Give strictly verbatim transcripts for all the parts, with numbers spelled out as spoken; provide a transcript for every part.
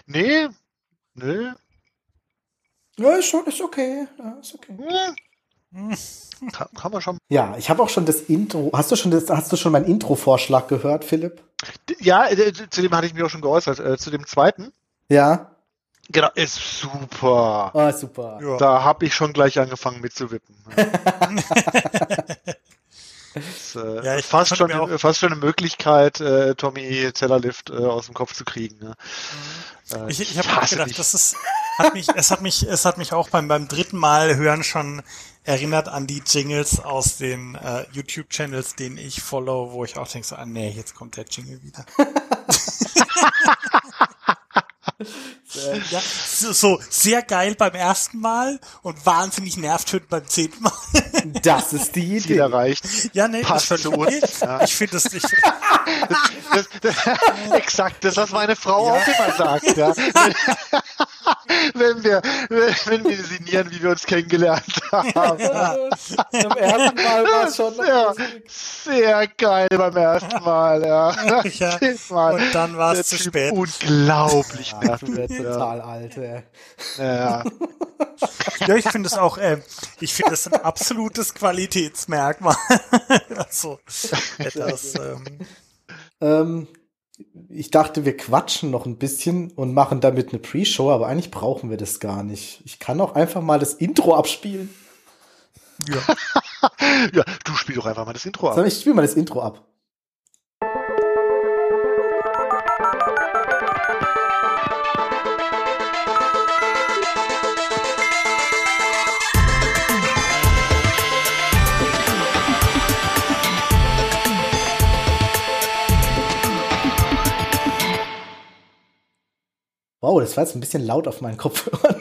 Nee, nö. Ja, ist schon, ist okay. Ja, ist okay. Hm. Kann, kann man schon. Ja, ich habe auch schon das Intro. Hast du schon das, hast du schon meinen Intro-Vorschlag gehört, Philipp? Ja, äh, zu dem hatte ich mich auch schon geäußert. Äh, zu dem zweiten. Ja. Genau, ist super. Oh, super. Ja. Da habe ich schon gleich angefangen mitzuwippen. Das, äh, ja, fast, schon, auch fast schon eine Möglichkeit, äh, Tommy Tellerlift äh, aus dem Kopf zu kriegen. Ne? Äh, ich ich habe auch gedacht, nicht. das ist, hat mich, es hat mich, es hat mich auch beim beim dritten Mal hören schon erinnert an die Jingles aus den äh, YouTube-Channels, den ich follow, wo ich auch denke so, ah nee, jetzt kommt der Jingle wieder. Ja, so, so sehr geil beim ersten Mal und wahnsinnig nervtötend beim zehnten Mal. Das ist die Idee. Ziel erreicht. Ja, nee, passt das zu uns. Ja. Ich finde das nicht. Das, das, das, exakt, das, was meine Frau ja. auch immer sagt. Ja. Wenn wir, wenn wir sinnieren, wie wir uns kennengelernt haben. Ja. Beim ersten Mal war es schon sehr, sehr geil beim ersten Mal. Ja. Ja. Und dann war es zu typ spät. Unglaublich ja, nervig. Total alt, ey. Ja. Ja, ich finde es auch, äh, ich finde es ein absolutes Qualitätsmerkmal. Also, etwas, ähm, ähm, ich dachte, wir quatschen noch ein bisschen und machen damit eine Pre-Show, aber eigentlich brauchen wir das gar nicht. Ich kann auch einfach mal das Intro abspielen. Ja. Ja, du spiel doch einfach mal das Intro ab. So, ich spiele mal das Intro ab. Wow, das war jetzt ein bisschen laut auf meinen Kopfhörern.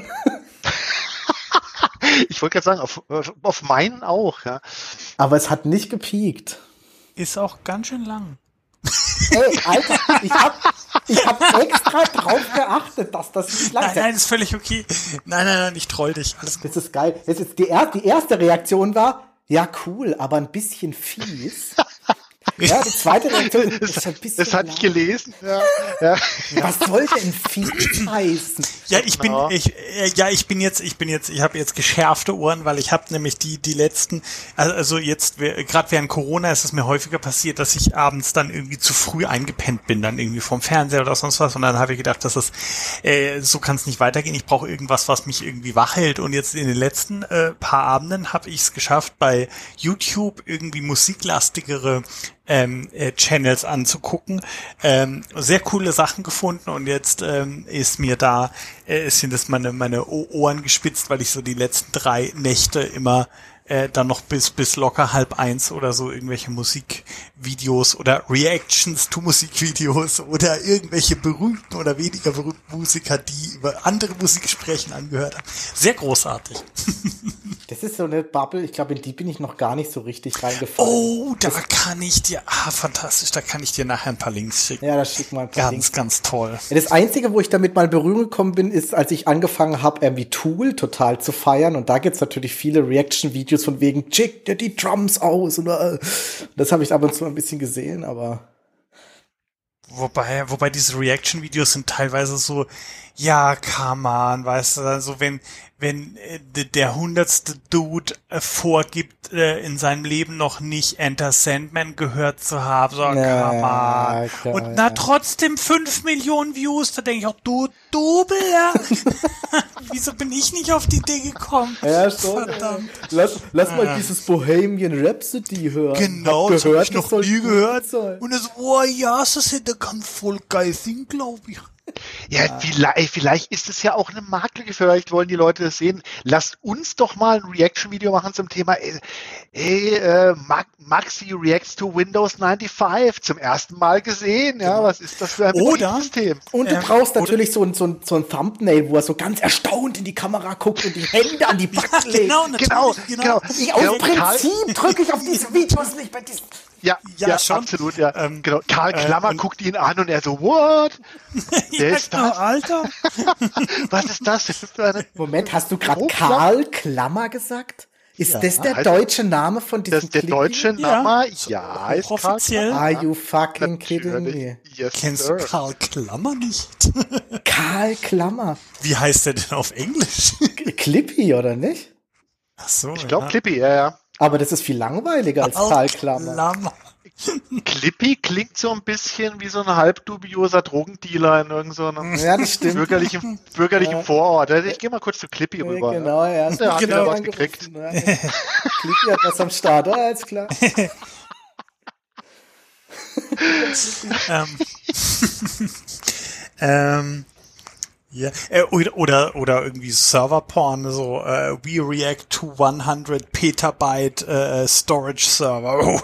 Ich wollte gerade sagen, auf, auf meinen auch, ja. Aber es hat nicht gepiekt. Ist auch ganz schön lang. Ey, Alter, ich hab, ich hab extra drauf geachtet, dass das nicht lang ist. Nein, nein, ist völlig okay. Nein, nein, nein, ich troll dich. Alles gut. Das ist geil. Das ist die, er- die erste Reaktion war, ja cool, aber ein bisschen fies. Ja, die zweite Reaktion ist ein bisschen. Das hatte ich gelesen. Ja, ja. Was soll denn fies heißen? Ja, ich bin, ich, äh, ja, ich bin jetzt, ich bin jetzt, ich habe jetzt geschärfte Ohren, weil ich habe nämlich die, die letzten, also jetzt, gerade während Corona ist es mir häufiger passiert, dass ich abends dann irgendwie zu früh eingepennt bin, dann irgendwie vorm Fernseher oder sonst was, und dann habe ich gedacht, dass es, äh, so kann es nicht weitergehen. Ich brauche irgendwas, was mich irgendwie wach hält, und jetzt in den letzten äh, paar Abenden habe ich es geschafft, bei YouTube irgendwie musiklastigere Ähm, äh, Channels anzugucken, ähm, sehr coole Sachen gefunden, und jetzt ähm, ist mir da, äh, sind das meine meine Ohren gespitzt, weil ich so die letzten drei Nächte immer äh, dann noch bis bis locker halb eins oder so irgendwelche Musikvideos oder Reactions to Musikvideos oder irgendwelche berühmten oder weniger berühmten Musiker, die über andere Musik sprechen, angehört haben. Sehr großartig. Das ist so eine Bubble, ich glaube, in die bin ich noch gar nicht so richtig reingefallen. Oh, da das kann ich dir, ah, fantastisch, da kann ich dir nachher ein paar Links schicken. Ja, da schick mal ein paar ganz, Links. Ganz, ganz toll. Ja, das Einzige, wo ich damit mal in Berührung gekommen bin, ist, als ich angefangen habe, irgendwie Tool total zu feiern, und da gibt's natürlich viele Reaction-Videos von wegen, check dir die Drums aus, oder das habe ich ab und zu ein bisschen gesehen, aber Wobei, wobei diese Reaction-Videos sind teilweise so, ja, come on, weißt du, also wenn, wenn äh, der hundertste Dude äh, vorgibt, äh, in seinem Leben noch nicht Enter Sandman gehört zu haben, so, ja, come on. klar, Und na, ja. trotzdem fünf Millionen Views, da denke ich auch, du Double, ja. Wieso bin ich nicht auf die Idee gekommen? Ja, schon. Verdammt. Lass, lass mal Ja. dieses Bohemian Rhapsody hören. Genau, Hab das hab gehört, ich noch das soll nie gut gehört. sein. Und er so, oh ja, das hätte kann voll geil singen, glaube ich. Ja, ja. Vielleicht, vielleicht ist es ja auch eine Marktlücke, vielleicht wollen die Leute das sehen. Lasst uns doch mal ein Reaction-Video machen zum Thema, ey, ey äh, Maxi reacts to Windows fünfundneunzig, zum ersten Mal gesehen, ja, was ist das für ein Betriebssystem? Und du Ähm, brauchst natürlich so ein, so, ein, so ein Thumbnail, wo er so ganz erstaunt in die Kamera guckt und die Hände an die Backen legt. Genau, natürlich, Genau, genau. genau. Ich, aus Genau, Prinzip drücke ich auf diese Videos nicht bei diesen. Ja, Ja, ja, schon. absolut, ja. Ähm, genau. Karl Klammer äh, guckt ihn an und er so, what? Wer Ja, ist genau, das? Alter. Was ist das? Das ist eine Moment, hast du gerade Hochklammer? Karl Klammer gesagt? Ist Ja. das der Heißt- deutsche Name von diesem Das, der Clippy? deutsche Ja. Name, ja, ist Karl Offiziell. Klammer. Are you fucking kidding Natürlich. me? Yes, Kennst sir. du Karl Klammer nicht? Karl Klammer. Wie heißt der denn auf Englisch? Clippy, oder nicht? Ach so, Ich glaube Clippy, ja, ja. Aber das ist viel langweiliger als Karl Klammer. Klammer. Clippy klingt so ein bisschen wie so ein halb dubioser Drogendealer in irgendeinem so einem Ja, das stimmt. bürgerlichen, bürgerlichen Ja. Vorort. Ich gehe mal kurz zu Clippy Ja, rüber. genau, ja. Der hat Genau. wieder was angerufen, gekriegt. ja. Clippy hat was am Start, ah, alles klar. ähm, ähm, ja, äh, oder, oder, oder irgendwie Server-Porn, so, äh, we react to hundred Petabyte äh, Storage Server.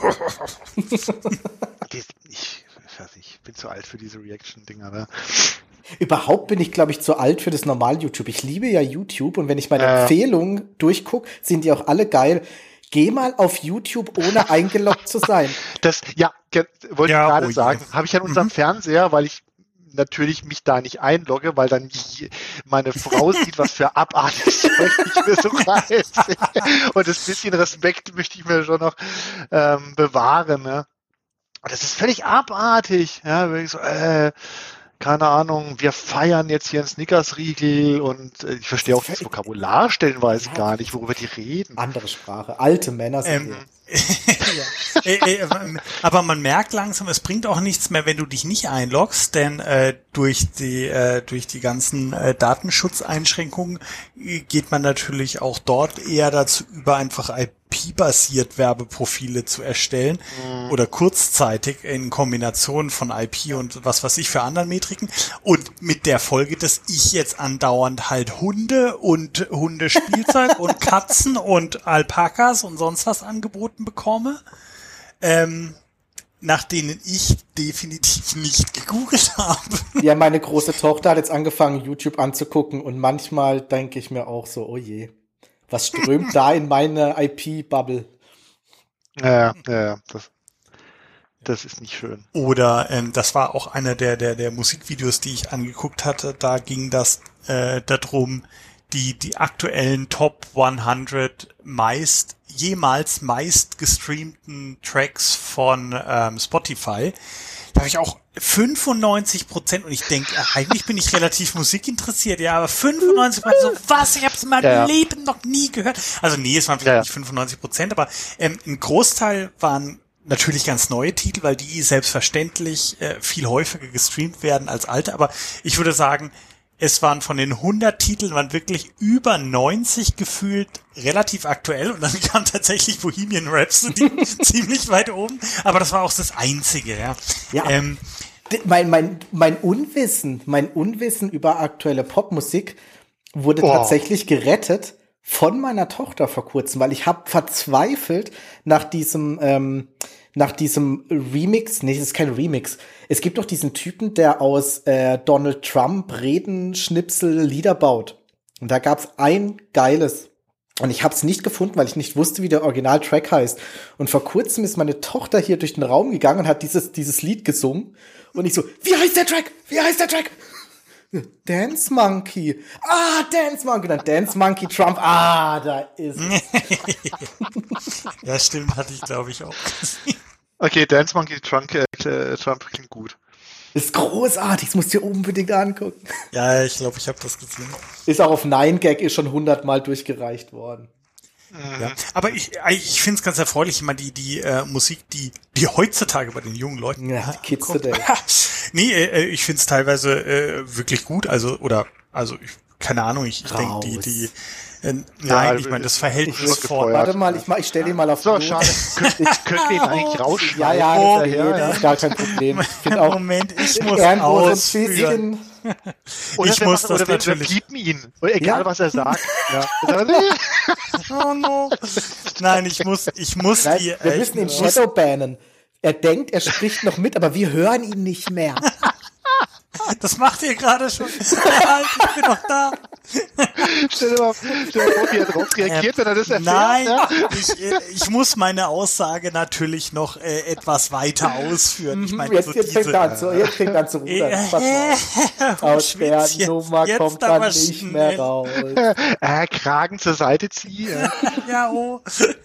Die- Ich, ich, weiß nicht, ich bin zu alt für diese Reaction-Dinger. Ne? Überhaupt bin ich, glaube ich, zu alt für das normal YouTube. Ich liebe ja YouTube und wenn ich meine Äh. Empfehlungen durchgucke, sind die auch alle geil. Geh mal auf YouTube, ohne eingeloggt zu sein. Das, ja, ge- wollte Ja, ich gerade oh je. sagen. Habe ich an unserem Fernseher, weil ich natürlich mich da nicht einlogge, weil dann je- meine Frau sieht, was für abartiges Zeug ich mir so reiße. Und das bisschen Respekt möchte ich mir schon noch ähm, bewahren. Ne? Und das ist völlig abartig. Ja, wenn ich so, äh, keine Ahnung, wir feiern jetzt hier einen Snickers-Riegel und äh, ich verstehe auch das Vokabular stellenweise Ja. gar nicht, worüber die reden. Andere Sprache. Alte Männer sind Ähm, wir. ja. äh, äh, aber man merkt langsam, es bringt auch nichts mehr, wenn du dich nicht einloggst, denn äh, durch die äh, durch die ganzen äh, Datenschutzeinschränkungen äh, geht man natürlich auch dort eher dazu über, einfach I P-basiert Werbeprofile zu erstellen oder kurzzeitig in Kombination von I P und was weiß ich für anderen Metriken und mit der Folge, dass ich jetzt andauernd halt Hunde und Hundespielzeug und Katzen und Alpakas und sonst was angeboten bekomme, ähm, nach denen ich definitiv nicht gegoogelt habe. Ja, meine große Tochter hat jetzt angefangen, YouTube anzugucken und manchmal denke ich mir auch so, oh je, was strömt da in meine I P-Bubble? Ja, ja, ja, das, das ist nicht schön. Oder ähm, das war auch einer der, der, der Musikvideos, die ich angeguckt hatte. Da ging das äh, darum, die, die aktuellen Top hundert meist, jemals meist gestreamten Tracks von ähm, Spotify. Da habe ich auch fünfundneunzig Prozent und ich denke, eigentlich bin ich relativ musikinteressiert, ja, aber fünfundneunzig Prozent, so was, ich habe es in meinem Ja, ja. Leben noch nie gehört. Also nee, es waren vielleicht Ja, ja. nicht fünfundneunzig Prozent, aber ähm, ein Großteil waren natürlich ganz neue Titel, weil die selbstverständlich äh, viel häufiger gestreamt werden als alte, aber ich würde sagen, es waren von den hundert Titeln waren wirklich über neunzig gefühlt relativ aktuell und dann kam tatsächlich Bohemian Rhapsody ziemlich weit oben, aber das war auch das Einzige, ja. Ja. Ähm, D- Mein, mein, mein Unwissen, mein Unwissen über aktuelle Popmusik wurde Oh. tatsächlich gerettet von meiner Tochter vor kurzem, weil ich habe verzweifelt nach diesem ähm, nach diesem Remix, nee, das ist kein Remix. Es gibt doch diesen Typen, der aus äh, Donald Trump Reden, Schnipsel, Lieder baut. Und da gab's ein geiles. Und ich habe es nicht gefunden, weil ich nicht wusste, wie der Originaltrack heißt. Und vor kurzem ist meine Tochter hier durch den Raum gegangen und hat dieses dieses Lied gesungen. Und ich so, wie heißt der Track? Wie heißt der Track? Dance Monkey. Ah, Dance Monkey. Dann Dance Monkey Trump. Ah, da ist es. ja, stimmt, hatte ich glaube ich auch gesehen. Okay, Dance Monkey Trunk, äh, Trump klingt gut. Ist großartig. Das musst du dir unbedingt angucken. Ja, ich glaube, ich habe das gesehen. Ist auch auf nine gag, ist schon hundertmal durchgereicht worden. Ja. Aber ich, ich finde es ganz erfreulich, immer die, die äh, Musik, die, die heutzutage bei den jungen Leuten Ja, Kids kommt. today. Nee, äh, ich finde es teilweise äh, wirklich gut. Also, oder, also, ich, keine Ahnung, ich, ich denke, die, Raus. die, äh, nein, Ja, ich meine, das ich- Verhältnis ich- von, gefeuert. Warte mal, ich, mach, ich stell den mal auf So, Mute. schade. Könnten könnt wir ihn eigentlich rausschneiden? Ja, ja, Oh, das, ist ja, ja, das ja. ist gar kein Problem. Ich finde auch Moment, ich muss irgendwo so ein ausführen. bisschen. Oder Ich wir muss machen, das oder wir, wir natürlich- piepen ihn. Oder egal, Ja. was er sagt. Ja. Oh no. Nein, ich muss, ich muss Nein, die, wir äh, müssen ihn ich muss, shadowbannen. Er denkt, er spricht noch mit, aber wir hören ihn nicht mehr. das macht ihr gerade schon. Halt, ich bin noch da. Stell dir mal, stell dir mal vor, wie er drauf reagiert, wenn er das erfährt. Nein, ja? ich, äh, ich muss meine Aussage natürlich noch äh, etwas weiter ausführen. Ich meine, jetzt, so jetzt, diese, fängt er an zu, jetzt fängt er an zu rudern. Äh, Pass auf. Aus der jetzt- Nummer jetzt kommt aber man nicht schnell. mehr raus. Äh, Kragen zur Seite ziehen. Ja, oh.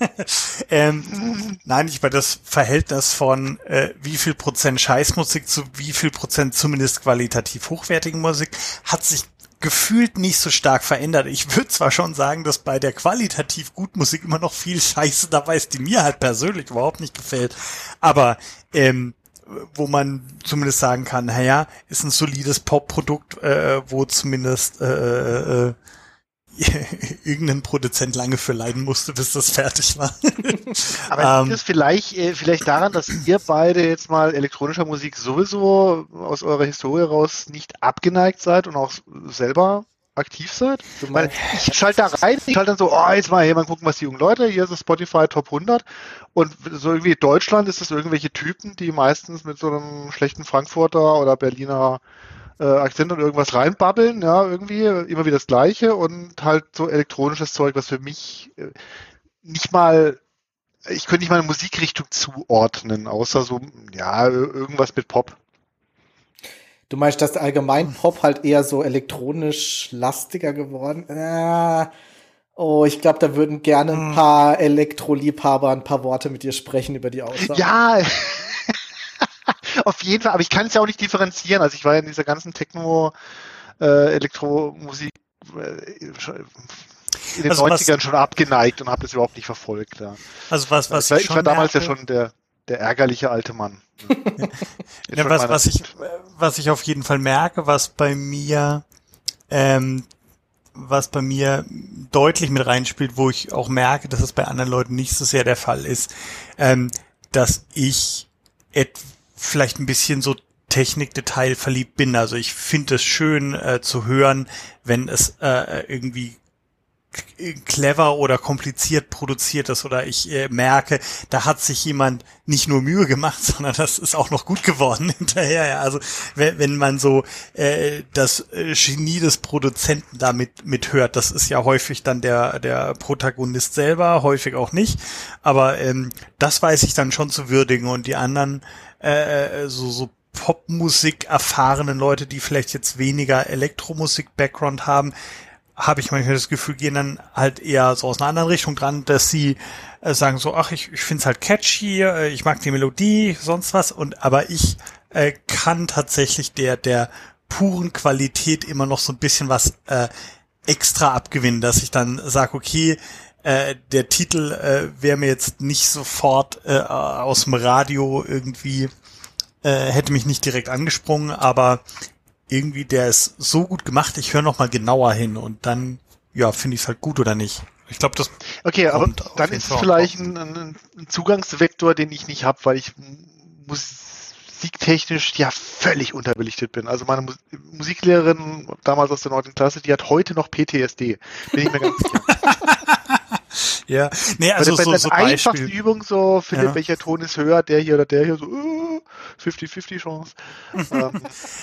ähm, nein, ich meine, das Verhältnis von äh, wie viel Prozent Scheißmusik zu wie viel Prozent zumindest qualitativ hochwertigen Musik hat sich gefühlt nicht so stark verändert. Ich würde zwar schon sagen, dass bei der qualitativ guten Musik immer noch viel Scheiße dabei ist, die mir halt persönlich überhaupt nicht gefällt, aber ähm, wo man zumindest sagen kann, naja, ist ein solides Pop-Produkt, äh, wo zumindest äh, äh, irgendein Produzent lange für leiden musste, bis das fertig war. Aber Ähm, liegt es vielleicht, äh, vielleicht daran, dass ihr beide jetzt mal elektronischer Musik sowieso aus eurer Historie raus nicht abgeneigt seid und auch selber aktiv seid? Du Weil meinst- ich schalte da rein, ich schalte dann so, oh, jetzt mal hier mal gucken, was die jungen Leute, hier ist das Spotify Top hundert und so irgendwie Deutschland ist das irgendwelche Typen, die meistens mit so einem schlechten Frankfurter oder Berliner äh, Akzent und irgendwas reinbabbeln, ja, irgendwie immer wieder das Gleiche und halt so elektronisches Zeug, was für mich äh, nicht mal, ich könnte nicht mal eine Musikrichtung zuordnen, außer so, ja, irgendwas mit Pop. Du meinst, dass allgemein Pop halt eher so elektronisch lastiger geworden? Äh, oh, ich glaube, da würden gerne ein paar Elektroliebhaber ein paar Worte mit dir sprechen über die Aussage. Ja, auf jeden Fall, aber ich kann es ja auch nicht differenzieren. Also ich war ja in dieser ganzen Techno, äh, Elektromusik äh, schon- in den Also was- neunzigern schon abgeneigt und habe das überhaupt nicht verfolgt. Ja. also was, was ich war, ich ich schon war damals merke, ja schon der, der ärgerliche alte Mann. Ja, was, was ich, was ich auf jeden Fall merke, was bei mir, ähm, was bei mir deutlich mit reinspielt, wo ich auch merke, dass es bei anderen Leuten nicht so sehr der Fall ist, ähm, dass ich et, vielleicht ein bisschen so Technikdetail verliebt bin. Also ich finde es schön äh, zu hören, wenn es äh, irgendwie clever oder kompliziert produziert ist oder ich äh, merke, da hat sich jemand nicht nur Mühe gemacht, sondern das ist auch noch gut geworden hinterher. Ja. Also wenn, wenn man so äh, das äh, Genie des Produzenten damit mithört, das ist ja häufig dann der der Protagonist selber, häufig auch nicht, aber ähm, das weiß ich dann schon zu würdigen und die anderen äh, so so Popmusik erfahrenen Leute, die vielleicht jetzt weniger Elektromusik-Background haben, habe ich manchmal das Gefühl, gehen dann halt eher so aus einer anderen Richtung dran, dass sie äh, sagen so, ach, ich, ich finde es halt catchy, äh, ich mag die Melodie, sonst was, und aber ich äh, kann tatsächlich der der puren Qualität immer noch so ein bisschen was äh, extra abgewinnen, dass ich dann sage, okay, äh, der Titel äh, wäre mir jetzt nicht sofort äh, aus dem Radio irgendwie, äh, hätte mich nicht direkt angesprungen, aber irgendwie, der ist so gut gemacht, ich höre noch mal genauer hin und dann, ja, finde ich es halt gut oder nicht. Ich glaube, das Okay, aber kommt auf dann jeden ist es Fall vielleicht auch. ein, ein, ein Zugangsvektor, den ich nicht habe, weil ich musiktechnisch ja völlig unterbelichtet bin. Also meine Mus Musiklehrerin damals aus der neunten Klasse, die hat heute noch P T S D. Bin ich mir ganz sicher. Ja, nee, also bei so, der so einfachsten Beispiel. Übung so, Philipp, Ja. welcher Ton ist höher, der hier oder der hier, so uh, fünfzig fünfzig Chance. ähm,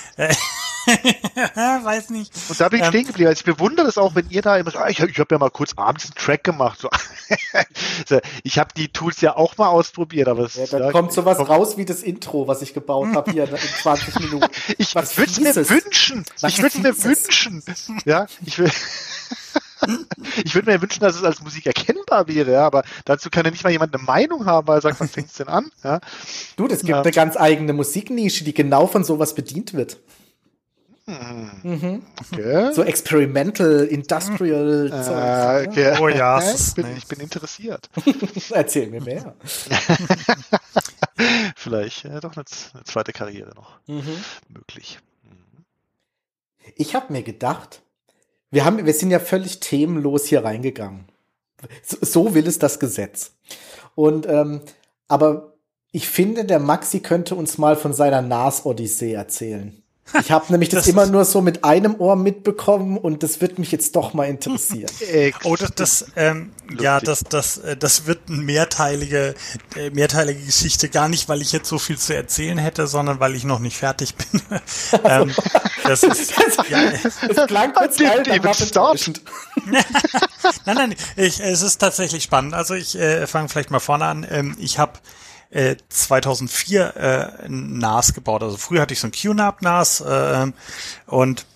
Weiß nicht. und da bin ich Ähm, stehen geblieben. Also ich bewundere das auch, wenn ihr da immer so, ah, ich, ich habe ja mal kurz abends einen Track gemacht. So. So, ich habe die Tools ja auch mal ausprobiert, aber es Ja, dann ja, kommt sowas kommt- raus wie das Intro, was ich gebaut habe hier in zwanzig Minuten. Ich Was würde es mir Fieses. wünschen. Was Ich würde es mir Fieses. wünschen. Ja, ich will. Ich würde mir wünschen, dass es als Musik erkennbar wäre, ja, aber dazu kann ja nicht mal jemand eine Meinung haben, weil er sagt, wann fängt es denn an? Ja. Du, es gibt Ja. eine ganz eigene Musiknische, die genau von sowas bedient wird. Okay. So Experimental, Industrial Äh, Zeug. okay. Oh ja, ich, es ist bin, nicht. ich bin interessiert. Erzähl mir mehr. Vielleicht äh, doch eine, eine zweite Karriere noch möglich. Ich habe mir gedacht, wir haben, wir sind ja völlig themenlos hier reingegangen. So, so will es das Gesetz. Und ähm, aber ich finde, der Maxi könnte uns mal von seiner N A S-Odyssee erzählen. Ich habe nämlich das, das immer nur so mit einem Ohr mitbekommen und das wird mich jetzt doch mal interessieren. Oh, das, das ähm, ja, das, das, das wird eine mehrteilige, äh, mehrteilige Geschichte. Gar nicht, weil ich jetzt so viel zu erzählen hätte, sondern weil ich noch nicht fertig bin. ähm, das ist, ja, das klang kurz geil, dann war enttäuschend. Nein, nein, ich, es ist tatsächlich spannend. Also ich äh, fange vielleicht mal vorne an. Ähm, ich habe Äh, zweitausendvier äh, ein N A S gebaut. Also früher hatte ich so ein Q NAP N A S äh, und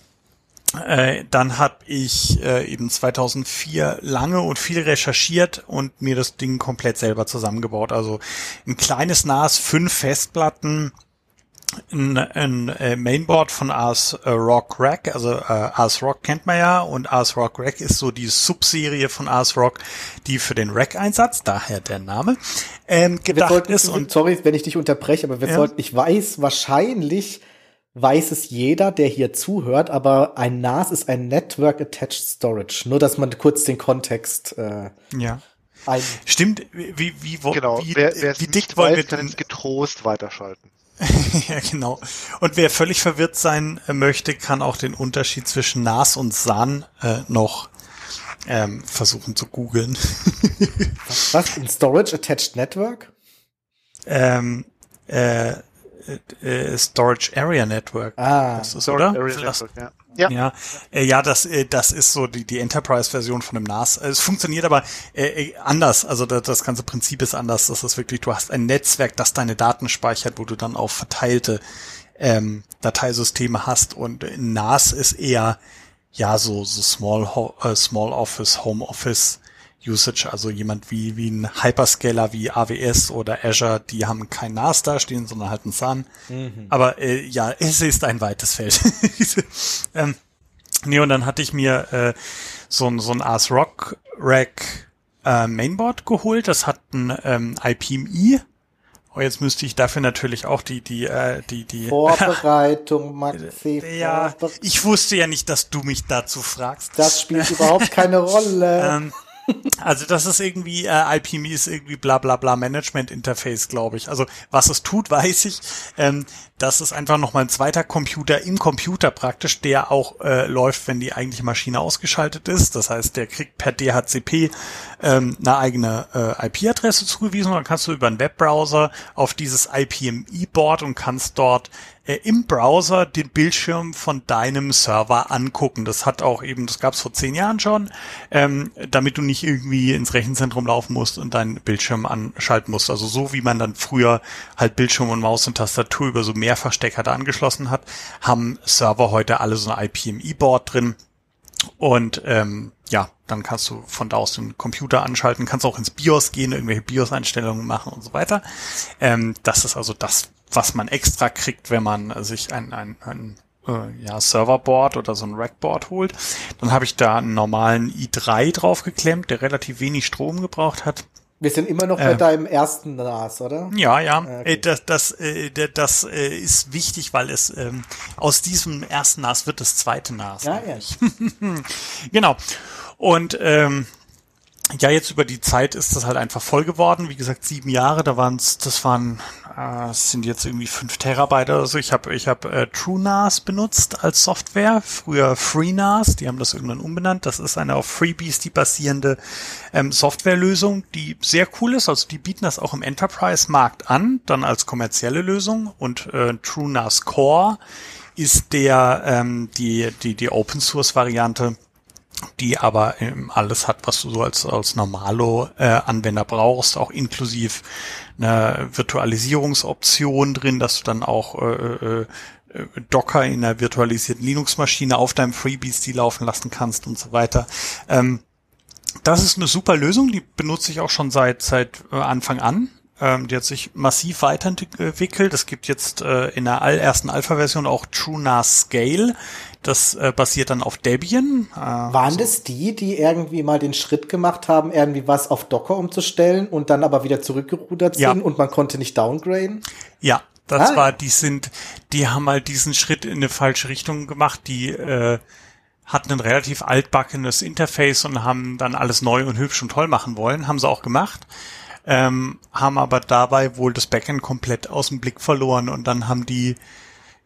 äh, dann habe ich äh, eben zweitausendvier lange und viel recherchiert und mir das Ding komplett selber zusammengebaut. Also ein kleines N A S, fünf Festplatten, ein, ein äh, Mainboard von Ars äh, Rock Rack, also äh, Ars Rock kennt man ja, und Ars Rock Rack ist so die Subserie von Ars Rock, die für den Rack-Einsatz, daher der Name, ähm, gedacht sollten, ist. Und sorry, wenn ich dich unterbreche, aber wir ja. sollten, ich weiß, wahrscheinlich weiß es jeder, der hier zuhört, aber ein N A S ist ein Network Attached Storage. Nur, dass man kurz den Kontext äh, ja. ein Stimmt, wie, wie, wo, genau. wie, wer, wer wie es dicht nicht wollen weiß, wir kann denn es getrost weiterschalten. Ja, genau. Und wer völlig verwirrt sein möchte, kann auch den Unterschied zwischen N A S und S A N äh, noch ähm, versuchen zu googeln. Was, was? Ein Storage Attached Network? ähm, äh, äh, Storage Area Network. Ah, das ist, Storage oder? Area Das, Network, ja. Ja, ja, äh, ja, das, äh, das ist so die, die Enterprise-Version von dem N A S. Es funktioniert aber äh, anders. Also das, das ganze Prinzip ist anders. Das ist wirklich, du hast ein Netzwerk, das deine Daten speichert, wo du dann auch verteilte ähm, Dateisysteme hast. Und N A S ist eher ja so so Small Ho- äh, Small Office, Home Office Usage. Also jemand wie wie ein Hyperscaler wie A W S oder Azure, die haben kein N A S dastehen, sondern halt ein S A N. Mhm. Aber äh, ja, es ist ein weites Feld. ähm, nee, und dann hatte ich mir äh, so ein so ein Ars Rock Rack äh, Mainboard geholt. Das hat ein ähm, I P M I. Oh, jetzt müsste ich dafür natürlich auch die die äh, die die Vorbereitung, Maxi. Ja, Vorbe- ich wusste ja nicht, dass du mich dazu fragst. Das spielt überhaupt keine Rolle. ähm, Also das ist irgendwie, äh, I P M I ist irgendwie bla bla bla Management Interface, glaube ich. Also was es tut, weiß ich. Ähm, das ist einfach nochmal ein zweiter Computer im Computer praktisch, der auch äh, läuft, wenn die eigentliche Maschine ausgeschaltet ist. Das heißt, der kriegt per D H C P ähm, eine eigene äh, I P-Adresse zugewiesen und dann kannst du über einen Webbrowser auf dieses I P M I-Board und kannst dort äh, im Browser den Bildschirm von deinem Server angucken. Das hat auch eben, das gab es vor zehn Jahren schon, ähm, damit du nicht irgendwie ins Rechenzentrum laufen musst und deinen Bildschirm anschalten musst. Also so wie man dann früher halt Bildschirm und Maus und Tastatur über so Mehrfachstecker da angeschlossen hat, haben Server heute alle so ein I P M I-Board drin. Und ähm, ja, dann kannst du von da aus den Computer anschalten, kannst auch ins BIOS gehen, irgendwelche BIOS-Einstellungen machen und so weiter. Ähm, das ist also das, was man extra kriegt, wenn man sich ein, ein, ein äh, ja, Serverboard oder so ein Rackboard holt. Dann habe ich da einen normalen i drei draufgeklemmt, der relativ wenig Strom gebraucht hat. Wir sind immer noch bei ähm, deinem ersten N A S, oder? Ja, ja. Okay. Äh, das das, äh, das äh, ist wichtig, weil es ähm, aus diesem ersten N A S wird das zweite N A S. Ja, ja. Genau. Und ähm, ja, jetzt über die Zeit ist das halt einfach voll geworden. Wie gesagt, sieben Jahre, da waren es, das waren, äh, das sind jetzt irgendwie fünf Terabyte oder so. Ich habe ich hab, äh, TrueNAS benutzt als Software, früher FreeNAS, die haben das irgendwann umbenannt. Das ist eine auf FreeBSD basierende ähm, Softwarelösung, die sehr cool ist. Also die bieten das auch im Enterprise-Markt an, dann als kommerzielle Lösung. Und äh, TrueNAS Core ist der ähm, die die die Open-Source-Variante, die aber ähm, alles hat, was du so als als Normalo-Anwender äh, brauchst, auch inklusive eine Virtualisierungsoption drin, dass du dann auch äh, äh, Docker in einer virtualisierten Linux-Maschine auf deinem FreeBSD laufen lassen kannst und so weiter. Ähm, das ist eine super Lösung, die benutze ich auch schon seit seit äh, Anfang an. Ähm, die hat sich massiv weiterentwickelt. Es gibt jetzt äh, in der allerersten Alpha-Version auch TrueNAS Scale. Das äh, basiert dann auf Debian. Äh, Waren so. das die, die irgendwie mal den Schritt gemacht haben, irgendwie was auf Docker umzustellen und dann aber wieder zurückgerudert sind, ja, und man konnte nicht downgraden? Ja, das ah. war, die sind, die haben halt diesen Schritt in eine falsche Richtung gemacht. Die äh, hatten ein relativ altbackenes Interface und haben dann alles neu und hübsch und toll machen wollen. Haben sie auch gemacht. Ähm, haben aber dabei wohl das Backend komplett aus dem Blick verloren und dann haben die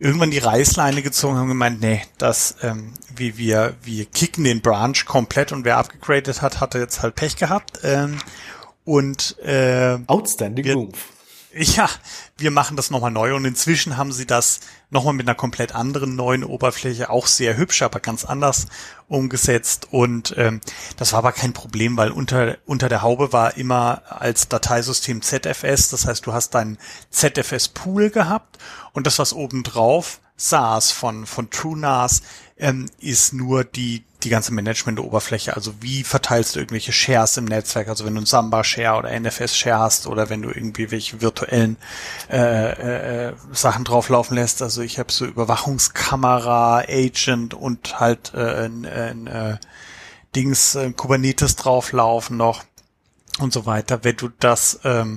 irgendwann die Reißleine gezogen und gemeint, nee, das, ähm, wie wir, wir kicken den Branch komplett und wer abgegradet hat, hatte jetzt halt Pech gehabt. Ähm, und äh, Outstanding wir, Move. Ja, wir machen das nochmal neu und inzwischen haben sie das nochmal mit einer komplett anderen neuen Oberfläche, auch sehr hübsch, aber ganz anders umgesetzt und ähm, das war aber kein Problem, weil unter unter der Haube war immer als Dateisystem Z F S, das heißt, du hast deinen Z F S-Pool gehabt und das, was oben drauf saß von von TrueNAS, ähm, ist nur die die ganze Management-Oberfläche, also wie verteilst du irgendwelche Shares im Netzwerk, also wenn du einen Samba-Share oder N F S-Share hast oder wenn du irgendwie welche virtuellen äh, äh, Sachen drauflaufen lässt, also ich habe so Überwachungskamera, Agent und halt äh, ein, ein äh, Dings, äh, Kubernetes drauflaufen noch und so weiter. Wenn du das ähm,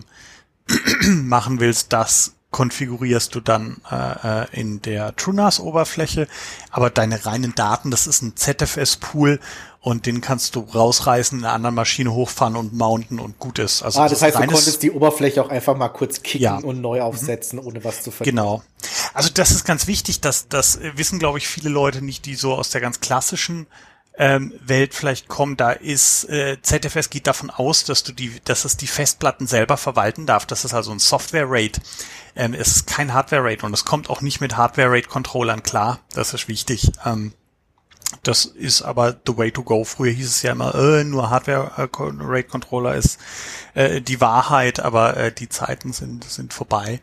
machen willst, das konfigurierst du dann äh, in der TrueNAS-Oberfläche, aber deine reinen Daten, das ist ein Z F S-Pool und den kannst du rausreißen, in einer anderen Maschine hochfahren und mounten und gut ist. Also ah, das, das heißt, reines, du konntest die Oberfläche auch einfach mal kurz kicken ja. und neu aufsetzen, mhm. ohne was zu verlieren. Genau. Also das ist ganz wichtig, dass das wissen, glaube ich, viele Leute nicht, die so aus der ganz klassischen Ähm, Welt vielleicht kommen, da ist äh, Z F S geht davon aus, dass du die, dass es die Festplatten selber verwalten darf. Das ist also ein Software-RAID. Ähm, es ist kein Hardware-RAID und es kommt auch nicht mit Hardware-RAID-Controllern klar. Das ist wichtig. Ähm, das ist aber the way to go. Früher hieß es ja immer, äh, nur Hardware-RAID-Controller ist äh, die Wahrheit, aber äh, die Zeiten sind sind vorbei.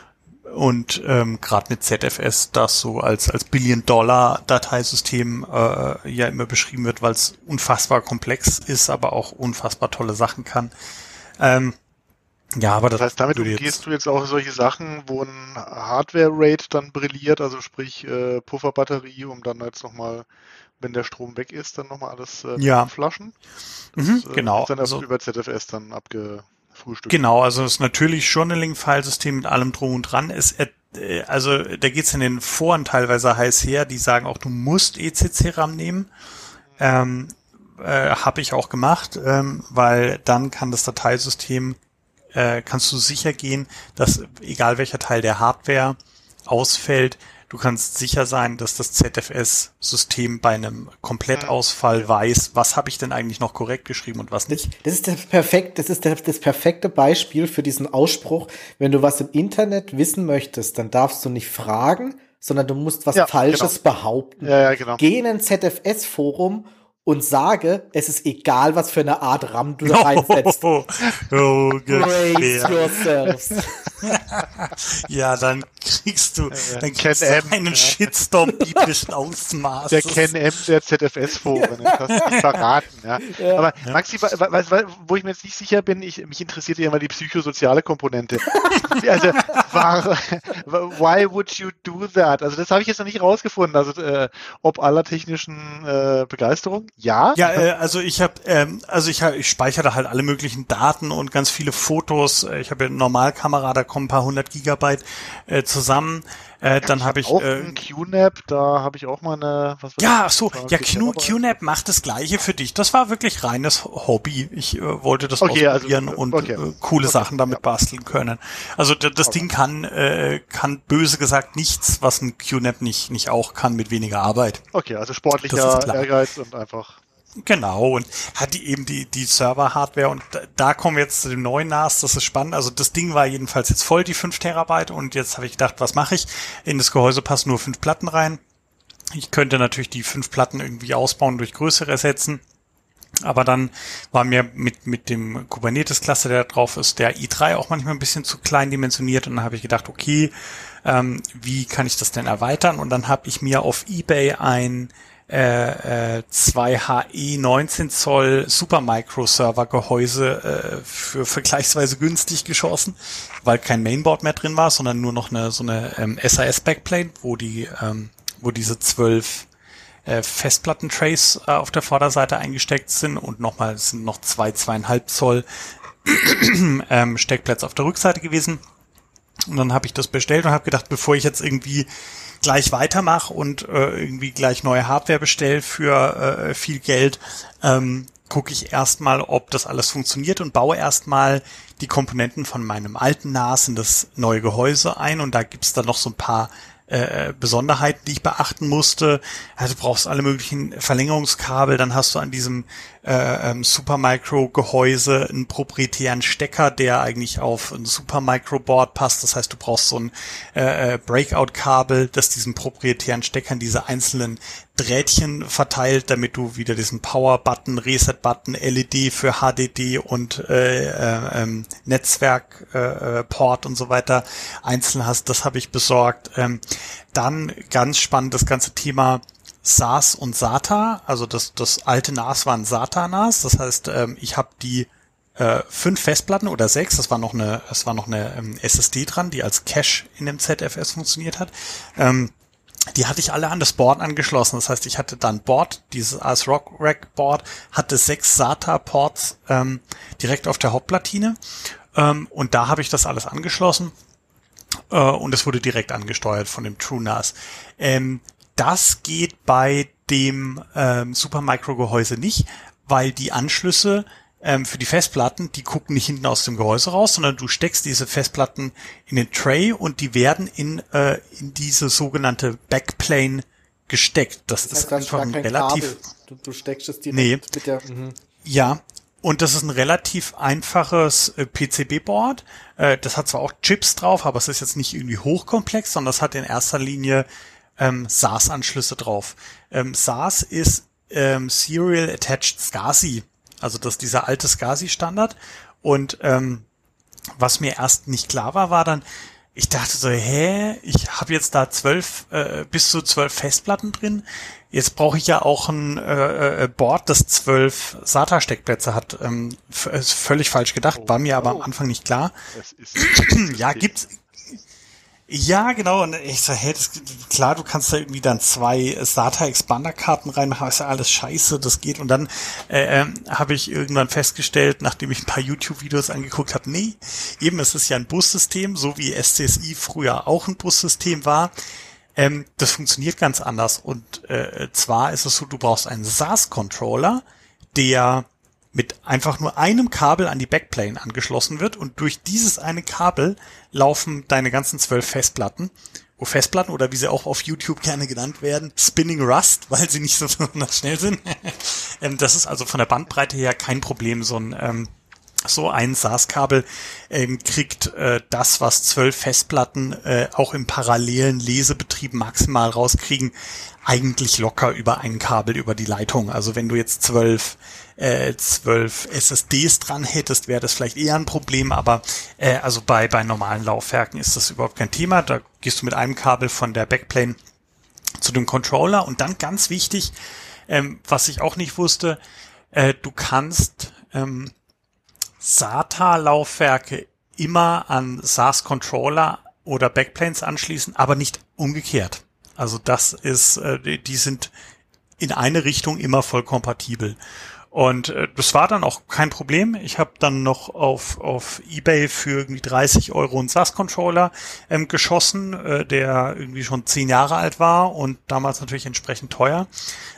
Und ähm, gerade mit Z F S, das so als als Billion-Dollar-Dateisystem äh, ja immer beschrieben wird, weil es unfassbar komplex ist, aber auch unfassbar tolle Sachen kann. Ähm, ja, aber das, das heißt, damit würde umgehst jetzt, du jetzt auch solche Sachen, wo ein Hardware-RAID dann brilliert, also sprich äh, Pufferbatterie, um dann jetzt nochmal, wenn der Strom weg ist, dann nochmal alles äh, ja. flaschen. Das Mhm, äh, genau. ist dann Also, über Z F S dann abge Frühstück. Genau, also es ist natürlich schon ein Link-File-System mit allem drum und dran. Es, äh, also da geht's in den Foren teilweise heiß her, die sagen auch, du musst E C C RAM nehmen. Ähm, äh, habe ich auch gemacht, ähm, weil dann kann das Dateisystem, äh, kannst du sicher gehen, dass egal welcher Teil der Hardware ausfällt, du kannst sicher sein, dass das Z F S-System bei einem Komplettausfall weiß, was habe ich denn eigentlich noch korrekt geschrieben und was nicht. Das ist das perfekt, das ist das, das perfekte Beispiel für diesen Ausspruch. Wenn du was im Internet wissen möchtest, dann darfst du nicht fragen, sondern du musst was ja, Falsches genau. behaupten. Ja, ja, genau. Geh in ein Z F S-Forum und sage, es ist egal, was für eine Art RAM du da reinsetzt. Oh, oh, Brace yourselves. Ja, dann kriegst du, ja, dann kriegst du M, einen ja. Shitstorm biblischen Ausmaßes. Der Ken M der Z F S-Foren, das hast du nicht verraten. Ja. Ja. Aber Maxi, wa- wa- wa- wo ich mir jetzt nicht sicher bin, ich, mich interessiert ja immer die psychosoziale Komponente. Also, war, why would you do that? Also das habe ich jetzt noch nicht rausgefunden. Also äh, ob aller technischen äh, Begeisterung? Ja. Ja, äh, also ich habe, ähm, also ich, hab, ich speichere halt alle möglichen Daten und ganz viele Fotos. Ich habe ja eine Normalkamera, da kommen ein paar hundert Gigabyte äh, zusammen. Äh, dann habe ich auch äh, ein Q NAP, da habe ich auch mal eine. Was weiß ja, ich, ach so, ja, Q, QNAP macht das Gleiche für dich. Das war wirklich reines Hobby. Ich äh, wollte das Okay, ausprobieren also, und okay. äh, coole Okay, Sachen damit ja. basteln können. Also d- das Okay. Ding kann äh, kann böse gesagt nichts, was ein QNAP nicht nicht auch kann mit weniger Arbeit. Okay, also Das ist sportlicher klar. Ehrgeiz und einfach. Genau, und hat die eben die, die Server-Hardware und da, da kommen wir jetzt zu dem neuen NAS, das ist spannend. Also das Ding war jedenfalls jetzt voll, die fünf Terabyte und jetzt habe ich gedacht, was mache ich? In das Gehäuse passen nur fünf Platten rein. Ich könnte natürlich die fünf Platten irgendwie ausbauen, durch größere ersetzen. Aber dann war mir mit mit dem Kubernetes-Cluster, der da drauf ist, der i drei auch manchmal ein bisschen zu klein dimensioniert und dann habe ich gedacht, okay, ähm, wie kann ich das denn erweitern? Und dann habe ich mir auf eBay ein äh, äh, zwei H E neunzehn Zoll Supermicro-Server-Gehäuse äh, für vergleichsweise günstig geschossen, weil kein Mainboard mehr drin war, sondern nur noch eine so eine ähm, S A S-Backplate, wo die ähm, wo diese zwölf äh, Festplatten-Trays äh, auf der Vorderseite eingesteckt sind und nochmal es sind noch zwei zweieinhalb Zoll ähm, Steckplätze auf der Rückseite gewesen. Und dann habe ich das bestellt und habe gedacht, bevor ich jetzt irgendwie gleich weitermache und äh, irgendwie gleich neue Hardware bestelle für äh, viel Geld, ähm, gucke ich erstmal, ob das alles funktioniert und baue erstmal die Komponenten von meinem alten NAS in das neue Gehäuse ein und da gibt's dann noch so ein paar äh, Besonderheiten, die ich beachten musste. Also du brauchst alle möglichen Verlängerungskabel, dann hast du an diesem äh, ähm, Supermicro-Gehäuse einen proprietären Stecker, der eigentlich auf ein Supermicro-Board passt. Das heißt, du brauchst so ein äh, Breakout-Kabel, das diesen proprietären Steckern diese einzelnen Drähtchen verteilt, damit du wieder diesen Power-Button, Reset-Button, L E D für H D D und äh, äh, ähm, Netzwerk-Port äh, und so weiter einzeln hast. Das habe ich besorgt. Ähm, dann ganz spannend das ganze Thema S A S und SATA. Also das, das alte N A S war ein SATA-N A S. Das heißt, ähm, ich habe die äh, fünf Festplatten oder sechs. Das war noch eine, es war noch eine ähm, S S D dran, die als Cache in dem Z F S funktioniert hat. Ähm, Die hatte ich alle an das Board angeschlossen. Das heißt, ich hatte dann Board, dieses ASRock Rack Board, hatte sechs SATA-Ports ähm, direkt auf der Hauptplatine. Ähm, und da habe ich das alles angeschlossen. Äh, und es wurde direkt angesteuert von dem TrueNAS. Ähm, das geht bei dem ähm, Supermicro-Gehäuse nicht, weil die Anschlüsse ähm, für die Festplatten, die gucken nicht hinten aus dem Gehäuse raus, sondern du steckst diese Festplatten in den Tray und die werden in äh, in diese sogenannte Backplane gesteckt. Das, Das heißt, ist einfach ein relativ... Kabel. Du, du steckst es direkt Nee. mit der... Mhm. Ja, und das ist ein relativ einfaches äh, P C B-Board. Äh, das hat zwar auch Chips drauf, aber es ist jetzt nicht irgendwie hochkomplex, sondern es hat in erster Linie ähm, S A S-Anschlüsse drauf. Ähm, S A S ist ähm, Serial Attached SCSI, also das ist dieser alte SCSI-Standard. Und ähm, was mir erst nicht klar war, war dann, ich dachte so, hä, ich habe jetzt da zwölf, äh, bis zu zwölf Festplatten drin. Jetzt brauche ich ja auch ein äh, äh, Board, das zwölf SATA-Steckplätze hat. Ähm, f- ist völlig falsch gedacht, war mir aber am Anfang nicht klar. Das ist Ja, gibt's. Ja, genau. Und ich so, hey, das, klar, du kannst da irgendwie dann zwei SATA-Expander-Karten reinmachen, ist ja alles scheiße, das geht. Und dann äh, ähm, habe ich irgendwann festgestellt, nachdem ich ein paar YouTube-Videos angeguckt habe, nee, eben, es ist ja ein Bussystem, so wie S C S I früher auch ein Bussystem war. Ähm, das funktioniert ganz anders. Und äh, zwar ist es so, du brauchst einen S A S-Controller, der mit einfach nur einem Kabel an die Backplane angeschlossen wird und durch dieses eine Kabel laufen deine ganzen zwölf Festplatten, wo Festplatten oder wie sie auch auf YouTube gerne genannt werden, Spinning Rust, weil sie nicht so schnell sind. ähm, das ist also von der Bandbreite her kein Problem, so ein ähm, so ein S A S-Kabel ähm, kriegt äh, das, was zwölf Festplatten äh, auch im parallelen Lesebetrieb maximal rauskriegen, eigentlich locker über ein Kabel über die Leitung. Also wenn du jetzt zwölf äh, zwölf S S Ds dran hättest, wäre das vielleicht eher ein Problem, aber äh, also bei bei normalen Laufwerken ist das überhaupt kein Thema. Da gehst du mit einem Kabel von der Backplane zu dem Controller und dann ganz wichtig, ähm, was ich auch nicht wusste, äh, du kannst ähm, SATA-Laufwerke immer an S A S-Controller oder Backplanes anschließen, aber nicht umgekehrt. Also das ist, äh, die sind in eine Richtung immer voll kompatibel. Und äh, das war dann auch kein Problem. Ich habe dann noch auf auf eBay für irgendwie dreißig Euro einen S A S-Controller ähm, geschossen, äh, der irgendwie schon zehn Jahre alt war und damals natürlich entsprechend teuer.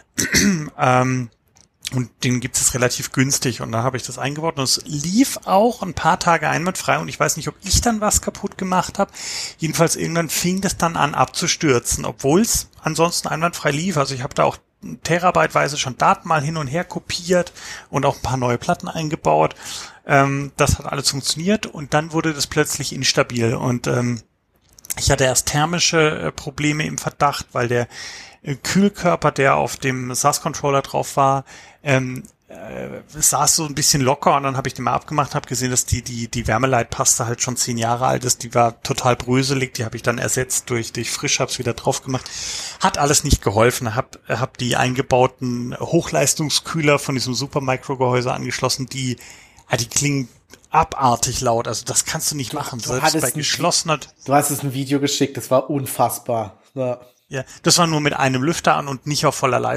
ähm, Und den gibt es relativ günstig und da habe ich das eingebaut und es lief auch ein paar Tage einwandfrei und ich weiß nicht, ob ich dann was kaputt gemacht habe. Jedenfalls irgendwann fing das dann an abzustürzen, obwohl es ansonsten einwandfrei lief. Also ich habe da auch terabyteweise schon Daten mal hin und her kopiert und auch ein paar neue Platten eingebaut. Ähm, das hat alles funktioniert und dann wurde das plötzlich instabil und ähm, ich hatte erst thermische äh, Probleme im Verdacht, weil der Kühlkörper, der auf dem S A S-Controller drauf war, ähm, äh, saß so ein bisschen locker und dann habe ich den mal abgemacht, habe gesehen, dass die die die Wärmeleitpaste halt schon zehn Jahre alt ist, die war total bröselig, die habe ich dann ersetzt durch durch frisch, hab's wieder drauf gemacht, hat alles nicht geholfen, hab hab die eingebauten Hochleistungskühler von diesem Supermicro-Gehäuse angeschlossen, die ja, die klingen abartig laut, also das kannst du nicht machen, Du selbst bei hattest ein- geschlossener. Du hast es ein Video geschickt, das war unfassbar. Ja. Ja, das war nur mit einem Lüfter an und nicht auf voller Leistung.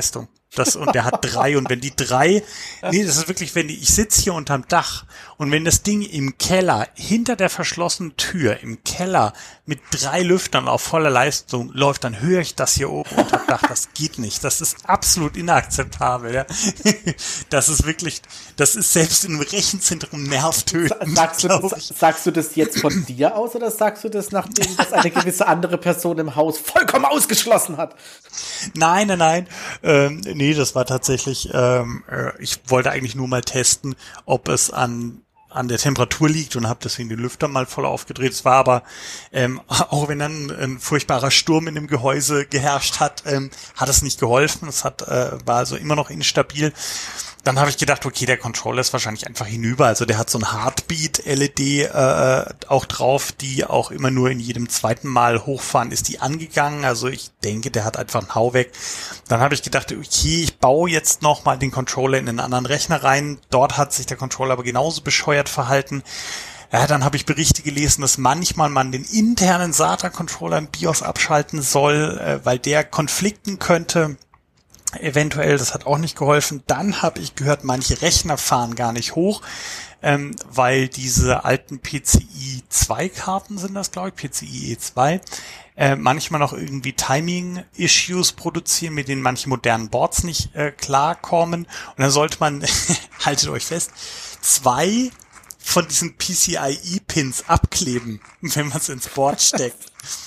Das, und der hat drei, und wenn die drei, nee, das ist wirklich, wenn die, ich sitze hier unterm Dach, und wenn das Ding im Keller, hinter der verschlossenen Tür, im Keller, mit drei Lüftern auf voller Leistung läuft, dann höre ich das hier oben unterm Dach. Das geht nicht. Das ist absolut inakzeptabel, ja. Das ist wirklich, das ist selbst im Rechenzentrum nervtötend. Sagst du, das, sagst du das jetzt von dir aus, oder sagst du das, nachdem das eine gewisse andere Person im Haus vollkommen ausgeschlossen hat? Nein, nein, nein. Ähm, nee, das war tatsächlich, ähm, äh, ich wollte eigentlich nur mal testen, ob es an an der Temperatur liegt, und habe deswegen den Lüfter mal voll aufgedreht. Es war aber, ähm, auch wenn dann ein furchtbarer Sturm in dem Gehäuse geherrscht hat, ähm, hat es nicht geholfen. Es hat äh, war also immer noch instabil. Dann habe ich gedacht, okay, der Controller ist wahrscheinlich einfach hinüber. Also der hat so ein Heartbeat-L E D äh, auch drauf, die auch immer nur in jedem zweiten Mal hochfahren, ist die angegangen. Also ich denke, der hat einfach einen Hau weg. Dann habe ich gedacht, okay, ich baue jetzt nochmal den Controller in einen anderen Rechner rein. Dort hat sich der Controller aber genauso bescheuert verhalten. Ja, dann habe ich Berichte gelesen, dass manchmal man den internen SATA-Controller im BIOS abschalten soll, äh, weil der konflikten könnte. Eventuell, das hat auch nicht geholfen. Dann habe ich gehört, manche Rechner fahren gar nicht hoch, ähm, weil diese alten P C I zwei Karten sind das, glaube ich, P C I E zwei, äh, manchmal noch irgendwie Timing-Issues produzieren, mit denen manche modernen Boards nicht äh, klarkommen. Und dann sollte man, haltet euch fest, zwei von diesen P C I E-Pins abkleben, wenn man es ins Board steckt.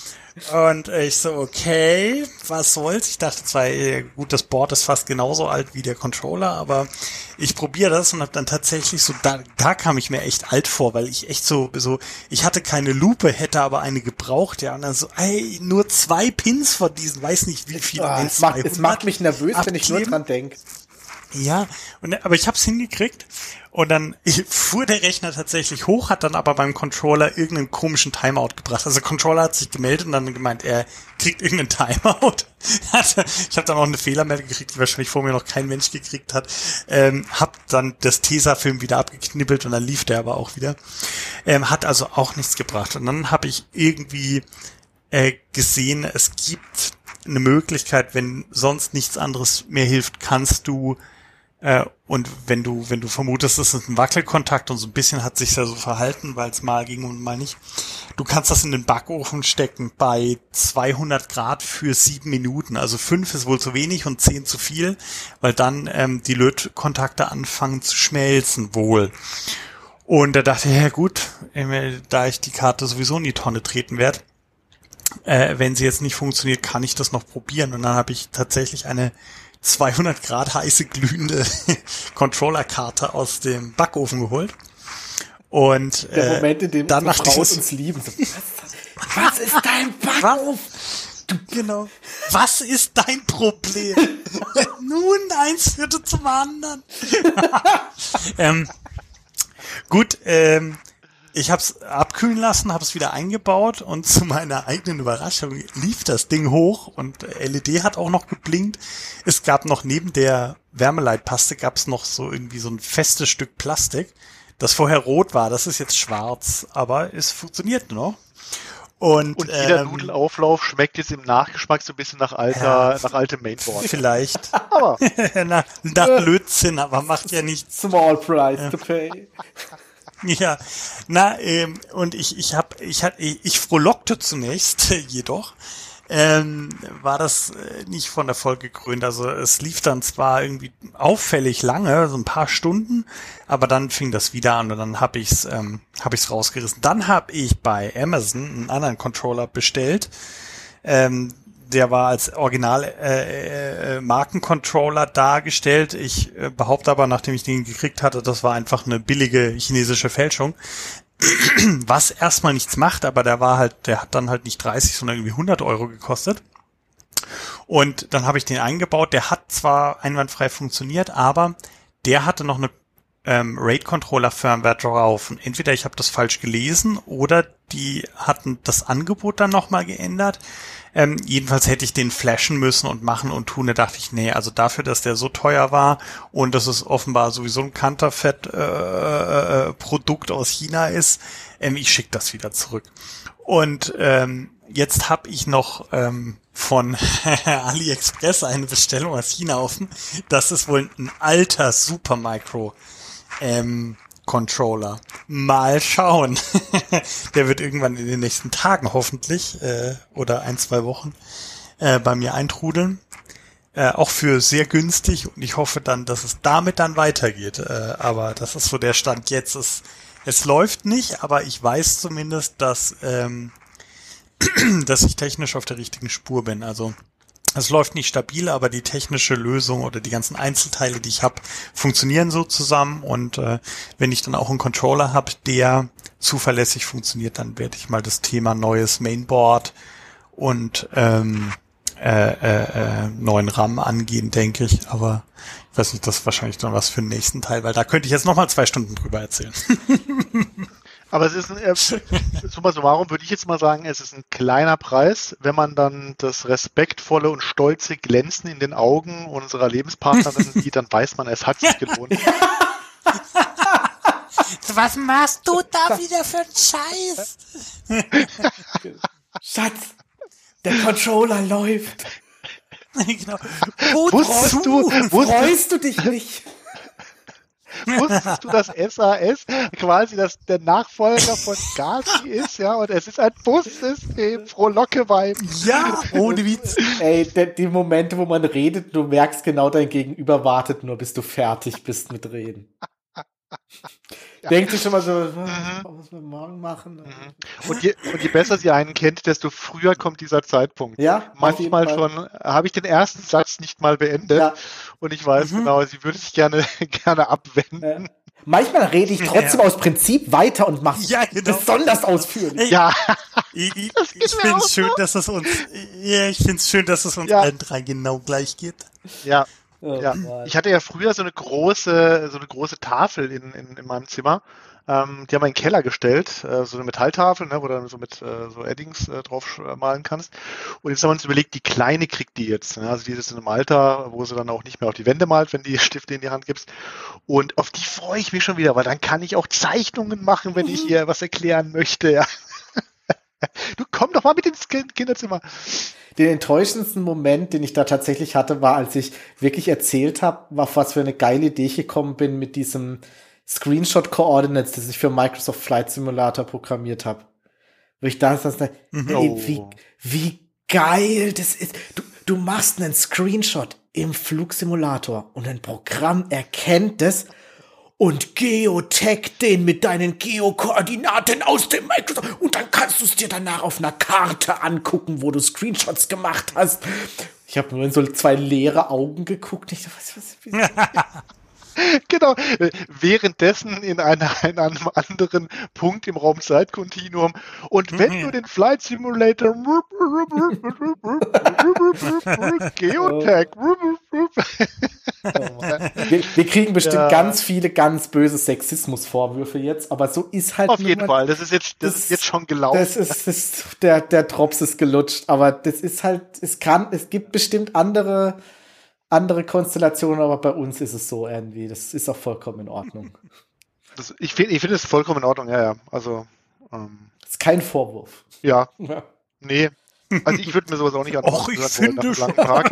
Und ich so, okay, was soll's? Ich dachte zwar, gut, das Board ist fast genauso alt wie der Controller, aber ich probiere das und habe dann tatsächlich so, da, da kam ich mir echt alt vor, weil ich echt so, so, ich hatte keine Lupe, hätte aber eine gebraucht, ja, und dann so, ey, nur zwei Pins von diesen, weiß nicht wie viel. Oh, es, macht, es macht mich nervös, abkleben. Wenn ich nur dran denke. Ja, und, aber ich hab's hingekriegt, und dann fuhr der Rechner tatsächlich hoch, hat dann aber beim Controller irgendeinen komischen Timeout gebracht. Also der Controller hat sich gemeldet und dann gemeint, er kriegt irgendeinen Timeout. Ich habe dann auch eine Fehlermeldung gekriegt, die wahrscheinlich vor mir noch kein Mensch gekriegt hat. Ähm, hab dann das Tesafilm wieder abgeknibbelt und dann lief der aber auch wieder. Ähm, hat also auch nichts gebracht. Und dann habe ich irgendwie äh, gesehen, es gibt eine Möglichkeit, wenn sonst nichts anderes mehr hilft, kannst du Äh, und wenn du, wenn du vermutest, es ist ein Wackelkontakt und so ein bisschen hat sich ja so verhalten, weil es mal ging und mal nicht. Du kannst das in den Backofen stecken bei zweihundert Grad für sieben Minuten. Also fünf ist wohl zu wenig und zehn zu viel, weil dann ähm, die Lötkontakte anfangen zu schmelzen wohl. Und da dachte ich, ja gut, äh, da ich die Karte sowieso in die Tonne treten werde, äh, wenn sie jetzt nicht funktioniert, kann ich das noch probieren. Und dann habe ich tatsächlich eine zweihundert Grad heiße glühende Controllerkarte aus dem Backofen geholt. Und der äh, Moment, in dem dann unsere Frauen uns lieben. So, was, was ist dein Backofen? Du, genau. Was ist dein Problem? Nun, eins führte zum anderen. ähm, gut, ähm, ich habe es abkühlen lassen, habe es wieder eingebaut und zu meiner eigenen Überraschung lief das Ding hoch und L E D hat auch noch geblinkt. Es gab noch neben der Wärmeleitpaste gab es noch so irgendwie so ein festes Stück Plastik, das vorher rot war. Das ist jetzt schwarz, aber es funktioniert noch. Und, und jeder ähm, Nudelauflauf schmeckt jetzt im Nachgeschmack so ein bisschen nach alter, ja, nach altem Mainboard. Vielleicht. aber nach, nach Blödsinn, aber macht ja nichts. Small price ja. to pay. Ja, na, ähm, und ich, ich hab, ich hat, ich, ich frohlockte zunächst, jedoch, ähm, war das äh, nicht von Erfolg gekrönt. Also es lief dann zwar irgendwie auffällig lange, so ein paar Stunden, aber dann fing das wieder an und dann hab ich's, ähm, hab ich's rausgerissen. Dann hab ich bei Amazon einen anderen Controller bestellt, ähm, der war als Original äh, äh, Markencontroller dargestellt. Ich äh, behaupte aber, nachdem ich den gekriegt hatte, das war einfach eine billige chinesische Fälschung. Was erstmal nichts macht, aber der war halt, der hat dann halt nicht dreißig, sondern irgendwie hundert Euro gekostet. Und dann habe ich den eingebaut. Der hat zwar einwandfrei funktioniert, aber der hatte noch eine ähm, RAID-Controller-Firmware drauf. Und entweder ich habe das falsch gelesen oder die hatten das Angebot dann nochmal geändert. Ähm, jedenfalls hätte ich den flashen müssen und machen und tun. Da dachte ich, nee, also dafür, dass der so teuer war und dass es offenbar sowieso ein Counterfeit-Produkt äh, aus China ist, ähm, ich schicke das wieder zurück. Und ähm, jetzt habe ich noch ähm, von AliExpress eine Bestellung aus China offen. Das ist wohl ein alter Supermicro ähm, Controller. Mal schauen. Der wird irgendwann in den nächsten Tagen hoffentlich äh, oder ein, zwei Wochen äh, bei mir eintrudeln. Äh, auch für sehr günstig und ich hoffe dann, dass es damit dann weitergeht. Äh, aber das ist so der Stand jetzt. Es, es läuft nicht, aber ich weiß zumindest, dass ähm, dass ich technisch auf der richtigen Spur bin. Also es läuft nicht stabil, aber die technische Lösung oder die ganzen Einzelteile, die ich habe, funktionieren so zusammen. Und äh, wenn ich dann auch einen Controller habe, der zuverlässig funktioniert, dann werde ich mal das Thema neues Mainboard und ähm, äh, äh, äh, neuen RAM angehen, denke ich. Aber ich weiß nicht, das ist wahrscheinlich dann was für den nächsten Teil, weil da könnte ich jetzt nochmal zwei Stunden drüber erzählen. Aber es ist ein, äh, summa summarum würde ich jetzt mal sagen, es ist ein kleiner Preis, wenn man dann das respektvolle und stolze Glänzen in den Augen unserer Lebenspartnerin sieht, dann weiß man, es hat sich gelohnt. Was machst du da wieder für einen Scheiß? Schatz, der Controller läuft. Genau. Wusstest du, wusstest, Freust du dich nicht? Wusstest du, dass S A S quasi das, der Nachfolger von Gazi ist, ja, und es ist ein Bussystem, frohlocke Vibe. Ja, ohne Witz. Ey, de, die Momente, wo man redet, du merkst genau, dein Gegenüber wartet nur, bis du fertig bist mit Reden. Ja. Denkt sich schon mal so, mhm. was müssen wir morgen machen? Mhm. Und, je, und je besser sie einen kennt, desto früher kommt dieser Zeitpunkt. Ja, manchmal schon habe ich den ersten Satz nicht mal beendet ja. und ich weiß mhm. genau, sie würde sich gerne gerne abwenden. Ja. Manchmal rede ich trotzdem ja. aus Prinzip weiter und mache ja, genau. besonders ausführlich. Ja. Ich, ich, ich finde es schön, dass es uns, ja, ich finde es schön, dass es uns ja. allen drei genau gleich geht. Ja. Oh, ja, Mann. Ich hatte ja früher so eine große, so eine große Tafel in, in, in meinem Zimmer. Ähm, die haben wir in den Keller gestellt, äh, so eine Metalltafel, ne, wo du dann so mit äh, so Eddings äh, drauf malen kannst. Und jetzt haben wir uns überlegt, die Kleine kriegt die jetzt. Ne? Also die ist jetzt in einem Alter, wo sie dann auch nicht mehr auf die Wände malt, wenn die Stifte in die Hand gibst. Und auf die freue ich mich schon wieder, weil dann kann ich auch Zeichnungen machen, wenn ich hier was erklären möchte. Ja. Du komm doch mal mit ins Kinderzimmer. Den enttäuschendsten Moment, den ich da tatsächlich hatte, war, als ich wirklich erzählt habe, auf was für eine geile Idee ich gekommen bin mit diesem Screenshot Coordinates, das ich für Microsoft Flight Simulator programmiert habe. Wo ich da saß, ey, oh. wie, wie geil das ist. Du, du machst einen Screenshot im Flugsimulator und ein Programm erkennt das und geotaggt den mit deinen Geokoordinaten aus dem Microsoft und dann kannst du es dir danach auf einer Karte angucken, wo du Screenshots gemacht hast. Ich habe nur in so zwei leere Augen geguckt. Ich dachte, was, was, was? Genau. Währenddessen in, einer, in einem anderen Punkt im Raum-Zeit-Kontinuum. Und wenn du den Flight Simulator Geotag wir, wir kriegen bestimmt ja. ganz viele ganz böse Sexismusvorwürfe jetzt, aber so ist halt auf jeden Fall. Das ist jetzt das, das ist jetzt schon gelaufen. Das ist, das ist der der Drops ist gelutscht, aber das ist halt es kann es gibt bestimmt andere andere Konstellationen, aber bei uns ist es so irgendwie. Das ist auch vollkommen in Ordnung. Das, ich finde ich finde es vollkommen in Ordnung. Ja ja. Also ähm, das ist kein Vorwurf. Ja. ja. Nee. Also ich würde mir sowas auch nicht antworten. Och, ich finde schon.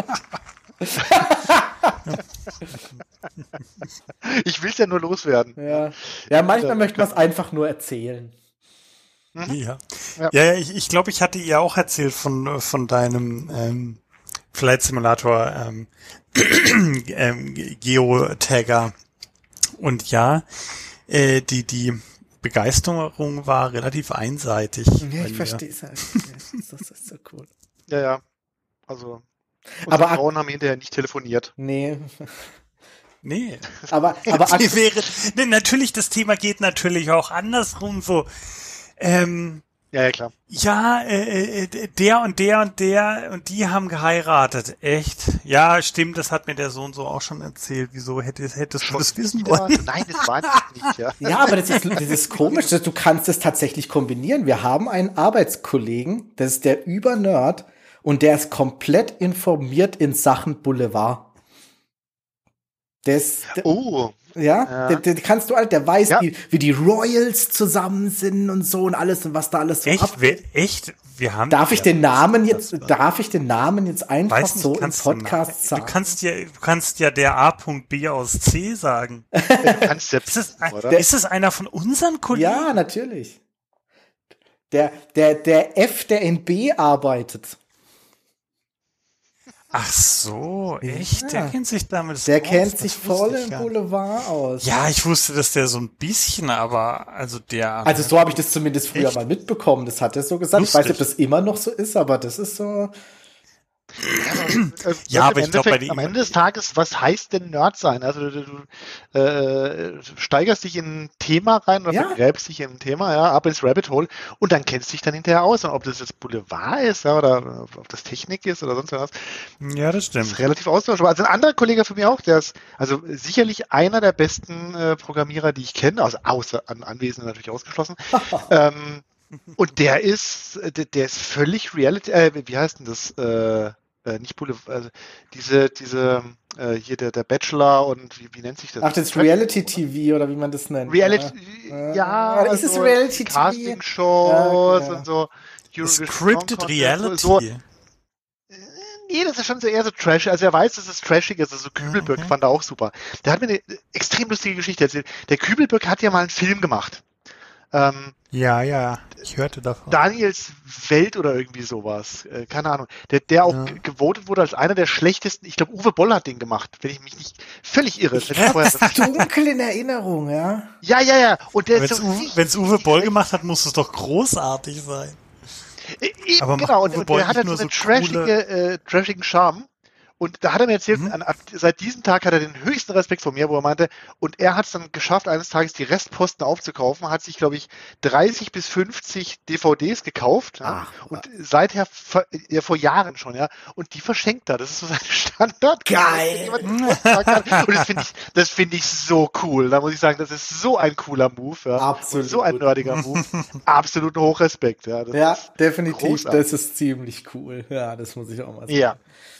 Ich will es ja nur loswerden. Ja, ja manchmal ja, möchte man es einfach nur erzählen. Mhm. Ja, ja, ja ich, ich glaube, ich hatte ihr auch erzählt von, von deinem ähm, Flight Simulator ähm, ähm, Geotagger. Und ja, äh, die, die Begeisterung war relativ einseitig. Ja, ich verstehe es halt. Das ist so cool. Ja, ja. Also unsere aber Frauen haben hinterher nicht telefoniert. Nee. Nee. Aber, aber wäre, nee, natürlich, das Thema geht natürlich auch andersrum so. Ähm, ja, ja, klar. Ja, äh, der und der und der und die haben geheiratet. Echt? Ja, stimmt, das hat mir der Sohn so auch schon erzählt. Wieso hättest, hättest du das wissen wollen? Nein, das war nicht, ja. Ja, aber das ist, das ist komisch, dass du kannst das tatsächlich kombinieren. Wir haben einen Arbeitskollegen, das ist der Übernerd und der ist komplett informiert in Sachen Boulevard. Der ist, der, Oh. ja, Ja. Der, der kannst du halt, der weiß, Ja. wie, wie die Royals zusammen sind und so und alles und was da alles so Echt? abgeht. Wer, echt? Wir haben. Darf ich ja, den Namen jetzt, das war- darf ich den Namen jetzt einfach Weiß nicht, so im kannst du, Podcast du sagen? kannst ja, du kannst ja der A B aus C sagen. Du kannst ja, Ist es, ein, oder? ist es einer von unseren Kollegen? Ja, natürlich. Der, der, der F, der in B arbeitet. Ach so, echt? Der Ja. kennt sich damit Der aus, kennt das sich wusste voll ich im gar nicht. Boulevard aus. Ja, ich wusste, dass der so ein bisschen, aber also der. Also so habe ich das zumindest früher Echt? mal mitbekommen. Das hat er so gesagt. Ich weiß nicht, ob Lustig. das immer noch so ist, aber das ist so. Äh, Ja, im aber ich glaub, Endeffekt, bei den- am Ende des Tages, was heißt denn Nerd sein? Also du, du äh, steigerst dich in ein Thema rein oder Ja. vergräbst dich in ein Thema, ja, ab ins Rabbit Hole und dann kennst du dich dann hinterher aus. Und ob das jetzt Boulevard ist, ja, oder ob das Technik ist oder sonst was, Ja, das ist stimmt. relativ austauschbar. Also ein anderer Kollege von mir auch, der ist also sicherlich einer der besten äh, Programmierer, die ich kenne, also außer an Anwesenden natürlich ausgeschlossen. ähm, und der ist, der, der ist völlig Reality, äh, wie heißt denn das? Äh, äh, nicht Boulevard, also diese, diese, äh, hier der, der Bachelor und wie, wie nennt sich das? Ach, das Reality-T V oder wie man das nennt. Reality, Ja. ja, Ja, ist es so Reality-T V? Castingshows Ja, ja. und so. Eurovision Scripted Song Contest, Reality. So, nee, das ist schon so eher so trashig. Also er weiß, dass es trashig ist. Also Kübelberg Mhm. fand er auch super. Der hat mir eine extrem lustige Geschichte erzählt. Der Kübelberg hat ja mal einen Film gemacht. Ähm, Ja, ja, ich hörte davon. Daniels Welt oder irgendwie sowas. Äh, keine Ahnung. Der, der auch Ja. ge- gewotet wurde als einer der schlechtesten. Ich glaube, Uwe Boll hat den gemacht, wenn ich mich nicht völlig irre. Ich Wenn ich vorher- hab's dunkel in Erinnerung, ja. ja, ja, ja. Und der Wenn ist es so Uwe, richtig- wenn's Uwe Boll gemacht hat, muss es doch großartig sein. Äh, Eben, Aber macht genau, und, Uwe und Boll der hat nicht halt so nur einen so trashige, äh, trashigen Charme. Und da hat er mir erzählt, Mhm. an, ab, seit diesem Tag hat er den höchsten Respekt vor mir, wo er meinte, und er hat es dann geschafft, eines Tages die Restposten aufzukaufen, hat sich, glaube ich, dreißig bis fünfzig D V Ds gekauft. Ja, Ach, und seither, ver- ja, vor Jahren schon, ja. Und die verschenkt er. Das ist so sein Standard. Geil. Jemand den Geburtstag hat. Und das finde ich, das finde ich so cool. Da muss ich sagen, das ist so ein cooler Move, ja. Absolut. Und so ein nerdiger Move. Absoluten Hochrespekt, ja. Das Ja, ist definitiv. großartig. Das ist ziemlich cool. Ja, das muss ich auch mal sagen. Ja.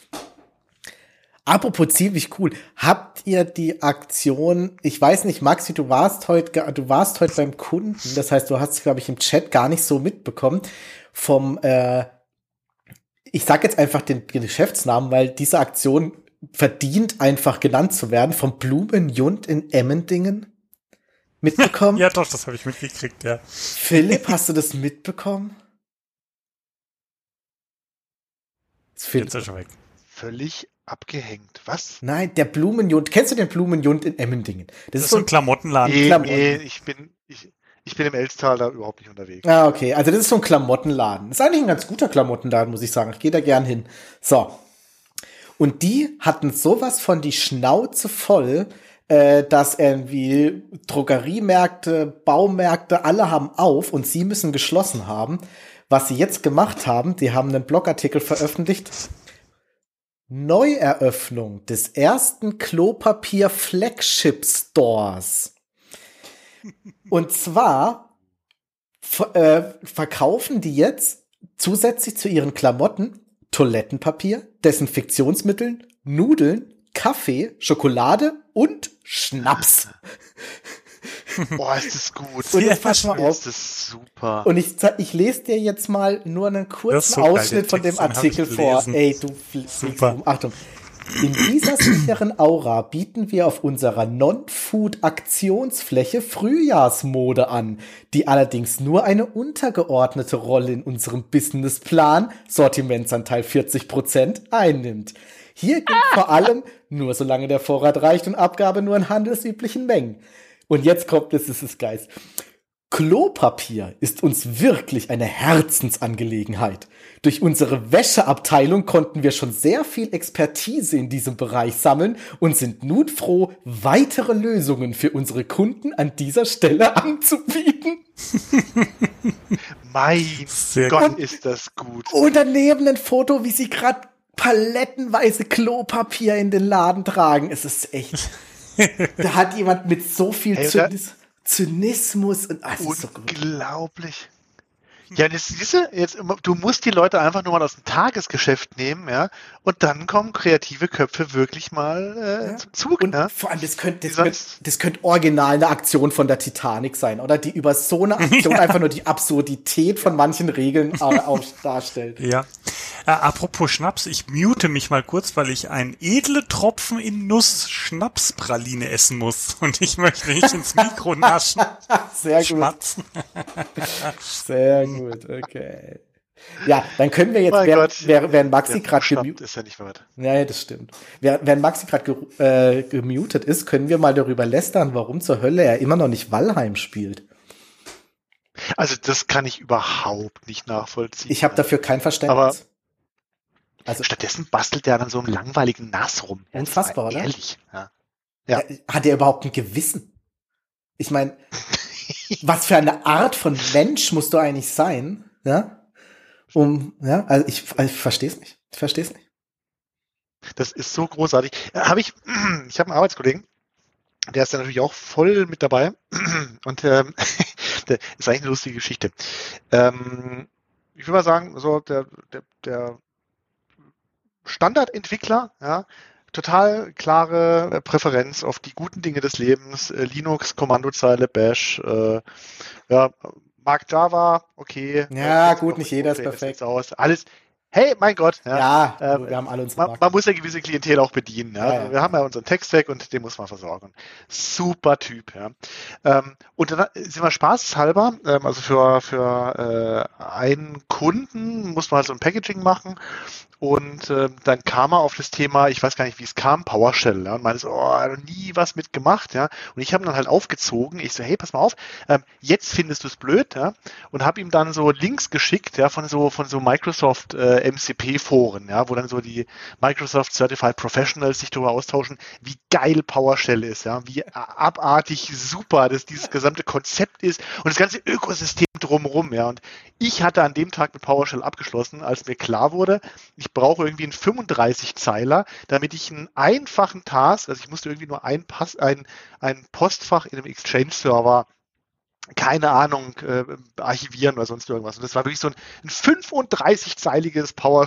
Apropos ziemlich cool. Habt ihr die Aktion, ich weiß nicht, Maxi, du warst heute, ge- du warst heute beim Kunden, das heißt, du hast es, glaube ich, im Chat gar nicht so mitbekommen, vom, äh, ich sag jetzt einfach den Geschäftsnamen, weil diese Aktion verdient einfach genannt zu werden, vom Blumenjund in Emmendingen mitbekommen? Ja, doch, das habe ich mitgekriegt, ja. Philipp, hast du das mitbekommen? Das Philipp. Jetzt ist er schon weg. Völlig abgehängt. Was? Nein, der Blumenjund. Kennst du den Blumenjund in Emmendingen? Das, Das ist ist so so ein Klamottenladen. Nee, Klamotten. nee, ich bin, ich, ich bin im Elstal da überhaupt nicht unterwegs. Ah, okay. Also das ist so ein Klamottenladen. Das ist eigentlich ein ganz guter Klamottenladen, muss ich sagen. Ich gehe da gern hin. So. Und die hatten sowas von die Schnauze voll, äh, dass irgendwie Drogeriemärkte, Baumärkte, alle haben auf und sie müssen geschlossen haben. Was sie jetzt gemacht haben, die haben einen Blogartikel veröffentlicht. Neueröffnung des ersten Klopapier-Flagship-Stores. Und zwar ver äh, verkaufen die jetzt zusätzlich zu ihren Klamotten Toilettenpapier, Desinfektionsmitteln, Nudeln, Kaffee, Schokolade und Schnaps. Boah, ist das gut. Und jetzt pass mal auf. Ist das super. Und ich, ze- ich lese dir jetzt mal nur einen Das ist kurzen so geil, Ausschnitt den von dem Text, den hab Artikel ich vor. gelesen. Ey, du fliegst Super. um. Achtung. In dieser sicheren Aura bieten wir auf unserer Non-Food-Aktionsfläche Frühjahrsmode an, die allerdings nur eine untergeordnete Rolle in unserem Businessplan, Sortimentsanteil vierzig Prozent, einnimmt. Hier gilt vor allem, nur solange der Vorrat reicht und Abgabe nur in handelsüblichen Mengen. Und jetzt kommt, das ist das Geist. Klopapier ist uns wirklich eine Herzensangelegenheit. Durch unsere Wäscheabteilung konnten wir schon sehr viel Expertise in diesem Bereich sammeln und sind nun froh, weitere Lösungen für unsere Kunden an dieser Stelle anzubieten. Mein Sehr Gott, gut. ist das gut. Und daneben ein Foto, wie sie gerade palettenweise Klopapier in den Laden tragen. Es ist echt. Da hat jemand mit so viel Ey, da- Zynis Zynismus und ah, das ist so gut. Unglaublich. Ja, jetzt siehst du, jetzt, du musst die Leute einfach nur mal aus dem Tagesgeschäft nehmen, ja, und dann kommen kreative Köpfe wirklich mal äh, Ja. zum Zug. Und Ja? vor allem, das könnte das Die könnt, sonst- das könnt original eine Aktion von der Titanic sein, oder? Die über so eine Aktion einfach nur die Absurdität von manchen Regeln äh, auf, darstellt. Ja. Äh, apropos Schnaps, ich mute mich mal kurz, weil ich einen edle Tropfen in Nuss Schnapspraline essen muss. Und ich möchte nicht ins Mikro naschen. Sehr gut, Schmatzen. sehr gut, okay. Ja, dann können wir jetzt, Mein während, Gott. während, während Maxi Der gerade Schnapp gemutet ist ja nicht wert. ja, ja, das stimmt. Während, während Maxi gerade ge äh, gemutet ist, können wir mal darüber lästern, warum zur Hölle er immer noch nicht Valheim spielt. Also das kann ich überhaupt nicht nachvollziehen. Ich habe dafür kein Verständnis. Aber- also Stattdessen bastelt er dann so einen langweiligen Nass rum. Jetzt Unfassbar, mal oder? Ehrlich. Ja. Ja. äh, hat er überhaupt ein Gewissen? Ich meine, was für eine Art von Mensch musst du eigentlich sein, ja? Um, ja, also ich, also ich verstehe es nicht. Ich verstehe es nicht. Das ist so großartig. Äh, Habe ich, ich habe einen Arbeitskollegen, der ist da natürlich auch voll mit dabei. Und ähm, der ist eigentlich eine lustige Geschichte. Ähm, ich würde mal sagen, so der, der, der Standardentwickler, ja, total klare äh, Präferenz auf die guten Dinge des Lebens, äh, Linux, Kommandozeile, Bash, äh, ja, mag Java, okay. Ja, äh, gut, nicht jeder ist okay, das perfekt. sieht's Aus. Alles, hey, mein Gott. Ja, Ja, ähm, wir haben alle uns man, man muss ja gewisse Klientel auch bedienen. Ja? Ja, Also ja. wir haben ja unseren Tech-Stack und den muss man versorgen. Super Typ. Ja? Ähm, und dann sind wir spaßeshalber, ähm, also für, für äh, einen Kunden muss man halt so ein Packaging machen. Und ähm, dann kam er auf das Thema, ich weiß gar nicht, wie es kam, PowerShell. Ja, und meinte so, oh, er hat nie was mitgemacht. Ja? Und ich habe ihn dann halt aufgezogen. Ich so, hey, pass mal auf, ähm, jetzt findest du es blöd. Ja? Und habe ihm dann so Links geschickt, ja, von so von so Microsoft äh, M C P-Foren, ja, wo dann so die Microsoft Certified Professionals sich darüber austauschen, wie geil PowerShell ist, ja, wie abartig super das dieses gesamte Konzept ist und das ganze Ökosystem drumherum. Ja. Und ich hatte an dem Tag mit PowerShell abgeschlossen, als mir klar wurde, ich brauche irgendwie einen fünfunddreißig-Zeiler, damit ich einen einfachen Task, also ich musste irgendwie nur ein, Pass, ein, ein Postfach in einem Exchange-Server, keine Ahnung, äh, archivieren oder sonst irgendwas. Und das war wirklich so ein, ein fünfunddreißig-zeiliges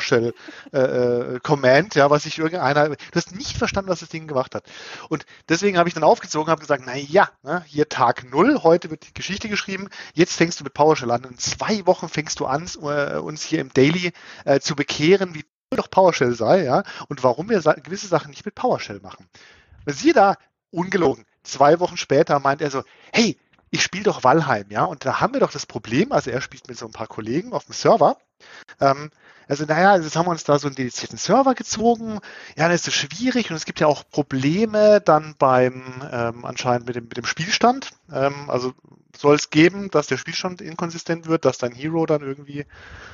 PowerShell-Command, äh, ja, was sich irgendeiner, du hast nicht verstanden, was das Ding gemacht hat. Und deswegen habe ich dann aufgezogen, habe gesagt, na ja, ne, hier Tag null, heute wird die Geschichte geschrieben, jetzt fängst du mit PowerShell an. In zwei Wochen fängst du an, äh, uns hier im Daily äh, zu bekehren, wie toll doch PowerShell sei, ja, und warum wir sa- gewisse Sachen nicht mit PowerShell machen. Und siehe da, ungelogen, zwei Wochen später meint er so, hey, ich spiele doch Valheim, ja, und da haben wir doch das Problem, also er spielt mit so ein paar Kollegen auf dem Server, ähm, also naja, jetzt haben wir uns da so einen dedizierten Server gezogen, ja, das ist so schwierig und es gibt ja auch Probleme dann beim, ähm, anscheinend mit dem, mit dem Spielstand, ähm, also soll es geben, dass der Spielstand inkonsistent wird, dass dein Hero dann irgendwie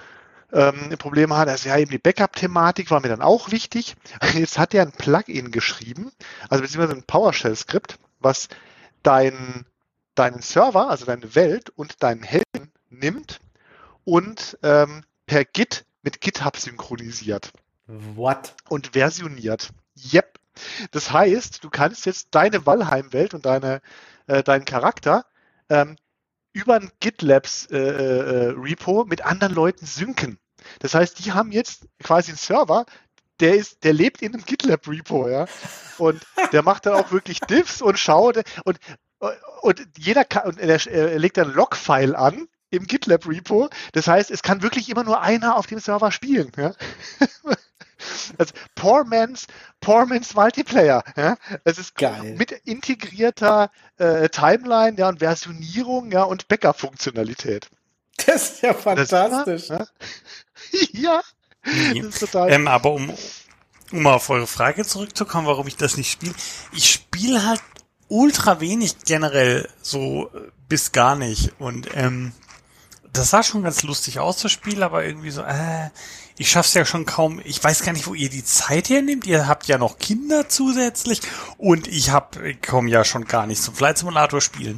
ähm, Probleme hat, also ja, eben die Backup-Thematik war mir dann auch wichtig, jetzt hat er ein Plugin geschrieben, also beziehungsweise ein PowerShell-Skript, was dein deinen Server, also deine Welt und deinen Helden nimmt und ähm, per Git mit GitHub synchronisiert What? und versioniert. Yep. Das heißt, du kannst jetzt deine Valheim-Welt und deine, äh, deinen Charakter ähm, über ein GitLabs äh, äh, Repo mit anderen Leuten synken. Das heißt, die haben jetzt quasi einen Server, der ist, der lebt in einem GitLab Repo, ja. Und der macht dann auch wirklich Diffs und schaut und Und jeder kann, und er, er legt dann ein Log-File an im GitLab-Repo. Das heißt, es kann wirklich immer nur einer auf dem Server spielen. Ja? Also Poor Man's, Poor Man's Multiplayer. Ja? Es ist Geil. mit integrierter äh, Timeline, ja, und Versionierung, ja, und Backup-Funktionalität. Das ist ja Das- fantastisch. Ja, ja, das ist total. Ähm, aber um, um auf eure Frage zurückzukommen, warum ich das nicht spiele. Ich spiele halt ultra wenig generell, so äh, bis gar nicht. Und ähm, das sah schon ganz lustig aus, das Spiel, aber irgendwie so, äh, ich schaff's ja schon kaum, ich weiß gar nicht, wo ihr die Zeit hernehmt. Ihr habt ja noch Kinder zusätzlich und ich hab, ich komme ja schon gar nicht zum Flight Simulator spielen.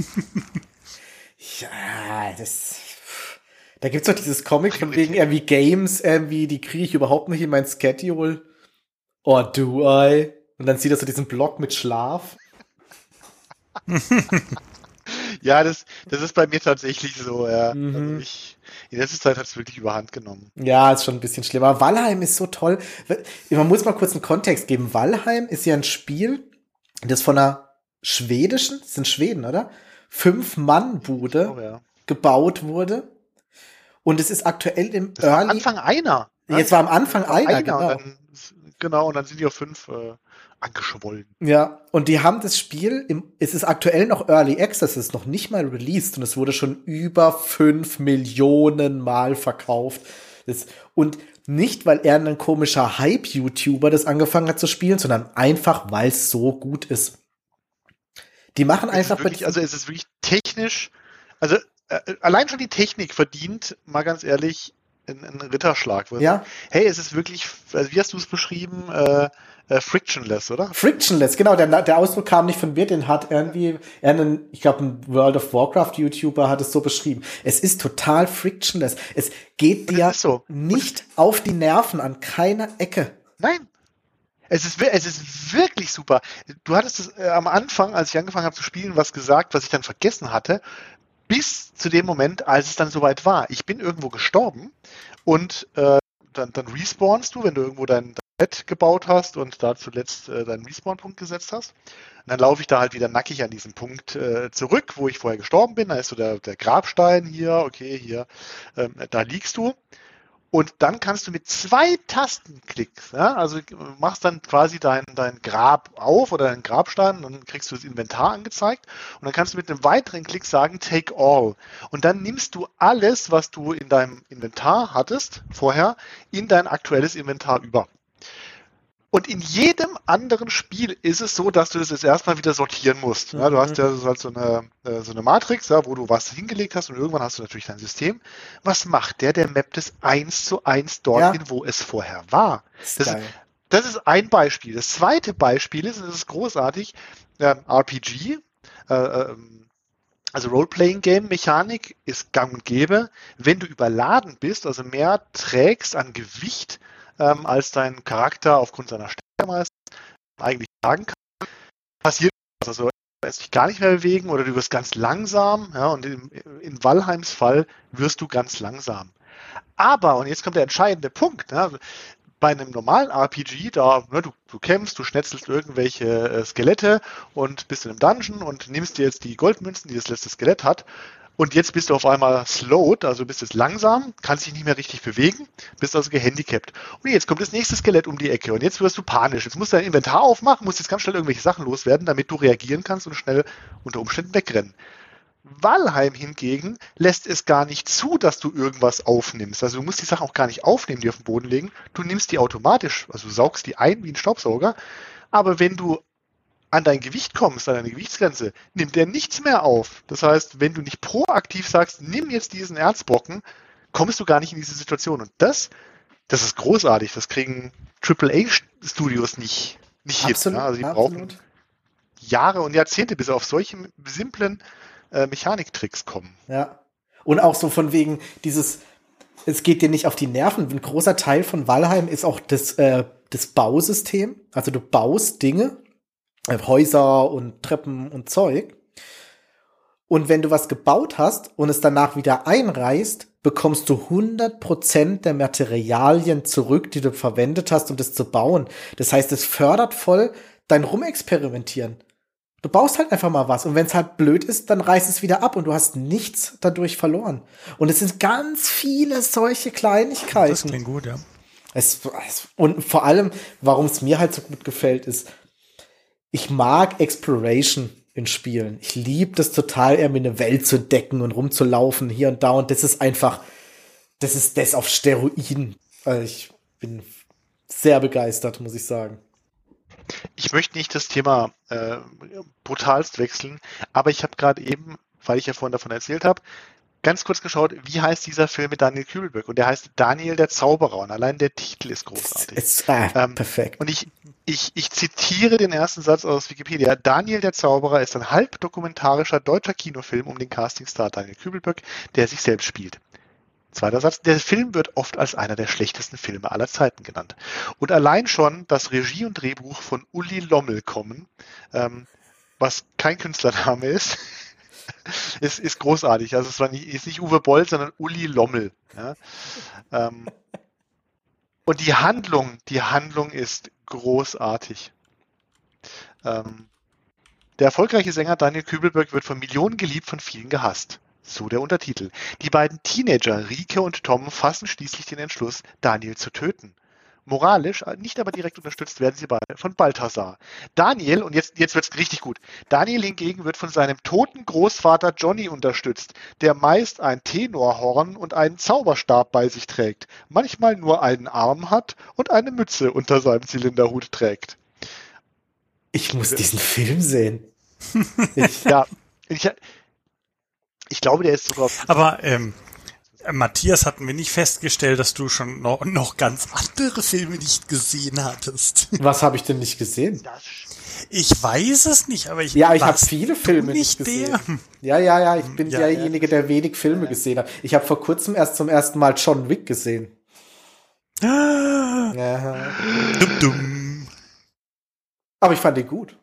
Ja, das. Da gibt's doch dieses Comic von wegen irgendwie Games, irgendwie, die kriege ich überhaupt nicht in mein Schedule. Or do I? Und dann sieht er so diesen Block mit Schlaf. Ja, das, das ist bei mir tatsächlich so, ja. Mhm. Also ich, in letzter Zeit hat es wirklich überhand genommen. Ja, ist schon ein bisschen schlimmer. Valheim ist so toll. Man muss mal kurz einen Kontext geben. Valheim ist ja ein Spiel, das von einer schwedischen, das sind Schweden, oder? Fünf-Mann-Bude Oh, ja. gebaut wurde. Und es ist aktuell im Das war am Early... Anfang einer. Ne? Jetzt war am Anfang Das war einer, einer genau. Und dann, genau, und dann sind die auf fünf äh, angeschwollen. Ja, und die haben das Spiel, im, es ist aktuell noch Early Access, es ist noch nicht mal released und es wurde schon über fünf Millionen Mal verkauft. Das, und nicht, weil er ein komischer Hype-YouTuber das angefangen hat zu spielen, sondern einfach, weil es so gut ist. Die machen Es einfach... ist wirklich, also es ist wirklich technisch, also äh, allein schon die Technik verdient, mal ganz ehrlich, einen, einen Ritterschlag. Ja. Hey, es ist wirklich, also wie hast du es beschrieben, äh, äh, frictionless, oder? Frictionless, genau, der, der Ausdruck kam nicht von mir, den hat irgendwie, einen, ich glaube, ein World of Warcraft-YouTuber hat es so beschrieben. Es ist total frictionless. Es geht dir so. nicht auf die Nerven an keiner Ecke. Nein. Es ist, es ist wirklich super. Du hattest es äh, am Anfang, als ich angefangen habe zu spielen, was gesagt, was ich dann vergessen hatte, bis zu dem Moment, als es dann soweit war. Ich bin irgendwo gestorben und äh, dann, dann respawnst du, wenn du irgendwo dein, dein Bett gebaut hast und da zuletzt äh, deinen Respawn-Punkt gesetzt hast. Und dann laufe ich da halt wieder nackig an diesem Punkt äh, zurück, wo ich vorher gestorben bin. Da ist so der, der Grabstein hier, okay, hier, ähm, da liegst du. Und dann kannst du mit zwei Tastenklicks, ja, also machst dann quasi dein, dein Grab auf oder deinen Grabstein und dann kriegst du das Inventar angezeigt und dann kannst du mit einem weiteren Klick sagen, take all. Und dann nimmst du alles, was du in deinem Inventar hattest vorher, in dein aktuelles Inventar über. Und in jedem anderen Spiel ist es so, dass du das jetzt erstmal wieder sortieren musst. Ja, du hast ja halt so eine, so eine Matrix, ja, wo du was hingelegt hast und irgendwann hast du natürlich dein System. Was macht der? Der mappt es eins zu eins dorthin, ja, wo es vorher war. Das ist, das ist ein Beispiel. Das zweite Beispiel ist, und das ist großartig, äh, R P G, äh, also Role-Playing-Game-Mechanik ist gang und gäbe. Wenn du überladen bist, also mehr trägst an Gewicht, Ähm, als dein Charakter aufgrund seiner Stärke meist eigentlich tragen kann, passiert was. Also er lässt dich gar nicht mehr bewegen oder du wirst ganz langsam, ja, und in, in Valheims Fall wirst du ganz langsam. Aber, und jetzt kommt der entscheidende Punkt, ja, bei einem normalen R P G, da, ne, du, du kämpfst, du schnetzelst irgendwelche äh, Skelette und bist in einem Dungeon und nimmst dir jetzt die Goldmünzen, die das letzte Skelett hat. Und jetzt bist du auf einmal slowed, also bist jetzt langsam, kannst dich nicht mehr richtig bewegen, bist also gehandicapt. Und jetzt kommt das nächste Skelett um die Ecke und jetzt wirst du panisch. Jetzt musst du dein Inventar aufmachen, musst jetzt ganz schnell irgendwelche Sachen loswerden, damit du reagieren kannst und schnell unter Umständen wegrennen. Valheim hingegen lässt es gar nicht zu, dass du irgendwas aufnimmst. Also du musst die Sachen auch gar nicht aufnehmen, die auf den Boden liegen. Du nimmst die automatisch, also du saugst die ein wie ein Staubsauger. Aber wenn du an dein Gewicht kommst, an deine Gewichtsgrenze, nimmt der nichts mehr auf. Das heißt, wenn du nicht proaktiv sagst, nimm jetzt diesen Erzbrocken, kommst du gar nicht in diese Situation. Und das, das ist großartig. Das kriegen Triple A Studios nicht, nicht hin. Ja? Also die absolut. brauchen Jahre und Jahrzehnte, bis sie auf solche simplen äh, Mechaniktricks kommen. Ja. Und auch so von wegen dieses, es geht dir nicht auf die Nerven. Ein großer Teil von Valheim ist auch das, äh, das Bausystem. Also du baust Dinge, Häuser und Treppen und Zeug. Und wenn du was gebaut hast und es danach wieder einreißt, bekommst du hundert Prozent der Materialien zurück, die du verwendet hast, um das zu bauen. Das heißt, es fördert voll dein Rumexperimentieren. Du baust halt einfach mal was und wenn es halt blöd ist, dann reißt es wieder ab und du hast nichts dadurch verloren. Und es sind ganz viele solche Kleinigkeiten. Das klingt gut, ja. Es, es, und vor allem, warum es mir halt so gut gefällt, ist, ich mag Exploration in Spielen. Ich liebe das total, irgendwie eine Welt zu entdecken und rumzulaufen hier und da. Und das ist einfach, das ist das auf Steroiden. Also ich bin sehr begeistert, muss ich sagen. Ich möchte nicht das Thema äh, brutalst wechseln, aber ich habe gerade eben, weil ich ja vorhin davon erzählt habe, ganz kurz geschaut, wie heißt dieser Film mit Daniel Kübelberg? Und der heißt Daniel der Zauberer. Und allein der Titel ist großartig. Es, es, ah, ähm, perfekt. Und ich, ich, ich zitiere den ersten Satz aus Wikipedia. Daniel der Zauberer ist ein halb dokumentarischer deutscher Kinofilm um den Castingstar Daniel Kübelberg, der sich selbst spielt. Zweiter Satz. Der Film wird oft als einer der schlechtesten Filme aller Zeiten genannt. Und allein schon das Regie und Drehbuch von Uli Lommel kommen, ähm, was kein Künstlername ist, ist, ist großartig. Also es war nicht, ist nicht Uwe Boll, sondern Uli Lommel. Ja? Ähm, und die Handlung, die Handlung ist großartig. Ähm, der erfolgreiche Sänger Daniel Kübelberg wird von Millionen geliebt, von vielen gehasst. So der Untertitel. Die beiden Teenager, Rike und Tom, fassen schließlich den Entschluss, Daniel zu töten. Moralisch, nicht aber direkt unterstützt werden sie von Balthasar. Daniel, und jetzt, jetzt wird's richtig gut, Daniel hingegen wird von seinem toten Großvater Johnny unterstützt, der meist ein Tenorhorn und einen Zauberstab bei sich trägt, manchmal nur einen Arm hat und eine Mütze unter seinem Zylinderhut trägt. Ich muss diesen Film sehen. Ich, ja, ich, ich glaube, der ist sogar... Aber, ähm, Matthias, hatten wir nicht festgestellt, dass du schon noch, noch ganz andere Filme nicht gesehen hattest? Was habe ich denn nicht gesehen? Ich weiß es nicht, aber ich... Ja, ich habe viele Filme nicht gesehen. Der? Ja, ja, ja, ich bin ja, derjenige, ja. der wenig Filme ja. gesehen hat. Ich habe vor kurzem erst zum ersten Mal John Wick gesehen. Ah. Ja. Dumm, dumm. Aber ich fand ihn gut.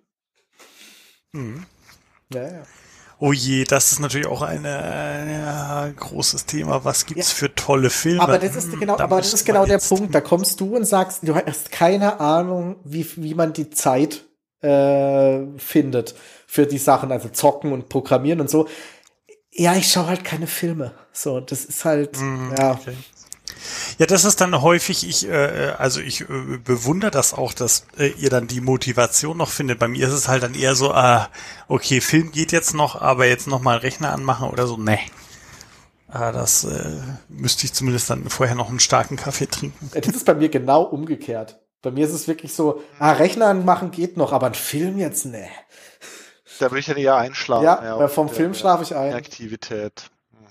Mhm. Ja, ja. Oh je, das ist natürlich auch ein ja, großes Thema. Was gibt's ja. für tolle Filme? Aber das ist genau, da aber das ist genau der Punkt. Da kommst du und sagst, du hast keine Ahnung, wie, wie man die Zeit äh, findet für die Sachen, also zocken und programmieren und so. Ja, ich schaue halt keine Filme. So, das ist halt, mm, ja. Okay. Ja, das ist dann häufig, ich, äh, also ich äh, bewundere das auch, dass äh, ihr dann die Motivation noch findet. Bei mir ist es halt dann eher so, ah, okay, Film geht jetzt noch, aber jetzt noch mal Rechner anmachen oder so, ne. Ah, das äh, müsste ich zumindest dann vorher noch einen starken Kaffee trinken. Das ist bei mir genau umgekehrt. Bei mir ist es wirklich so, ah, Rechner anmachen geht noch, aber ein Film jetzt, ne. Da würde ich dann eher einschlafen. Ja, ja weil vom der, Film schlafe ich ein. Aktivität.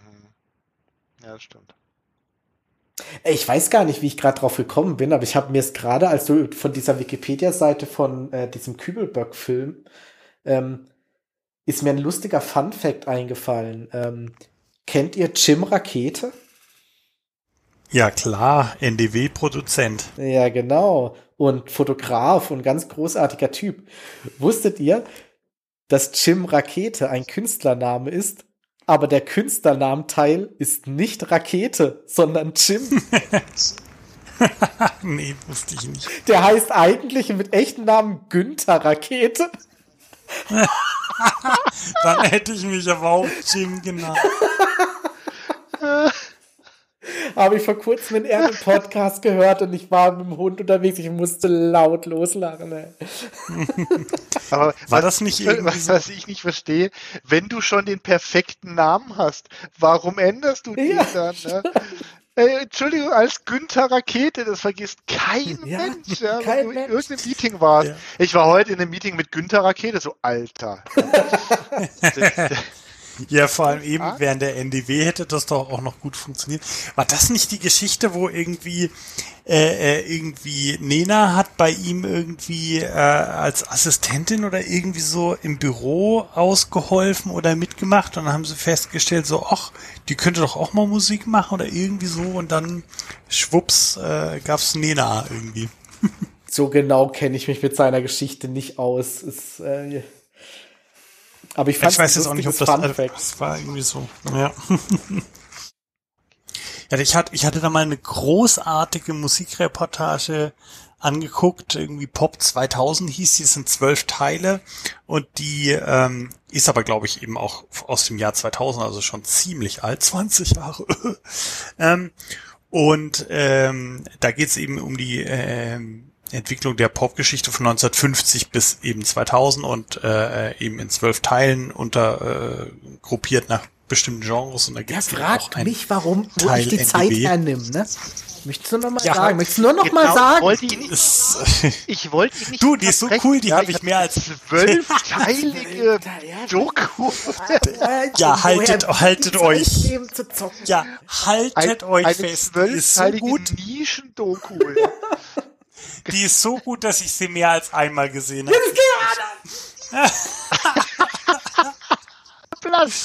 Mhm. Ja, das stimmt. Ich weiß gar nicht, wie ich gerade drauf gekommen bin, aber ich habe mir es gerade, als du von dieser Wikipedia-Seite von äh, diesem Kübelberg-Film, ähm, ist mir ein lustiger Fun-Fact eingefallen. Ähm, kennt ihr Jim Rakete? Ja, klar, N D W-Produzent. Ja, genau. Und Fotograf und ganz großartiger Typ. Wusstet ihr, dass Jim Rakete ein Künstlername ist? Aber der Künstlernamenteil ist nicht Rakete, sondern Jim. Nee, wusste ich nicht. Der heißt eigentlich mit echten Namen Günther Rakete. Dann hätte ich mich aber auch Jim genannt. Habe ich vor kurzem in einem Podcast gehört und ich war mit dem Hund unterwegs, ich musste laut loslachen. Ey. Aber war was, das nicht irgendwie was, was ich nicht verstehe, wenn du schon den perfekten Namen hast, warum änderst du den ja. dann? Ne? Äh, Entschuldigung, als Günther Rakete, das vergisst kein ja, Mensch, ja, kein wenn du Mensch. in irgendeinem Meeting warst. Ja. Ich war heute in einem Meeting mit Günther Rakete, so Alter. Ja, vor allem eben während der N D W hätte das doch auch noch gut funktioniert. War das nicht die Geschichte, wo irgendwie äh, irgendwie Nena hat bei ihm irgendwie äh, als Assistentin oder irgendwie so im Büro ausgeholfen oder mitgemacht und dann haben sie festgestellt, so, ach, die könnte doch auch mal Musik machen oder irgendwie so und dann schwupps äh, gab's Nena irgendwie. So genau kenne ich mich mit seiner Geschichte nicht aus. Es, äh Aber ich, ich weiß jetzt auch nicht, ob das, also, das war irgendwie so. Ja. Ja, ich hatte, ich hatte da mal eine großartige Musikreportage angeguckt, irgendwie Pop zweitausend hieß die, es sind zwölf Teile und die ähm, ist aber, glaube ich, eben auch aus dem Jahr zweitausend, also schon ziemlich alt, zwanzig Jahre. ähm, und ähm, da geht es eben um die ähm, Entwicklung der Popgeschichte von neunzehnhundertfünfzig bis eben zweitausend und äh, eben in zwölf Teilen unter äh, gruppiert nach bestimmten Genres und da gibt es ja, fragt auch mich, warum wo Teil ich die N D W. Zeit hernehme, ne? Möchtest du noch mal ja, sagen? Möchtest du nur noch genau, mal sagen? Wollte ich, nicht, ich wollte ihn nicht Du, die ist so cool, die ja, habe ich mehr als zwölfteilige Doku. Ja, haltet, haltet euch. Ja, haltet Ein, euch eine fest. Die ist so gut. Nischen-Doku. Die ist so gut, dass ich sie mehr als einmal gesehen habe. Blasphemie.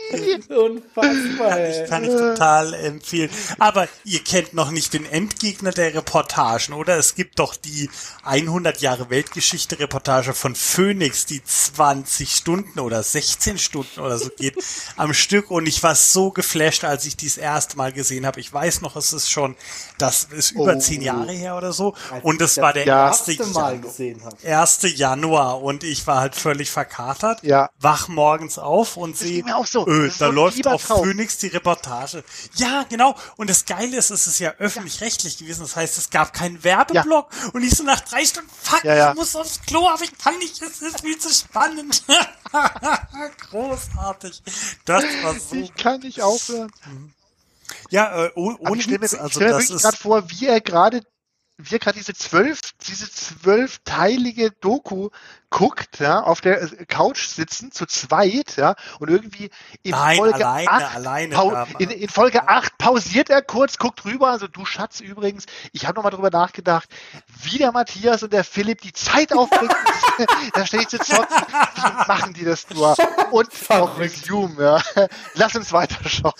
Unfassbar, Ich ey. kann ich total empfehlen. Aber ihr kennt noch nicht den Endgegner der Reportagen, oder? Es gibt doch die hundert Jahre Weltgeschichte Reportage von Phoenix, die zwanzig Stunden oder sechzehn Stunden oder so geht am Stück. Und ich war so geflasht, als ich die das erste Mal gesehen habe. Ich weiß noch, es ist schon, das ist über Oh. zehn Jahre her oder so. Als Und ich das das war der Ja. erste erste Mal Januar. gesehen habe. erste Januar und ich war halt völlig verkatert, Ja. wach morgens auf und Das sehe, ging mir auch so. öh, Das ist da so ein läuft auf Fiebertraum. Phoenix die Reportage. Ja, genau. Und das Geile ist, es ist ja öffentlich-rechtlich gewesen. Das heißt, es gab keinen Werbeblock. Und ich so nach drei Stunden, fuck, Ja, ja. ich muss aufs Klo, aber ich kann nicht, es ist viel zu spannend. Großartig. Das war so. Ich kann nicht aufhören. Ja, äh, oh- Aber ohne ich stelle mir, Witz, ich also stell mir das wirklich ist, gerade vor, wie er gerade wie er gerade diese zwölf, diese zwölfteilige Doku guckt, ja, auf der äh, Couch sitzen, zu zweit, ja, und irgendwie in Nein, Folge alleine, acht, alleine, pau- da, in, in Folge acht pausiert er kurz, guckt rüber, also du Schatz übrigens, ich habe nochmal drüber nachgedacht, wie der Matthias und der Philipp die Zeit aufbringen, da stehe ich zu zocken, wie machen die das nur? Und auch Resume, ja. Lass uns weiterschauen.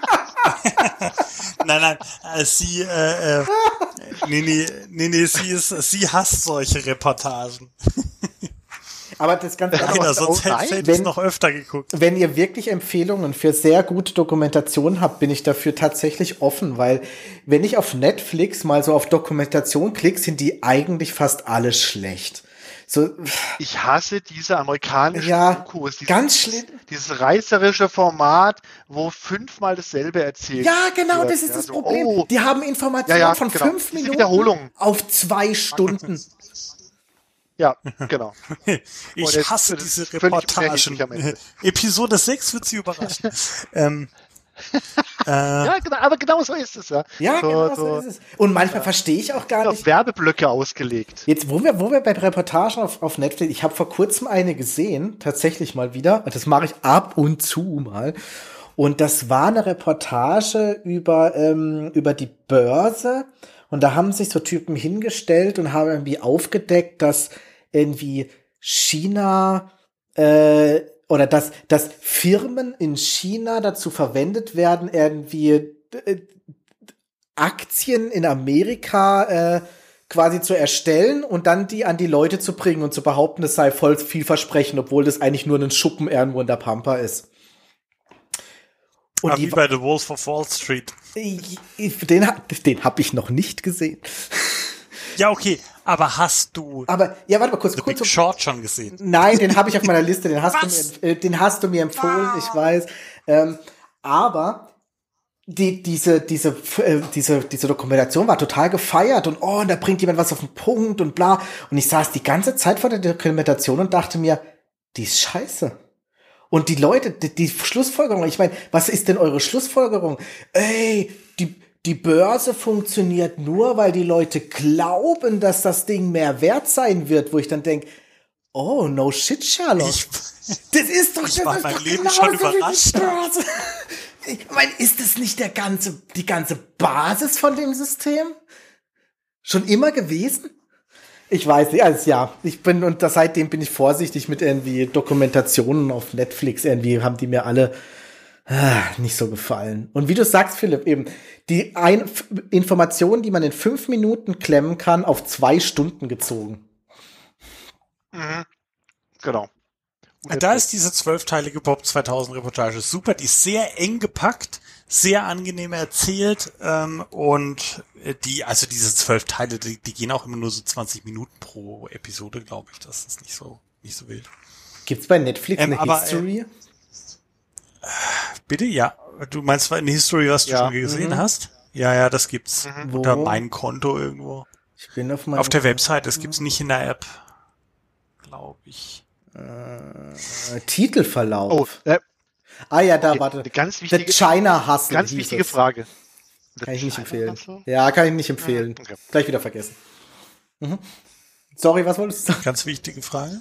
nein, nein, äh, sie, äh, äh, nee, nee, nee, nee, sie ist, sie hasst solche Reportagen. Aber das Ganze Leider, sonst oh nein, hätte hätte ich es wenn- noch öfter geguckt. wenn ihr wirklich Empfehlungen für sehr gute Dokumentation habt, bin ich dafür tatsächlich offen, weil wenn ich auf Netflix mal so auf Dokumentation klicke, sind die eigentlich fast alle schlecht. So, Ich hasse diese amerikanischen Ja, Dokus. Dieses, ganz schlimm. Dieses reißerische Format, wo fünfmal dasselbe erzählt ja, genau, wird. das ist Ja, das so, Problem. oh, Die haben Informationen Ja, ja, von genau. fünf Diese Minuten Wiederholung. auf zwei Stunden. ja, genau. Ich Und jetzt hasse wird es diese völlig Reportagen. unerheblich am Ende. Episode sechs wird sie überraschen. ähm, äh, Ja, genau, aber genau so ist es, ja. Ja, so, genau so so ist es. Und manchmal verstehe ich auch gar auf nicht. Werbeblöcke ausgelegt. Jetzt, wo wir, wo wir bei Reportagen auf, auf Netflix, ich habe vor kurzem eine gesehen, tatsächlich mal wieder, und das mache ich ab und zu mal. Und das war eine Reportage über, ähm, über die Börse. Und da haben sich so Typen hingestellt und haben irgendwie aufgedeckt, dass irgendwie China äh, oder dass, dass Firmen in China dazu verwendet werden, irgendwie äh, Aktien in Amerika äh, quasi zu erstellen und dann die an die Leute zu bringen und zu behaupten, es sei voll vielversprechend, obwohl das eigentlich nur ein Schuppen irgendwo in der Pampa ist. Und ah, die, wie bei The Wolf of Wall Street. ich, ich, den, ha- den habe ich noch nicht gesehen. Ja, okay, aber hast du Aber ja, warte mal kurz. The kurz Big Short schon gesehen? Nein, den habe ich auf meiner Liste. Den hast, Was? du mir, äh, den hast du mir empfohlen, Ah. ich weiß. Ähm, aber die, diese, diese, äh, diese, diese Dokumentation war total gefeiert und oh, und da bringt jemand was auf den Punkt und bla. Und ich saß die ganze Zeit vor der Dokumentation und dachte mir, die ist scheiße. Und die Leute, die, die Schlussfolgerung, ich meine, was ist denn eure Schlussfolgerung? Ey, die, die Börse funktioniert nur, weil die Leute glauben, dass das Ding mehr wert sein wird, wo ich dann denke, oh, no shit, Sherlock. Ich, Das ist doch, Ich das war ist mein doch Leben genau schon so wie die überrascht. Börse. Ich meine, ist das nicht der ganze, die ganze Basis von dem System? Schon immer gewesen? Ich weiß nicht, also ja, ich bin, und das, seitdem bin ich vorsichtig mit irgendwie Dokumentationen auf Netflix. Irgendwie haben die mir alle ah, nicht so gefallen. Und wie du sagst, Philipp, eben, die ein, F- Informationen, die man in fünf Minuten klemmen kann, auf zwei Stunden gezogen. Mhm. Genau. da ist diese zwölfteilige Pop zweitausend Reportage super, die ist sehr eng gepackt, sehr angenehm erzählt ähm, und die, also diese zwölf Teile, die, die gehen auch immer nur so zwanzig Minuten pro Episode, glaube ich. Das ist nicht so nicht so wild. Gibt's bei Netflix Ähm, eine aber, History? Bitte? Ja. Du meinst in History, was du Ja. schon gesehen hast? Ja, ja, das gibt's Wo? unter mein Konto irgendwo. Ich bin auf meinem Auf der Website, das gibt's nicht in der App, glaube ich. äh, Titelverlauf. Oh, äh, Ah ja, da, okay, warte. eine ganz The wichtige, China Hustle ganz hieß wichtige es. Frage. Kann ich nicht China empfehlen. Hustle? Ja, kann ich nicht empfehlen. Okay. Gleich wieder vergessen. Mhm. Sorry, was wolltest du sagen? Ganz wichtige Frage.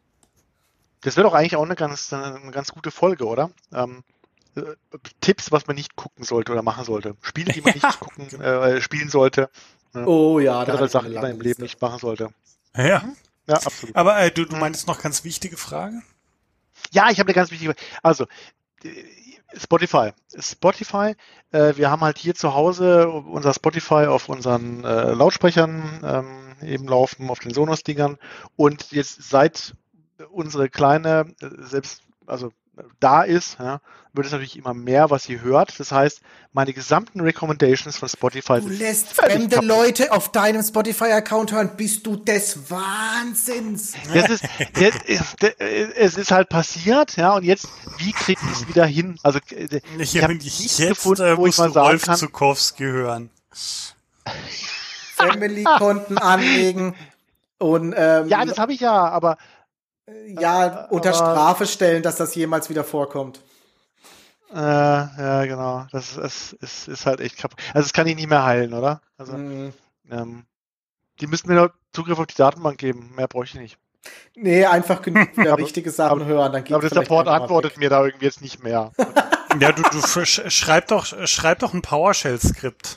Das wäre doch eigentlich auch eine ganz, eine ganz gute Folge, oder? Ähm, äh, Tipps, was man nicht gucken sollte oder machen sollte. Spiele, die man nicht gucken, äh, spielen sollte. Oh ja, da Andere hatte ich Sachen, eine die man lange im Leben Liste. nicht machen sollte. Ja. Ja, absolut. Aber äh, du, du meinst noch ganz wichtige Frage? Ja, ich habe eine ganz wichtige. Also, äh, Spotify. Spotify. Äh, wir haben halt hier zu Hause unser Spotify auf unseren äh, Lautsprechern ähm, eben laufen, auf den Sonos-Dingern. Und jetzt seit unsere Kleine äh, selbst, also da ist, ja, wird es natürlich immer mehr, was sie hört. Das heißt, meine gesamten Recommendations von Spotify Du sind lässt völlig fremde kaputt. Leute auf deinem Spotify-Account hören. Bist du des Wahnsinns? Das ist, das ist, es ist halt passiert, ja, und jetzt, wie kriege ich es wieder hin? Also, ich, Ich habe habe nichts jetzt gefunden, äh, wo ich musst mal du sagen Rolf kann, Zukowski hören. Family-Konten anlegen und ähm, ja, das habe ich ja, aber ja, unter aber- Strafe stellen, dass das jemals wieder vorkommt. äh, ja, genau, das ist, ist, ist halt echt kaputt. Also, das kann ich nicht mehr heilen, oder? Also, Mhm. ähm, die müssten mir nur Zugriff auf die Datenbank geben, mehr bräuchte ich nicht. Nee, einfach genug wieder Aber- richtige Sachen aber- hören, dann geht's Aber der vielleicht Support einfach mal antwortet weg. mir da irgendwie jetzt nicht mehr. Ja, du, du sch- schreib doch, schreib doch ein PowerShell-Skript.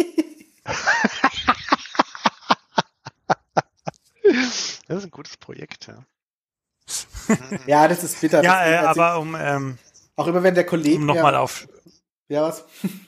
Das ist ein gutes Projekt, ja. Ja, das ist bitter. Ja, Das äh, ärgert sich. aber um, ähm, Auch immer wenn der Kollege um nochmal auf. ja, was?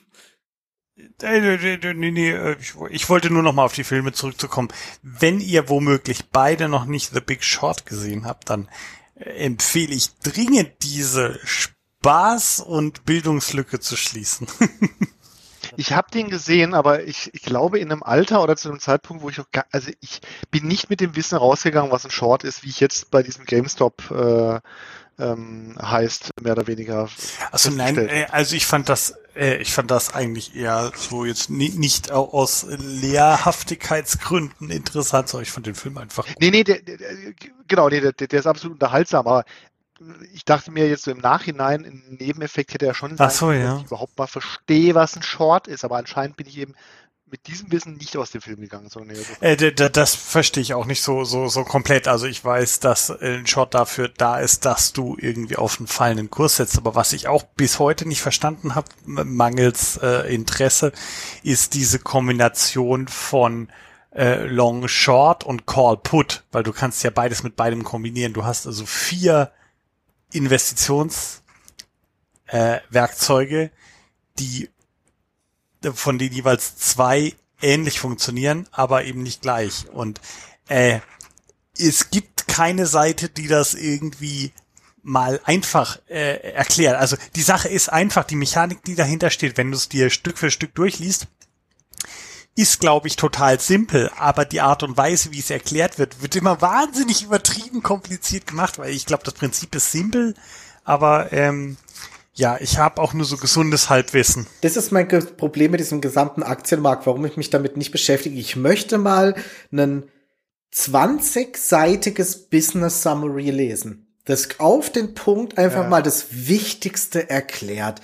Äh, nee, nee, nee, nee, äh, ich, ich wollte nur nochmal auf die Filme zurückzukommen. Wenn ihr womöglich beide noch nicht The Big Short gesehen habt, dann äh, empfehle ich dringend diese Spaß- und Bildungslücke zu schließen. Ich habe den gesehen, aber ich, ich glaube in einem Alter oder zu einem Zeitpunkt, wo ich auch gar, also ich bin nicht mit dem Wissen rausgegangen, was ein Short ist, wie ich jetzt bei diesem GameStop äh, ähm, heißt, mehr oder weniger. Also nein, festgestellt. äh, also ich fand das, äh, ich fand das eigentlich eher so jetzt ni- nicht au- aus Lehrhaftigkeitsgründen interessant, sondern ich fand den Film einfach gut. Nee, nee, der, der, der, genau, nee, der, der ist absolut unterhaltsam, aber ich dachte mir jetzt so im Nachhinein, ein Nebeneffekt hätte ja schon sein Ach so, können, ja. dass ich überhaupt mal verstehe, was ein Short ist, aber anscheinend bin ich eben mit diesem Wissen nicht aus dem Film gegangen, sondern eher so. Äh, d- d- das verstehe ich auch nicht so so so komplett. Also ich weiß, dass äh, ein Short dafür da ist, dass du irgendwie auf einen fallenden Kurs setzt. Aber was ich auch bis heute nicht verstanden habe, m- mangels äh, Interesse, ist diese Kombination von äh, Long Short und Call Put, weil du kannst ja beides mit beidem kombinieren. Du hast also vier Investitionswerkzeuge, äh, Werkzeuge, die von denen jeweils zwei ähnlich funktionieren, aber eben nicht gleich. Und äh, es gibt keine Seite, die das irgendwie mal einfach äh, erklärt. Also die Sache ist einfach, die Mechanik, die dahinter steht, wenn du es dir Stück für Stück durchliest, ist, glaube ich, total simpel, aber die Art und Weise, wie es erklärt wird, wird immer wahnsinnig übertrieben kompliziert gemacht, weil ich glaube, das Prinzip ist simpel, aber ähm, ja, ich habe auch nur so gesundes Halbwissen. Das ist mein Ge- Problem mit diesem gesamten Aktienmarkt, warum ich mich damit nicht beschäftige. Ich möchte mal einen zwanzig-seitiges Business Summary lesen, das auf den Punkt einfach Ja. mal das Wichtigste erklärt.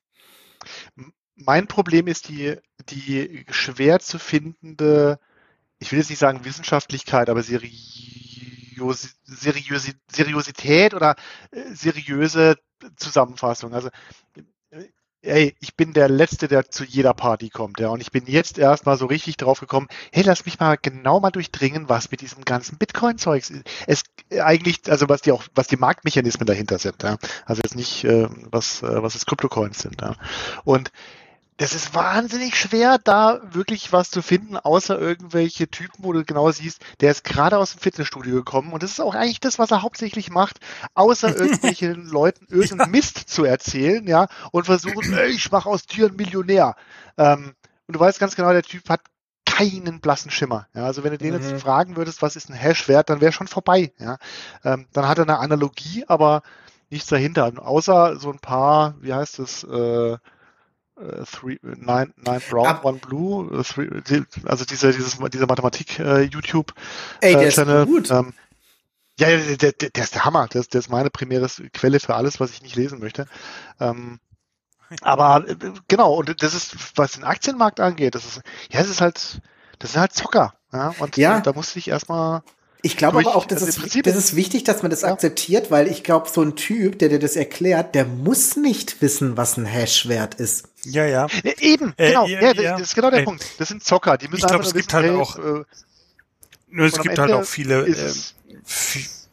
Mein Problem ist die, die schwer zu findende, ich will jetzt nicht sagen Wissenschaftlichkeit, aber Serios, Seriösi, Seriosität oder äh, seriöse Zusammenfassung. Also, äh, ey, ich bin der Letzte, der zu jeder Party kommt, ja, und ich bin jetzt erst mal so richtig drauf gekommen, hey, lass mich mal genau mal durchdringen, was mit diesem ganzen Bitcoin-Zeugs ist. Es äh, eigentlich, also was die auch, was die Marktmechanismen dahinter sind, ja. Also jetzt nicht, äh, was, äh, was es Kryptocoins sind, ja. Und das ist wahnsinnig schwer, da wirklich was zu finden, außer irgendwelche Typen, wo du genau siehst, der ist gerade aus dem Fitnessstudio gekommen und das ist auch eigentlich das, was er hauptsächlich macht, außer irgendwelchen Leuten irgendeinen Mist zu erzählen, ja, und versuchen, ey, ich mache aus dir einen Millionär. Ähm, und du weißt ganz genau, der Typ hat keinen blassen Schimmer. Ja, also wenn du den Mhm. jetzt fragen würdest, was ist ein Hash wert, dann wäre schon vorbei. Ja, ähm, dann hat er eine Analogie, aber nichts dahinter. Und außer so ein paar, wie heißt es, äh, äh, three, nine, nine brown, Ab- one blue, äh, three, die, also diese, dieses, dieser Mathematik äh, YouTube Ey, der äh, ist Channel. gut. Ähm, ja, ja, der, der, der ist der Hammer. Der ist, der ist meine primäre Quelle für alles, was ich nicht lesen möchte. Ähm, aber äh, genau, und das ist, was den Aktienmarkt angeht, das ist, ja, das ist halt, das sind halt Zocker. Ja, und Ja. äh, da musst du dich erstmal Ich glaube durch- aber auch, das also im ist, Prinzip- das ist wichtig, dass man das Ja. akzeptiert, weil ich glaube, so ein Typ, der dir das erklärt, der muss nicht wissen, was ein Hash-Wert ist. Ja, ja. Ja, eben, Äh, genau, ja, ja, das, ja. das ist genau der Äh, Punkt. Das sind Zocker, die müssen ich glaub, einfach es nur gibt wissen, halt hey, auch- äh, Nur es Und am gibt halt Ende auch viele, ist äh, es- vi-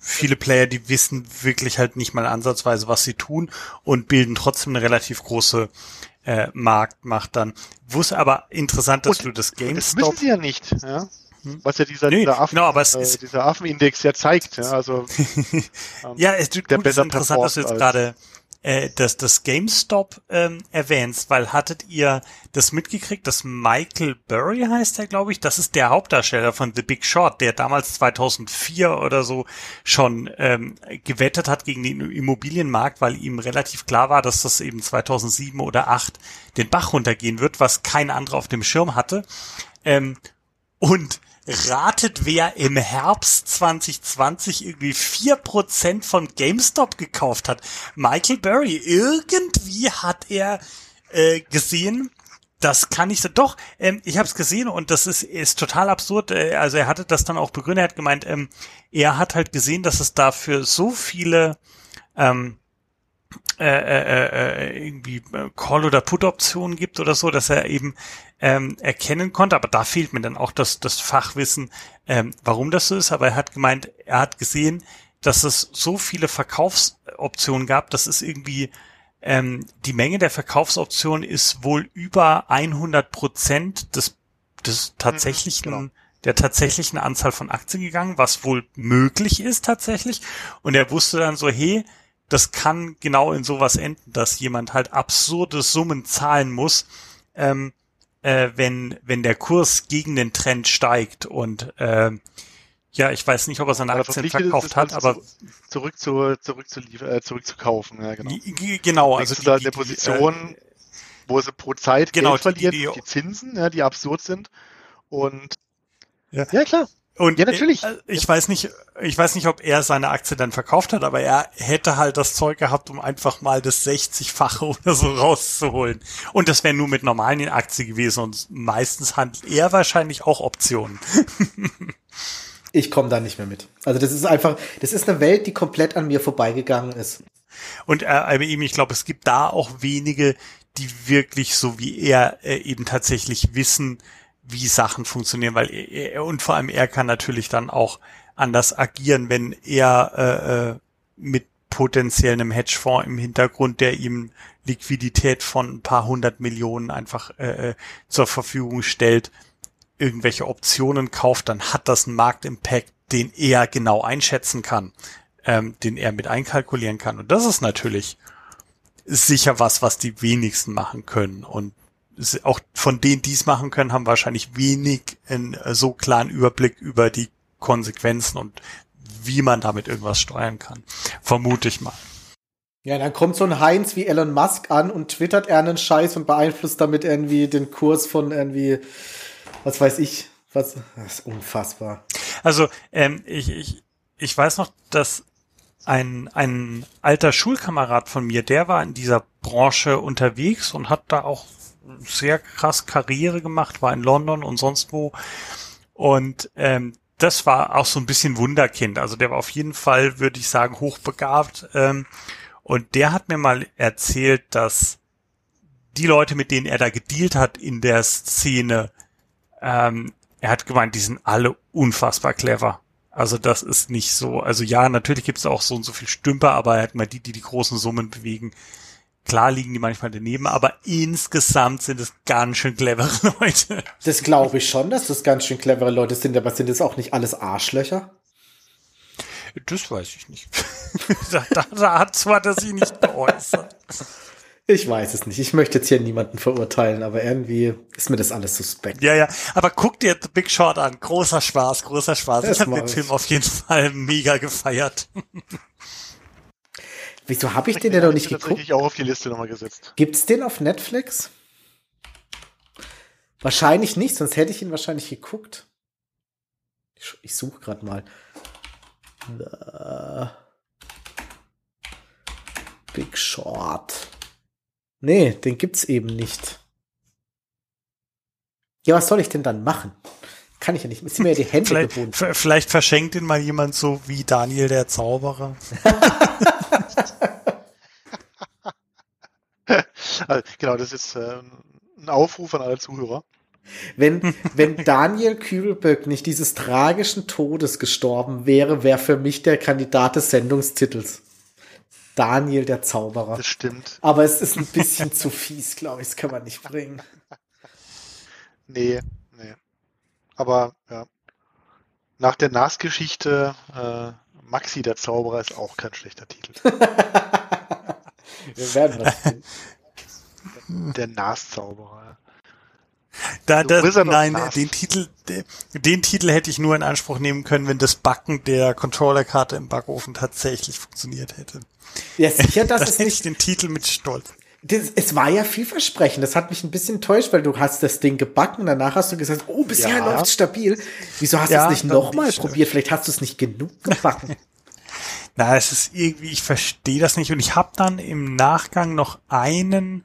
viele Player, die wissen wirklich halt nicht mal ansatzweise, was sie tun und bilden trotzdem eine relativ große äh, Marktmacht dann. Wo es aber interessant, dass und, du das GameStop... Das GameStop... müssen sie ja nicht, ja. Was ja dieser, nee, dieser, Affen, genau, aber es äh, ist, dieser Affenindex ja zeigt. Ja, also, ähm, ja, es ist der gut, es ist besser interessant, dass du jetzt als- gerade äh, das, das GameStop ähm, erwähnst, weil hattet ihr das mitgekriegt, dass Michael Burry heißt er, glaube ich, das ist der Hauptdarsteller von The Big Short, der damals zweitausendvier oder so schon ähm, gewettet hat gegen den Immobilienmarkt, weil ihm relativ klar war, dass das eben zweitausendsieben oder acht den Bach runtergehen wird, was kein anderer auf dem Schirm hatte. Ähm, und ratet, wer im Herbst zwanzig zwanzig irgendwie vier Prozent von GameStop gekauft hat. Michael Burry. Irgendwie hat er äh, gesehen, das kann ich so, doch, ähm, ich habe es gesehen und das ist, ist total absurd. Äh, also er hatte das dann auch begründet, er hat gemeint, ähm, er hat halt gesehen, dass es dafür so viele ähm, Äh, äh, äh, irgendwie Call- oder Put-Optionen gibt oder so, dass er eben ähm, erkennen konnte, aber da fehlt mir dann auch das, das Fachwissen, ähm, warum das so ist, aber er hat gemeint, er hat gesehen, dass es so viele Verkaufsoptionen gab, dass es irgendwie ähm, die Menge der Verkaufsoptionen ist wohl über hundert Prozent des, des tatsächlichen, genau. der tatsächlichen Anzahl von Aktien gegangen, was wohl möglich ist tatsächlich, und er wusste dann so, hey, das kann genau in sowas enden, dass jemand halt absurde Summen zahlen muss, ähm, äh, wenn wenn der Kurs gegen den Trend steigt. Und äh, ja, ich weiß nicht, ob er seine Weil er Aktien verpflichtet verkauft ist, hat, also aber zurück zu zurück zu äh, zurückzukaufen. Ja, genau. g- g- genau, also Also da in der die, Position, wo sie pro Zeit genau, Geld die- verlieren, die- die, die Zinsen, ja, die absurd sind. Und Ja. ja, klar. Und Ja, natürlich. äh, ich weiß nicht, ich weiß nicht, ob er seine Aktie dann verkauft hat, aber er hätte halt das Zeug gehabt, um einfach mal das sechzigfache oder so rauszuholen. Und das wäre nur mit normalen Aktien gewesen und meistens handelt er wahrscheinlich auch Optionen. Ich komme da nicht mehr mit. Also das ist einfach, das ist eine Welt, die komplett an mir vorbeigegangen ist. Und äh, aber eben, ich glaube, es gibt da auch wenige, die wirklich so wie er äh, eben tatsächlich wissen, wie Sachen funktionieren, weil er, und vor allem er kann natürlich dann auch anders agieren, wenn er äh, äh, mit potenziell einem Hedgefonds im Hintergrund, der ihm Liquidität von ein paar hundert Millionen einfach äh, zur Verfügung stellt, irgendwelche Optionen kauft, dann hat das einen Marktimpact, den er genau einschätzen kann, ähm, den er mit einkalkulieren kann. Und das ist natürlich sicher was, was die wenigsten machen können. Und auch von denen, die es machen können, haben wahrscheinlich wenig einen so klaren Überblick über die Konsequenzen und wie man damit irgendwas steuern kann. Vermute ich mal. Ja, dann kommt so ein Heinz wie Elon Musk an und twittert er einen Scheiß und beeinflusst damit irgendwie den Kurs von irgendwie, was weiß ich, was, das ist unfassbar. Also, ähm, ich, ich, ich weiß noch, dass ein, ein alter Schulkamerad von mir, der war in dieser Branche unterwegs und hat da auch sehr krass Karriere gemacht, war in London und sonst wo. Und ähm, das war auch so ein bisschen Wunderkind. Also der war auf jeden Fall, würde ich sagen, hochbegabt. Ähm, und der hat mir mal erzählt, dass die Leute, mit denen er da gedealt hat in der Szene, ähm, er hat gemeint, die sind alle unfassbar clever. Also das ist nicht so, also ja, natürlich gibt es auch so und so viel Stümper, aber er hat mal die, die die großen Summen bewegen. Klar liegen die manchmal daneben, aber insgesamt sind es ganz schön clevere Leute. Das glaube ich schon, dass das ganz schön clevere Leute sind, aber sind das auch nicht alles Arschlöcher? Das weiß ich nicht. da, da, dazu hat er sich nicht geäußert. Ich weiß es nicht. Ich möchte jetzt hier niemanden verurteilen, aber irgendwie ist mir das alles suspekt. Ja, ja, aber guck dir The Big Short an. Großer Spaß, großer Spaß. Das ich habe mach den ich. Film auf jeden Fall mega gefeiert. Wieso habe ich den denn noch nicht geguckt? geguckt? Ich auch auf die Liste nochmal gesetzt. Gibt's den auf Netflix? Wahrscheinlich nicht, sonst hätte ich ihn wahrscheinlich geguckt. Ich, ich suche gerade mal. Uh, Big Short. Nee, den gibt's eben nicht. Ja, was soll ich denn dann machen? Kann ich ja nicht. Ist mir ja die Hände Vielleicht, gebunden. f- vielleicht verschenkt ihn mal jemand so wie Daniel der Zauberer. Also, genau, das ist äh, ein Aufruf an alle Zuhörer. Wenn, wenn Daniel Kübelböck nicht dieses tragischen Todes gestorben wäre, wäre für mich der Kandidat des Sendungstitels. Daniel der Zauberer. Das stimmt. Aber es ist ein bisschen zu fies, glaube ich. Das kann man nicht bringen. Nee, nee. Aber ja. Nach der Nas-Geschichte äh, Maxi der Zauberer ist auch kein schlechter Titel. Wir werden was finden. Der Nas-Zauberer. Da, The da, Wizard of nein, Nas. den Titel, den, den Titel hätte ich nur in Anspruch nehmen können, wenn das Backen der Controllerkarte im Backofen tatsächlich funktioniert hätte. Ja, sicher, dass Das es hätte nicht. ich den Titel mit Stolz. Das, es war ja vielversprechend. Das hat mich ein bisschen enttäuscht, weil du hast das Ding gebacken und danach hast du gesagt, oh, bisher Ja. läuft's stabil. Wieso hast Ja, du es nicht dann nochmal nicht. probiert? Vielleicht hast du es nicht genug gebacken. Na, es ist irgendwie, ich verstehe das nicht. Und ich habe dann im Nachgang noch einen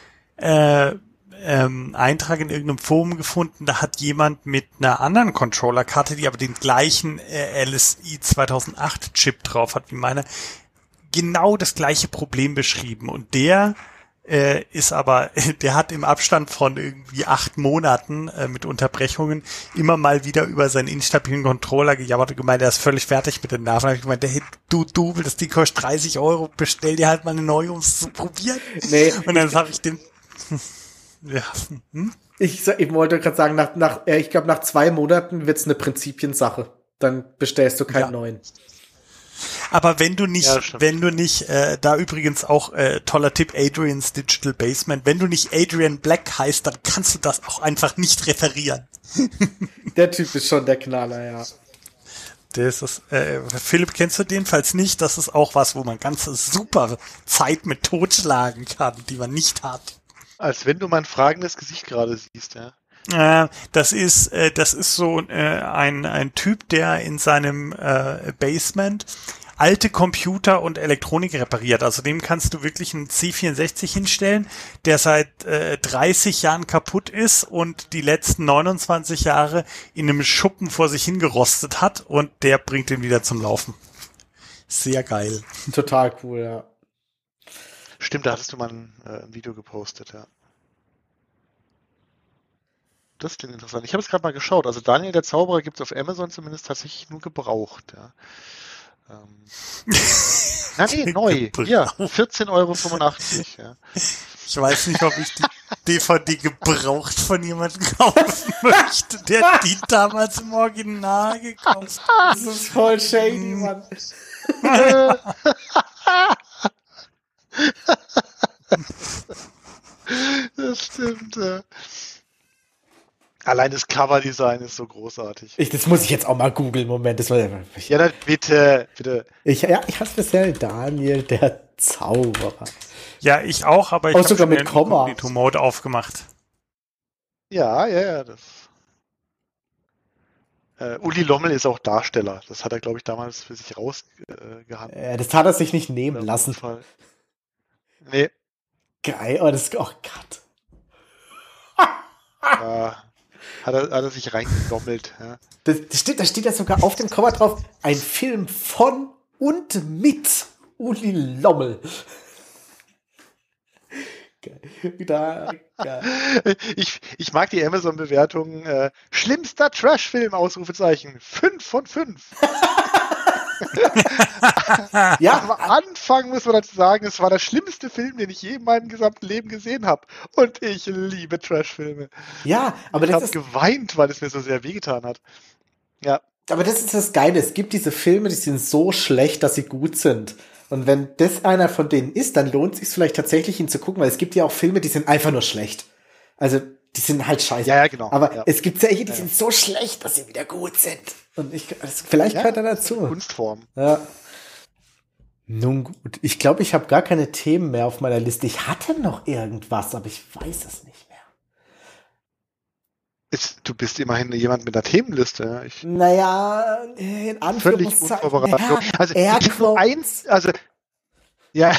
äh, ähm, Eintrag in irgendeinem Forum gefunden, da hat jemand mit einer anderen Controllerkarte, die aber den gleichen äh, L S I zweitausendacht Chip drauf hat wie meine, genau das gleiche Problem beschrieben. Und der äh, ist aber, der hat im Abstand von irgendwie acht Monaten äh, mit Unterbrechungen immer mal wieder über seinen instabilen Controller gejammert und gemeint, er ist völlig fertig mit den Nerven. Da hab ich gemeint, hey, du Double, das Ding kostet dreißig Euro, bestell dir halt mal eine neue, um es zu probieren. Nee. Und dann habe ich den ja. Hm? Ich, sa- ich wollte gerade sagen, nach, nach, äh, ich glaube, nach zwei Monaten wird's eine Prinzipiensache. Dann bestellst du keinen Ja. neuen. Aber wenn du nicht, Ja, stimmt. wenn du nicht, äh, da übrigens auch äh, toller Tipp, Adrian's Digital Basement, wenn du nicht Adrian Black heißt, dann kannst du das auch einfach nicht referieren. Der Typ ist schon der Knaller, ja. Das ist, äh, Philipp, kennst du den? Falls nicht, das ist auch was, wo man ganz super Zeit mit totschlagen kann, die man nicht hat. Als wenn du mein fragendes Gesicht gerade siehst, ja. Äh, das ist, äh, das ist so äh, ein ein Typ, der in seinem äh, Basement alte Computer und Elektronik repariert. Also dem kannst du wirklich einen C vierundsechzig hinstellen, der seit äh, dreißig Jahren kaputt ist und die letzten neunundzwanzig Jahre in einem Schuppen vor sich hingerostet hat und der bringt ihn wieder zum Laufen. Sehr geil. Total cool, ja. Stimmt, da hattest du mal ein, äh, ein Video gepostet, ja. Das klingt interessant. Ich habe es gerade mal geschaut. Also Daniel der Zauberer gibt es auf Amazon zumindest tatsächlich nur gebraucht, ja. Ähm. Na nee, neu. Ja, vierzehn Euro fünfundachtzig, ja. Ich weiß nicht, ob ich die D V D gebraucht von jemandem kaufen möchte, der die damals im Original gekauft hat. Das ist voll shady, Mann. Das stimmt, ja. Allein das Coverdesign ist so großartig. Ich, das muss ich jetzt auch mal googeln. Moment, das war ich, Ja, dann bitte, bitte. ich, ja, ich hab's bisher Daniel der Zauberer. Ja, ich auch, aber ich Oh, habe sogar schon mit den Komma. Incognito-Mode aufgemacht. Ja, ja, ja, das. Äh, Uli Lommel ist auch Darsteller. Das hat er, glaube ich, damals für sich rausgehandelt. Äh, gehandelt. Äh, das hat er sich nicht nehmen Auf lassen. jeden Fall. Nee, Geil, oh, das, oh Gott. äh, hat, er, hat er sich reingedommelt. Ja. Das, das steht, da steht ja sogar auf dem Cover drauf, ein Film von und mit Uli Lommel. Geil. Wieder, geil. Ich, ich mag die Amazon-Bewertungen. Äh, schlimmster Trash-Film, Ausrufezeichen. Fünf von fünf. Ja, Am Anfang muss man dazu sagen, es war der schlimmste Film, den ich je in meinem gesamten Leben gesehen habe. Und ich liebe Trash-Filme. ja, aber Ich das habe ist, geweint, weil es mir so sehr wehgetan hat. Ja, aber das ist das Geile. Es gibt diese Filme, die sind so schlecht, dass sie gut sind. Und wenn das einer von denen ist, dann lohnt es sich vielleicht tatsächlich, ihn zu gucken, weil es gibt ja auch Filme, die sind einfach nur schlecht. Also, die sind halt scheiße. Ja, ja, genau. Aber Ja. es gibt welche, die Ja, ja. sind so schlecht, dass sie wieder gut sind. Und ich, das, vielleicht Ja, gehört er dazu. Kunstform. Ja. Nun gut. Ich glaube, ich habe gar keine Themen mehr auf meiner Liste. Ich hatte noch irgendwas, aber ich weiß es nicht mehr. Ist, du bist immerhin jemand mit einer Themenliste. Ja. Ich, Naja, in völlig Anführungszeichen. unvorbereitet. Ja, also ich habe nur Airquotes. eins, also ja,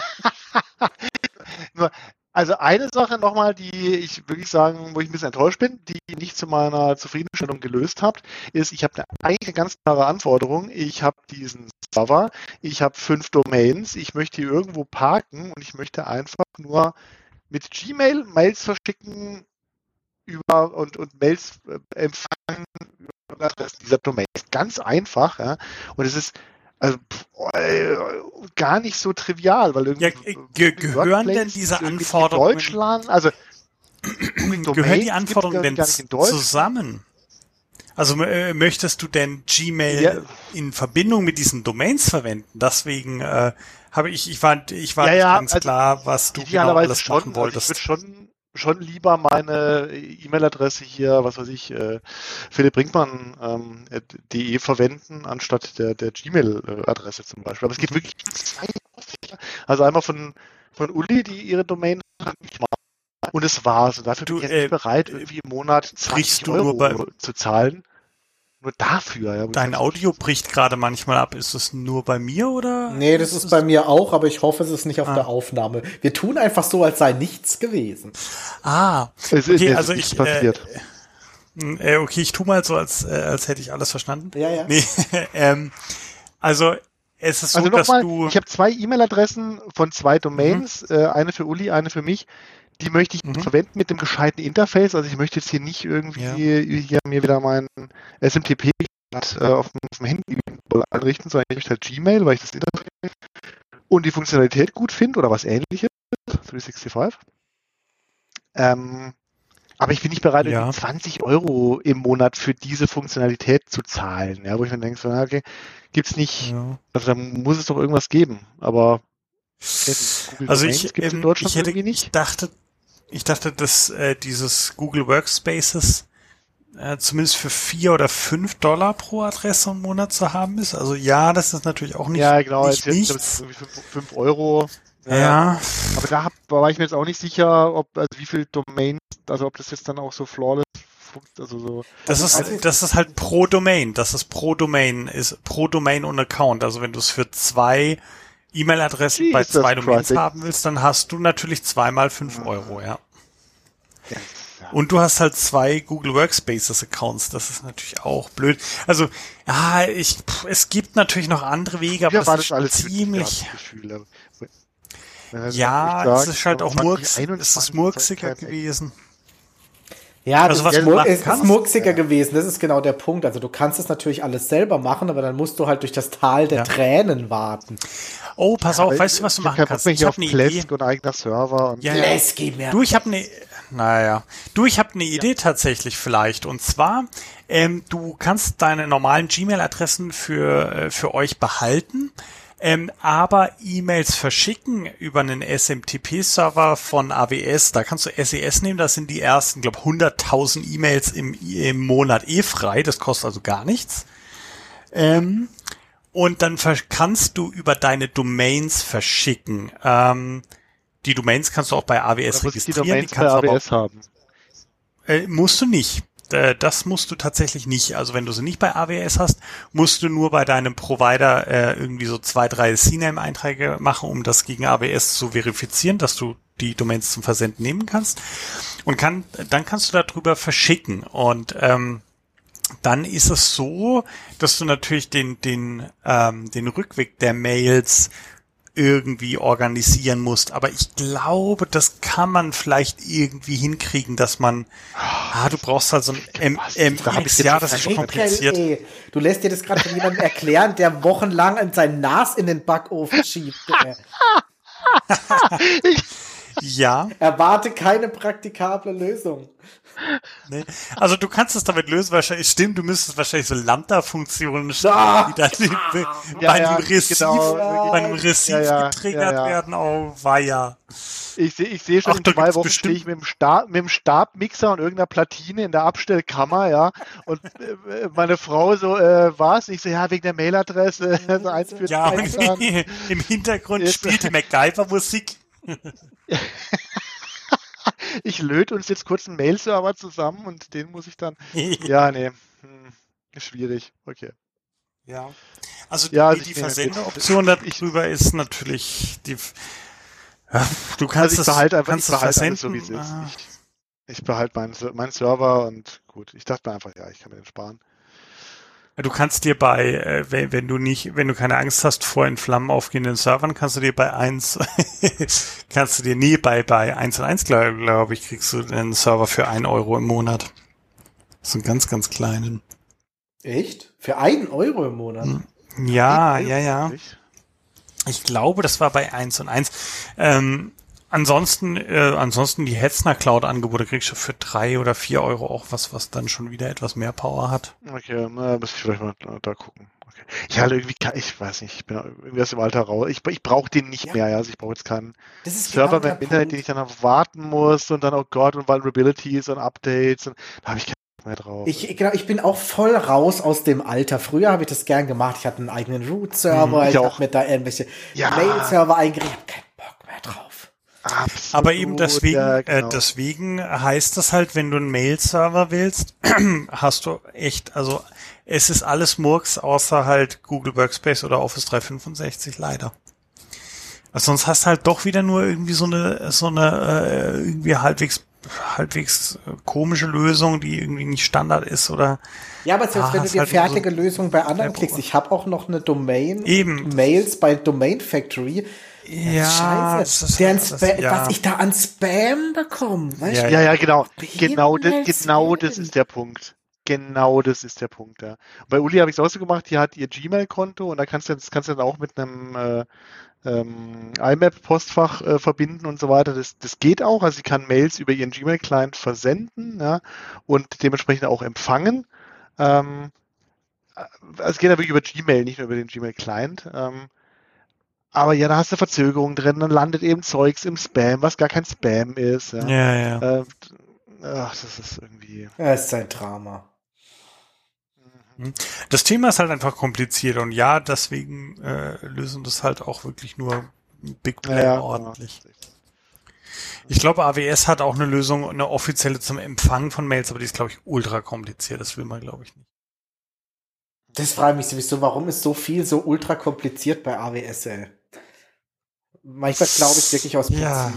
nur, also eine Sache nochmal, die ich wirklich sagen, wo ich ein bisschen enttäuscht bin, die nicht zu meiner Zufriedenstellung gelöst habt, ist, ich habe eine, eigentlich eine ganz klare Anforderung. Ich habe diesen Server, ich habe fünf Domains, ich möchte hier irgendwo parken und ich möchte einfach nur mit Gmail Mails verschicken über und, und Mails äh, empfangen über Adressen dieser Domain. Ganz einfach, ja. Und es ist also pff, äh, gar nicht so trivial, weil irgendwie ja, ge gehören denn diese Anforderungen in Deutschland, also gehören die Anforderungen denn zusammen? Also äh, möchtest du denn Gmail ja. in Verbindung mit diesen Domains verwenden? Deswegen äh, habe ich, ich war, ich war ja, nicht ja, ganz also klar, was du genau alles schon, machen wolltest. Also ich würde schon, schon lieber meine E-Mail-Adresse hier, was weiß ich, äh, Philipp Brinkmann ähm, .de verwenden, anstatt der, der Gmail-Adresse zum Beispiel. Aber es gibt wirklich zwei. Also einmal von, von Uli, die ihre Domain hat, und es war's. Und dafür du, bin ich äh, nicht bereit, irgendwie im Monat zwanzig Euro bei, zu zahlen. Nur dafür, ja. Dein Audio bricht gerade manchmal ab. Ist es nur bei mir oder? Nee, das ist, ist bei mir auch, aber ich hoffe, es ist nicht auf ah. der Aufnahme. Wir tun einfach so, als sei nichts gewesen. Ah, es okay, ist also ich, passiert. Äh, okay, ich tu mal so, als, äh, als hätte ich alles verstanden. Ja, ja. Nee, ähm, also es ist so, also dass mal, du... Ich habe zwei E-Mail-Adressen von zwei Domains, mhm. äh, eine für Uli, eine für mich. Die möchte ich mhm. verwenden mit dem gescheiten Interface. Also ich möchte jetzt hier nicht irgendwie ja. hier mir wieder mein S M T P äh, auf, dem, auf dem Handy einrichten, sondern ich möchte halt Gmail, weil ich das Interface und die Funktionalität gut finde oder was Ähnliches. dreihundertfünfundsechzig. Ähm, aber ich bin nicht bereit, ja. zwanzig Euro im Monat für diese Funktionalität zu zahlen. Ja, wo ich mir denke, so, okay, gibt's nicht, ja. also da muss es doch irgendwas geben. Aber Google also Domains ich, gibt's in Deutschland ich hätte, irgendwie nicht. Ich dachte, Ich dachte, dass äh, dieses Google Workspaces äh, zumindest für vier oder fünf Dollar pro Adresse im Monat zu haben ist. Also ja, das ist natürlich auch nicht Ja, genau, nicht jetzt nichts. Irgendwie fünf Euro. Ja. ja. Aber da, hab, da war ich mir jetzt auch nicht sicher, ob also wie viel Domains, also ob das jetzt dann auch so flawless also so. Das ist, das ist halt pro Domain. Das ist pro Domain, ist pro Domain und Account. Also wenn du es für zwei E-Mail-Adressen bei zwei Domains haben willst, dann hast du natürlich zweimal fünf Euro, ja. Und du hast halt zwei Google Workspaces Accounts, das ist natürlich auch blöd. Also, ja, ich, es gibt natürlich noch andere Wege, aber das ist alles ziemlich, ja, es ist halt auch murks, es ist murksiger gewesen. Ja, das also, was ist, ist murksiger ja. gewesen, das ist genau der Punkt. Also du kannst es natürlich alles selber machen, aber dann musst du halt durch das Tal der ja. Tränen warten. Oh, pass auf, ja, weißt du, was du machen kannst? Ich habe eine Idee. Und eigener Server. Und ja, ja. Du, ich habe eine, naja, du, ich habe eine Idee ja. tatsächlich vielleicht. Und zwar, ähm, du kannst deine normalen Gmail-Adressen für äh, für euch behalten. Ähm, aber E-Mails verschicken über einen S M T P-Server von A W S, da kannst du S E S nehmen, das sind die ersten, glaube hunderttausend E-Mails im, im Monat eh frei, das kostet also gar nichts. Ähm, und dann kannst du über deine Domains verschicken. Ähm, die Domains kannst du auch bei A W S registrieren. Die, Domains die kannst bei A W S haben. Äh, musst du nicht. Das musst du tatsächlich nicht. Also wenn du sie nicht bei A W S hast, musst du nur bei deinem Provider äh, irgendwie so zwei, drei C NAME-Einträge machen, um das gegen A W S zu verifizieren, dass du die Domains zum Versenden nehmen kannst. Und kann, dann kannst du darüber verschicken. Und ähm, dann ist es so, dass du natürlich den, den, ähm, den Rückweg der Mails irgendwie organisieren musst. Aber ich glaube, das kann man vielleicht irgendwie hinkriegen, dass man, ah, du brauchst halt so ein M M X, ja, das ist schon kompliziert. Ey, du lässt dir das gerade von jemandem erklären, der wochenlang sein Nas in den Backofen schiebt. Ja. Erwarte keine praktikable Lösung. Nee. Also du kannst es damit lösen, wahrscheinlich, stimmt, du müsstest wahrscheinlich so Lambda-Funktionen ah, die dann ja, bei einem ja, Receive, genau, ja, bei einem Receive ja, getriggert ja, ja. werden. Oh, weia. Ich sehe ich seh schon, Ach, in zwei Wochen stehe ich mit dem, Stab, mit dem Stabmixer und irgendeiner Platine in der Abstellkammer, ja, und äh, meine Frau so, äh, was? Ich so, ja, wegen der Mailadresse, so eins für ja, und im Hintergrund Jetzt, spielt die MacGyver-Musik. Ich löte uns jetzt kurz einen Mail-Server zusammen und den muss ich dann. Ja, nee. Hm, schwierig. Okay. Ja. Also ja, die, also die Versendeoption darüber ist natürlich die. Ja, du kannst also ich behalte einfach, kannst ich behalte alles so wie es ist. Ah. Ich, ich behalte meinen mein Server und gut. Ich dachte mir einfach, ja, ich kann mir den sparen. Du kannst dir bei, äh, wenn, wenn du nicht, wenn du keine Angst hast vor in Flammen aufgehenden Servern, kannst du dir bei eins, kannst du dir, nee, bei, bei eins und eins, glaube glaub ich, kriegst du einen Server für ein Euro im Monat. So einen ganz, ganz kleinen. Echt? Für einen Euro im Monat? Ja, ja, ja. Ich glaube, das war bei eins und eins. Ähm, Ansonsten, äh, ansonsten die Hetzner Cloud-Angebote kriegst du für drei oder vier Euro auch was, was dann schon wieder etwas mehr Power hat. Okay, na, muss ich vielleicht mal da, da gucken. Okay. Ja, also irgendwie kann, ich weiß nicht, ich bin irgendwie aus dem Alter raus. Ich, ich brauche den nicht ja. mehr, ja. Also ich brauche jetzt keinen Server genau im Internet, den ich dann noch warten muss und dann, oh Gott, und Vulnerabilities und Updates und da habe ich keinen Bock mehr drauf. Ich, genau, ich bin auch voll raus aus dem Alter. Früher habe ich das gern gemacht. Ich hatte einen eigenen Root-Server, mhm, ich, ich habe mir da irgendwelche ja. Mail-Server eingerichtet. Ich habe keinen Bock mehr drauf. Absolut, aber eben deswegen, ja, genau. äh, deswegen heißt das halt, wenn du einen Mail-Server willst, hast du echt, also es ist alles Murks, außer halt Google Workspace oder Office dreihundertfünfundsechzig, leider. Also sonst hast du halt doch wieder nur irgendwie so eine, so eine äh, irgendwie halbwegs halbwegs komische Lösung, die irgendwie nicht Standard ist oder. Ja, aber selbst ah, wenn du dir halt fertige so Lösungen bei anderen klickst, ich habe auch noch eine Domain, eben. Mails bei Domain Factory. Ja, Scheiße. Das, das, das, ja. Was ich da an Spam bekomme. Weißt ja, ja, ja, genau. Genau, das, genau das ist der Punkt. Genau das ist der Punkt, ja. Und bei Uli habe ich es auch so gemacht, die hat ihr Gmail-Konto und da kannst du das kannst du dann auch mit einem äh, ähm, I M A P-Postfach äh, verbinden und so weiter. Das, das geht auch. Also sie kann Mails über ihren Gmail-Client versenden, ja, und dementsprechend auch empfangen. Ähm, also es geht ja wirklich über Gmail, nicht nur über den Gmail-Client. Ähm, Aber ja, da hast du Verzögerungen drin, dann landet eben Zeugs im Spam, was gar kein Spam ist. Ja, ja. ja. Äh, ach, das ist irgendwie... Ja, es ist ein Drama. Das Thema ist halt einfach kompliziert und ja, deswegen äh, lösen das halt auch wirklich nur Big Player ja, ordentlich. Ja. Ich glaube, A W S hat auch eine Lösung, eine offizielle zum Empfang von Mails, aber die ist, glaube ich, ultra kompliziert. Das will man, glaube ich, nicht. Das frage ich mich sowieso, warum ist so viel so ultra kompliziert bei A W S, ey? Manchmal glaube ich wirklich aus Prinzip. Ja.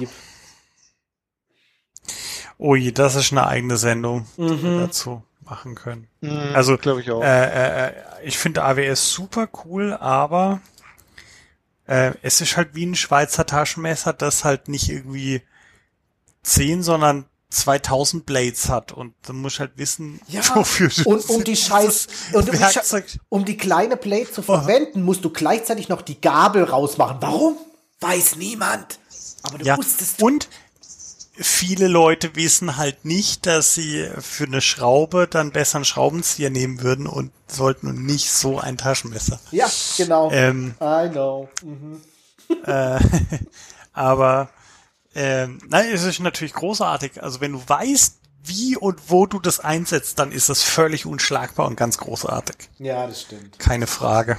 Ui, das ist eine eigene Sendung, mhm. die wir dazu machen können. Mhm, also, glaube ich auch. Äh, äh, ich finde A W S super cool, aber äh, es ist halt wie ein Schweizer Taschenmesser, das halt nicht irgendwie zehn, sondern zweitausend Blades hat und dann musst du halt wissen, ja, wofür du und um die Scheiß und um die, um die kleine Blade zu verwenden, oh. musst du gleichzeitig noch die Gabel rausmachen. Warum? Weiß niemand. Aber du ja. wusstest. Und viele Leute wissen halt nicht, dass sie für eine Schraube dann besser einen Schraubenzieher nehmen würden und sollten und nicht so ein Taschenmesser. Ja, genau. Ähm, I know. Mhm. Äh, aber ähm, nein, es ist natürlich großartig. Also wenn du weißt, wie und wo du das einsetzt, dann ist das völlig unschlagbar und ganz großartig. Ja, das stimmt. Keine Frage.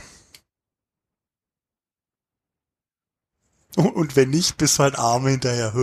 Und wenn nicht, bist du halt Arme hinterher.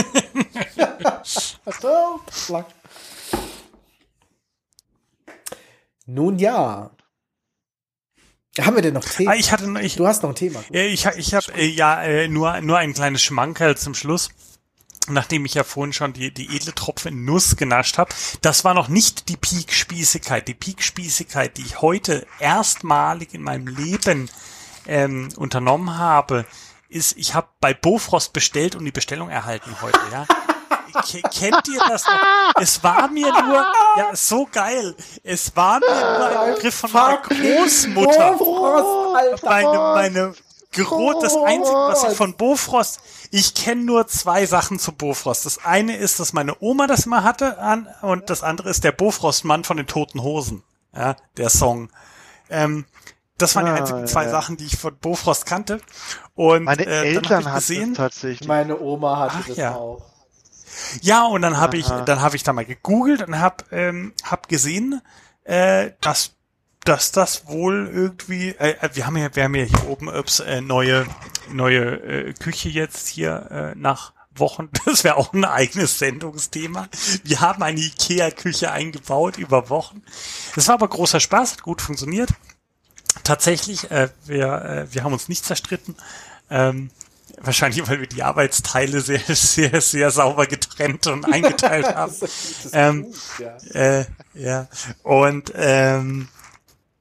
Nun ja. Haben wir denn noch Themen? Ah, ich hatte, ich, du hast noch ein Thema. Ja, ich, ich habe äh, ja äh, nur nur ein kleines Schmankerl zum Schluss. Nachdem ich ja vorhin schon die die edle Tropfen Nuss genascht habe. Das war noch nicht die Peak-Spießigkeit. Die Peak-Spießigkeit, die ich heute erstmalig in meinem Leben ähm, unternommen habe, ist, ich habe bei Bofrost bestellt und die Bestellung erhalten heute, ja. Kennt ihr das noch? Es war mir nur, ja, so geil. Es war mir nur ein Begriff von meiner Großmutter. Bofrost, Alter. Meine, meine Gro- das Einzige, was ich von Bofrost, ich kenne nur zwei Sachen zu Bofrost. Das eine ist, dass meine Oma das mal hatte an, und das andere ist der Bofrostmann von den Toten Hosen. Ja, der Song. Ähm, Das waren die einzigen zwei ja. Sachen, die ich von Bofrost kannte. Und meine äh, Eltern hatten das tatsächlich. Meine Oma hatte Ach, das ja. auch. Ja, und dann habe ich, dann habe ich da mal gegoogelt und habe ähm, hab gesehen, äh, dass dass das wohl irgendwie, äh, wir haben ja, wir haben ja hier oben Öps, äh, neue neue äh, Küche jetzt hier äh, nach Wochen. Das wäre auch ein eigenes Sendungsthema. Wir haben eine Ikea-Küche eingebaut über Wochen. Das war aber großer Spaß, hat gut funktioniert. Tatsächlich, äh, wir, äh, wir haben uns nicht zerstritten. Ähm, wahrscheinlich, weil wir die Arbeitsteile sehr, sehr, sehr sauber getrennt und eingeteilt haben. das ist ähm, gut, ja. Äh, ja. Und ähm,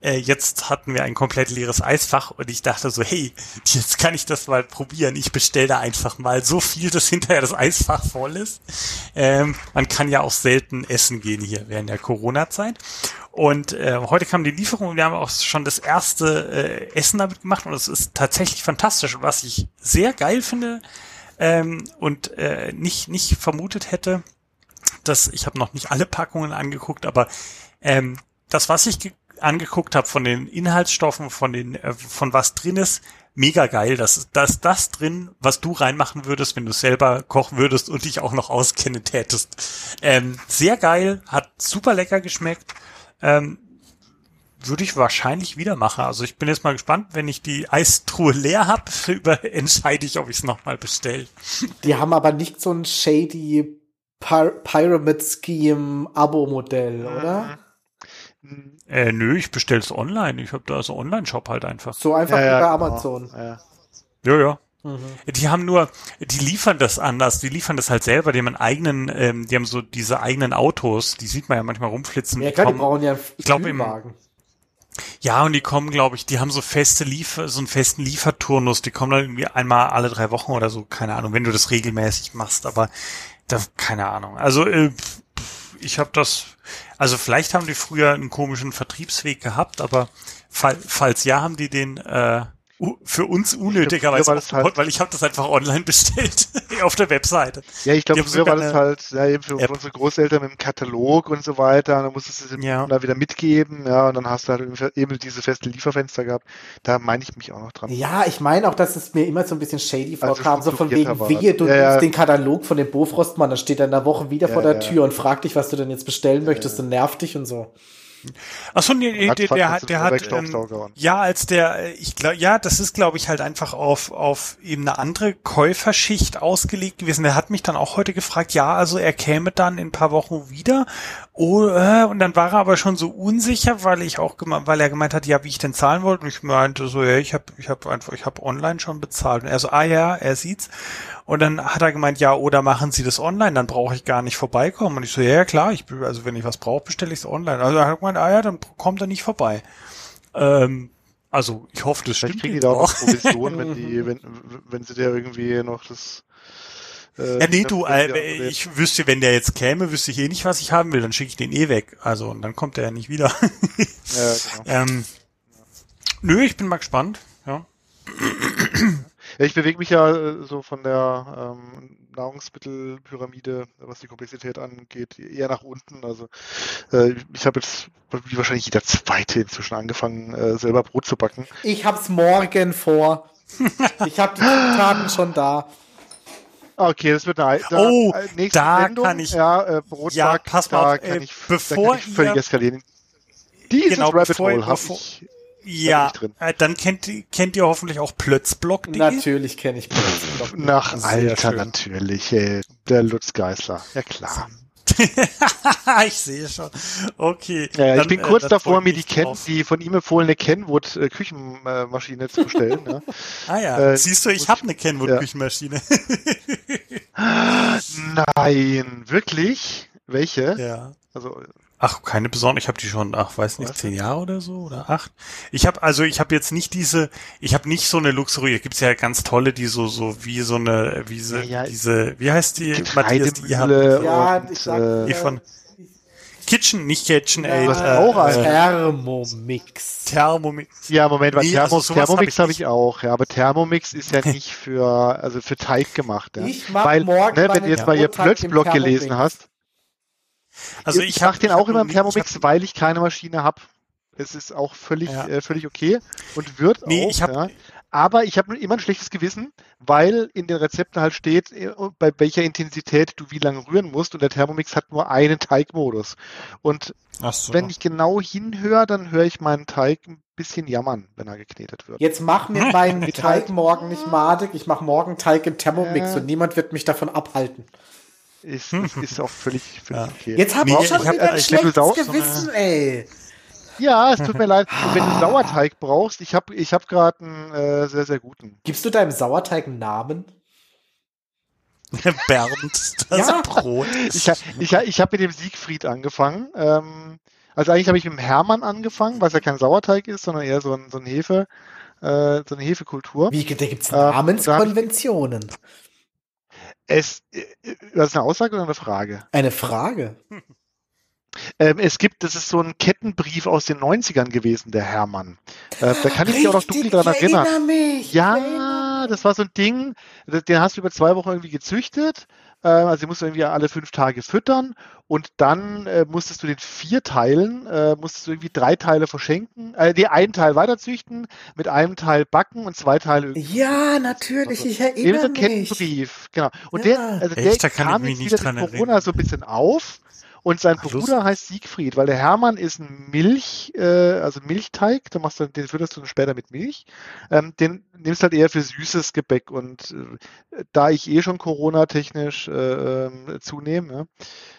äh, jetzt hatten wir ein komplett leeres Eisfach und ich dachte so, hey, jetzt kann ich das mal probieren. Ich bestelle da einfach mal so viel, dass hinterher das Eisfach voll ist. Ähm, man kann ja auch selten essen gehen hier während der Corona-Zeit. Und äh, heute kam die Lieferung und wir haben auch schon das erste äh, Essen damit gemacht und es ist tatsächlich fantastisch. Und was ich sehr geil finde ähm, und äh, nicht nicht vermutet hätte, dass ich habe noch nicht alle Packungen angeguckt, aber ähm, das, was ich ge- angeguckt habe von den Inhaltsstoffen, von den äh, von was drin ist, mega geil. Das ist das, das drin, was du reinmachen würdest, wenn du selber kochen würdest und dich auch noch auskennen tätest. Ähm, sehr geil, hat super lecker geschmeckt. Ähm, würde ich wahrscheinlich wieder machen. Also ich bin jetzt mal gespannt, wenn ich die Eistruhe leer habe, über entscheide ich, ob ich es nochmal bestelle. Die haben aber nicht so ein shady Py- Pyramid-Scheme-Abo-Modell, oder? Äh, nö, ich bestelle es online. Ich habe da so einen Online-Shop halt einfach. So einfach Ja, wie ja, bei genau. Amazon. Ja. Ja, ja. Mhm. Die haben nur, die liefern das anders, die liefern das halt selber, die haben einen eigenen, ähm, die haben so diese eigenen Autos, die sieht man ja manchmal rumflitzen. Ja die klar, die kommen, brauchen ja einen ich glaub, im- Kühlwagen. ja, und die kommen, glaube ich, die haben so feste Liefer, so einen festen Lieferturnus, die kommen dann irgendwie einmal alle drei Wochen oder so, keine Ahnung, wenn du das regelmäßig machst, aber da, keine Ahnung. Also äh, ich habe das, also vielleicht haben die früher einen komischen Vertriebsweg gehabt, aber fall, falls ja, haben die den äh, u- für uns unnötigerweise früher war das aufgebaut, halt- weil ich habe das einfach online bestellt auf der Webseite. Ja, ich glaube, Die haben früher war sogar das eine halt, ja, eben für App. unsere Großeltern mit dem Katalog und so weiter, und dann musstest du es Ja. da wieder mitgeben, ja, und dann hast du halt eben diese feste Lieferfenster gehabt. Da meine ich mich auch noch dran. Ja, ich meine auch, dass es mir immer so ein bisschen shady Also vorkam, so von wegen, strukturierter war wehe, das. du Ja, ja. nimmst den Katalog von dem Bofrostmann, dann steht er in einer Woche wieder Ja, vor der ja. Tür und fragt dich, was du denn jetzt bestellen möchtest und nervt dich und so. Achso, nee, nee, Hat der, fast der einen hat, der hat, ähm, Staubsauger und- ja, als der, äh, ich glaube, ja, das ist, glaube ich, halt einfach auf, auf eben eine andere Käuferschicht ausgelegt gewesen. Der hat mich dann auch heute gefragt, ja, also er käme dann in ein paar Wochen wieder, oh, äh, und dann war er aber schon so unsicher, weil ich auch, geme- weil er gemeint hat, ja, wie ich denn zahlen wollte, und ich meinte so, ja, ich habe, ich habe einfach, ich habe online schon bezahlt. Und er so, ah ja, er sieht's. Und dann hat er gemeint, ja, oder machen Sie das online, dann brauche ich gar nicht vorbeikommen. Und ich so, ja, ja klar, ich, also wenn ich was brauche, bestelle ich es online. Also er hat gemeint, ah ja, dann kommt er nicht vorbei. Ähm, also ich hoffe, das Vielleicht stimmt kriegen die jetzt da auch auch. noch Provision, wenn die, wenn, wenn sie dir irgendwie noch das. Äh, Ja, nee, du, wenn die äh, andere- ich wüsste, wenn der jetzt käme, wüsste ich eh nicht, was ich haben will, dann schicke ich den eh weg. Also, und dann kommt er ja nicht wieder. Ja, genau. ähm, nö, ich bin mal gespannt, ja. Ja, ich bewege mich ja äh, so von der ähm, Nahrungsmittelpyramide, was die Komplexität angeht, eher nach unten. Also äh, ich habe jetzt, wie wahrscheinlich jeder Zweite inzwischen angefangen, äh, selber Brot zu backen. Ich hab's morgen vor. Ich hab die Zutaten schon da. Okay, das wird eine da, Oh, äh, nächste da Sendung. kann ich- Ja, äh, Brotback, Ja, pass mal da auf, kann äh, ich, bevor da kann ich völlig ihr- eskalieren. Dieses Genau, Rabbit bevor ihr- Hole habe bevor- ich. Ja, bin ich drin. äh, dann kennt, kennt ihr hoffentlich auch Plötzblock punkt de. Natürlich kenne ich Plötzblock. Nach Sehr Alter schön. natürlich, äh, der Lutz Geisler. Ja klar. Ich sehe schon. Okay. Ja, ja, ich dann, bin äh, kurz dann davor, freut mir mich die, Ken, drauf. die von ihm empfohlene Kenwood äh, Küchenmaschine zu bestellen. Ja. Ah ja, äh, siehst du, ich muss habe ich- eine Kenwood ja. Küchenmaschine. Nein, wirklich? Welche? Ja. Also, Ach, keine besondere. Ich habe die schon, ach, weiß nicht, Was? zehn Jahre oder so oder acht. Ich habe also, ich habe jetzt nicht diese, ich habe nicht so eine Luxurie. Gibt's ja ganz tolle, die so so wie so eine, wie so, Ja, ja. diese, wie heißt die, Matthias, die ihr habt? Getreidemühle Ja, und ich sag, äh, Die von Kitchen, nicht Kitchen Aid. Was äh, auch ein- äh, Thermomix. Thermomix. ja, Moment, weil Nee, Thermo, also sowas Thermomix hab habe ich ich auch, ja, aber Thermomix ist ja nicht für, also für Teig gemacht. Ja. Ich mach weil, morgen ne, wenn meinen du jetzt mal ihr Brotteig im Plötzblock gelesen Thermomix. hast, Also ich, ich ich habe mache den ich auch hab immer im noch nie- Thermomix, ich hab- weil ich keine Maschine habe. Es ist auch völlig, Ja. äh, völlig okay und wird Nee, auch. ich hab- ja. Aber ich habe immer ein schlechtes Gewissen, weil in den Rezepten halt steht, äh, bei welcher Intensität du wie lange rühren musst, und der Thermomix hat nur einen Teigmodus. Und Ach so. wenn ich genau hinhöre, dann höre ich meinen Teig ein bisschen jammern, wenn er geknetet wird. Jetzt mach mir meinen Mit Teig halt- morgen nicht madig. Ich mache morgen Teig im Thermomix Ja. und niemand wird mich davon abhalten. Ist, ist, ist auch völlig, völlig Ja. okay. Jetzt hab Nee, ich schon ich hab- wieder ein ich glaub, du schlechtes sau- Gewissen, ey. Ja, es tut mir leid. Und wenn du Sauerteig brauchst, ich habe ich hab gerade einen äh, sehr, sehr guten. Gibst du deinem Sauerteig einen Namen? Bernd, das Ja. Brot. Ich, ha- ich, ha- ich habe mit dem Siegfried angefangen. Ähm, Also eigentlich habe ich mit dem Hermann angefangen, was ja kein Sauerteig ist, sondern eher so ein, so ein Hefe, äh, so eine Hefekultur. Wie, da gibt's Ähm, da hab ich- Namenskonventionen. Es, äh, das ist eine Aussage oder eine Frage? Eine Frage. Ähm, es gibt, das ist so ein Kettenbrief aus den neunzigern gewesen, der Hermann. Äh, da kann ich mich auch noch dunkel dran ich erinnern. erinnere mich. Ja, das war so ein Ding, den hast du über zwei Wochen irgendwie gezüchtet. Äh, also den musst du irgendwie alle fünf Tage füttern und dann äh, musstest du den vier teilen, äh, musstest du irgendwie drei Teile verschenken, äh, die einen Teil weiterzüchten, mit einem Teil backen und zwei Teile irgendwie. Ja, natürlich, ich Eben so erinnere ein mich. Kettenbrief, genau. Und Ja. der, also Echt? Da der kann ich kam mich jetzt nicht wieder dran durch Corona erinnern. so ein bisschen auf. Und sein Ach, Bruder lustig. heißt Siegfried, weil der Hermann ist ein Milch, äh, also Milchteig, da machst du, den fütterst du dann später mit Milch. Ähm, den nimmst halt eher für süßes Gebäck und äh, da ich eh schon Corona-technisch äh, ähm, zunehme, ne,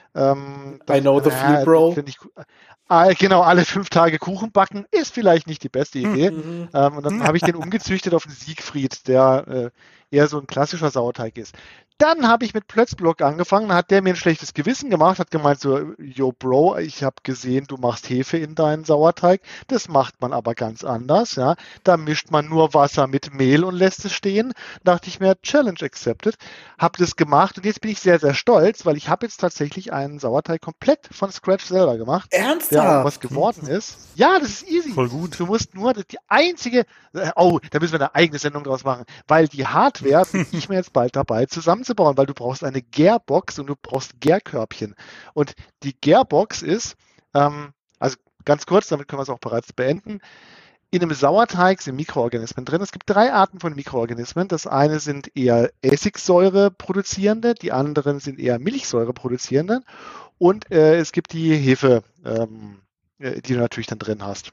ähm, I know the na, feel, bro. wenn ich, äh, genau, alle fünf Tage Kuchen backen, ist vielleicht nicht die beste Idee. Mhm. Ähm, und dann habe ich den umgezüchtet auf den Siegfried, der äh, eher so ein klassischer Sauerteig ist. Dann habe ich mit Plötzblock angefangen, dann hat der mir ein schlechtes Gewissen gemacht, hat gemeint so, yo Bro, ich habe gesehen, du machst Hefe in deinen Sauerteig, das macht man aber ganz anders, ja. Da mischt man nur Wasser mit Mehl und lässt es stehen. Da dachte ich mir, Challenge accepted, habe das gemacht und jetzt bin ich sehr, sehr stolz, weil ich habe jetzt tatsächlich einen Sauerteig komplett von Scratch selber gemacht, der auch Ernsthaft? was geworden ist. Ja, das ist easy. Voll gut. Du musst nur, die einzige, oh, da müssen wir eine eigene Sendung draus machen, weil die Hardware bin ich mir jetzt bald dabei zusammenzubauen, weil du brauchst eine Gärbox und du brauchst Gärkörbchen. Und die Gärbox ist, ähm, also ganz kurz, damit können wir es auch bereits beenden, in einem Sauerteig sind Mikroorganismen drin. Es gibt drei Arten von Mikroorganismen. Das eine sind eher Essigsäure produzierende, die anderen sind eher Milchsäure produzierende und äh, es gibt die Hefe, ähm, die du natürlich dann drin hast,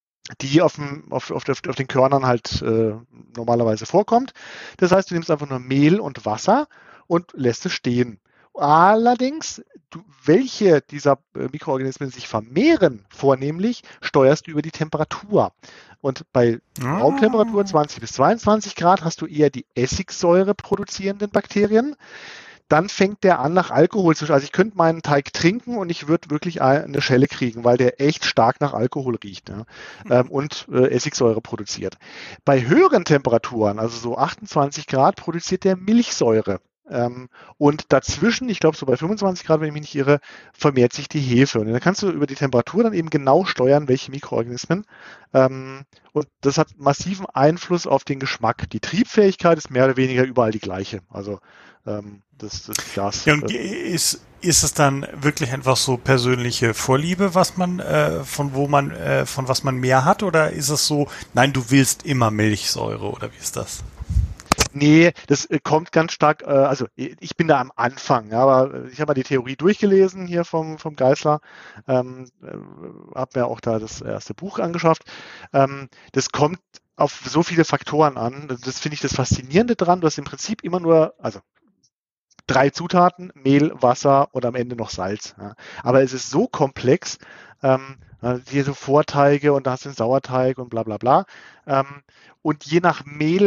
die auf, dem, auf, auf, auf den Körnern halt äh, normalerweise vorkommt. Das heißt, du nimmst einfach nur Mehl und Wasser und lässt es stehen. Allerdings, du, welche dieser äh, Mikroorganismen sich vermehren, vornehmlich, steuerst du über die Temperatur. Und bei Ah. Raumtemperatur zwanzig bis zweiundzwanzig Grad hast du eher die Essigsäure produzierenden Bakterien. Dann fängt der an, nach Alkohol zu. Also ich könnte meinen Teig trinken und ich würde wirklich eine Schelle kriegen, weil der echt stark nach Alkohol riecht, ja, ähm, und äh, Essigsäure produziert. Bei höheren Temperaturen, also so achtundzwanzig Grad, produziert der Milchsäure. Ähm, und dazwischen, ich glaube so bei fünfundzwanzig Grad, wenn ich mich nicht irre, vermehrt sich die Hefe. Und dann kannst du über die Temperatur dann eben genau steuern, welche Mikroorganismen. Ähm, und das hat massiven Einfluss auf den Geschmack. Die Triebfähigkeit ist mehr oder weniger überall die gleiche. Also ähm, das, das Gas. Ja, und äh, ist, ist es dann wirklich einfach so persönliche Vorliebe, was man, äh, von wo man, äh, von was man mehr hat? Oder ist es so, nein, du willst immer Milchsäure, oder wie ist das? Nee, das äh, kommt ganz stark, äh, also ich bin da am Anfang, ja, aber ich habe mal die Theorie durchgelesen hier vom, vom Geisler, ähm, äh, habe mir auch da das erste Buch angeschafft. Ähm, das kommt auf so viele Faktoren an. Das finde ich das Faszinierende dran. Du hast im Prinzip immer nur, also drei Zutaten, Mehl, Wasser und am Ende noch Salz. Ja. Aber es ist so komplex, ähm, hier so Vorteige und da hast du den Sauerteig und bla bla bla. Ähm, und je nach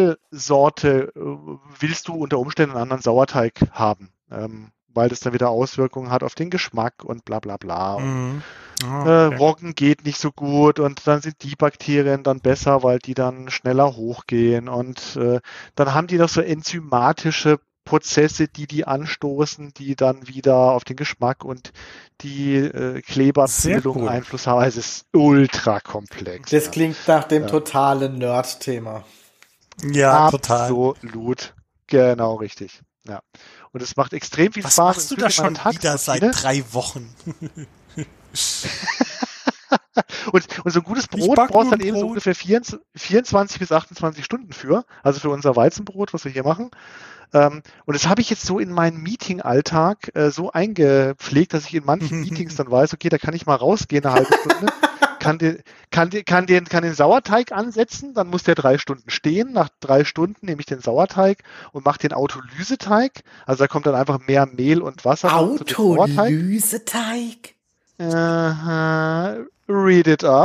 Mehlsorte äh, willst du unter Umständen einen anderen Sauerteig haben, ähm, weil das dann wieder Auswirkungen hat auf den Geschmack und bla bla bla. Und, Mhm. Ah, äh, okay. Roggen geht nicht so gut und dann sind die Bakterien dann besser, weil die dann schneller hochgehen und äh, dann haben die noch so enzymatische Prozesse, die die anstoßen, die dann wieder auf den Geschmack und die äh, Kleberbildung Sehr cool. Einfluss haben. Also es ist ultra komplex. Das ja. klingt nach dem Ja. totalen Nerd-Thema. Ja, total. Absolut. Genau, richtig. Ja. Und es macht extrem viel Was Spaß. machst du Und da für schon meine wieder seit Tagesroutine- drei Wochen? Und, und so ein gutes Ich Brot back brauchst nur dann eben so Brot. ungefähr vierundzwanzig, vierundzwanzig bis achtundzwanzig Stunden für. Also für unser Weizenbrot, was wir hier machen. Ähm, und das habe ich jetzt so in meinen Meeting-Alltag äh, so eingepflegt, dass ich in manchen Meetings dann weiß, okay, da kann ich mal rausgehen eine halbe Stunde, kann den, kann, den, kann, den, kann den Sauerteig ansetzen, dann muss der drei Stunden stehen. Nach drei Stunden nehme ich den Sauerteig und mache den Autolyseteig. Also da kommt dann einfach mehr Mehl und Wasser rein zu dem Sauerteig. Autolyseteig? Aha, read it up.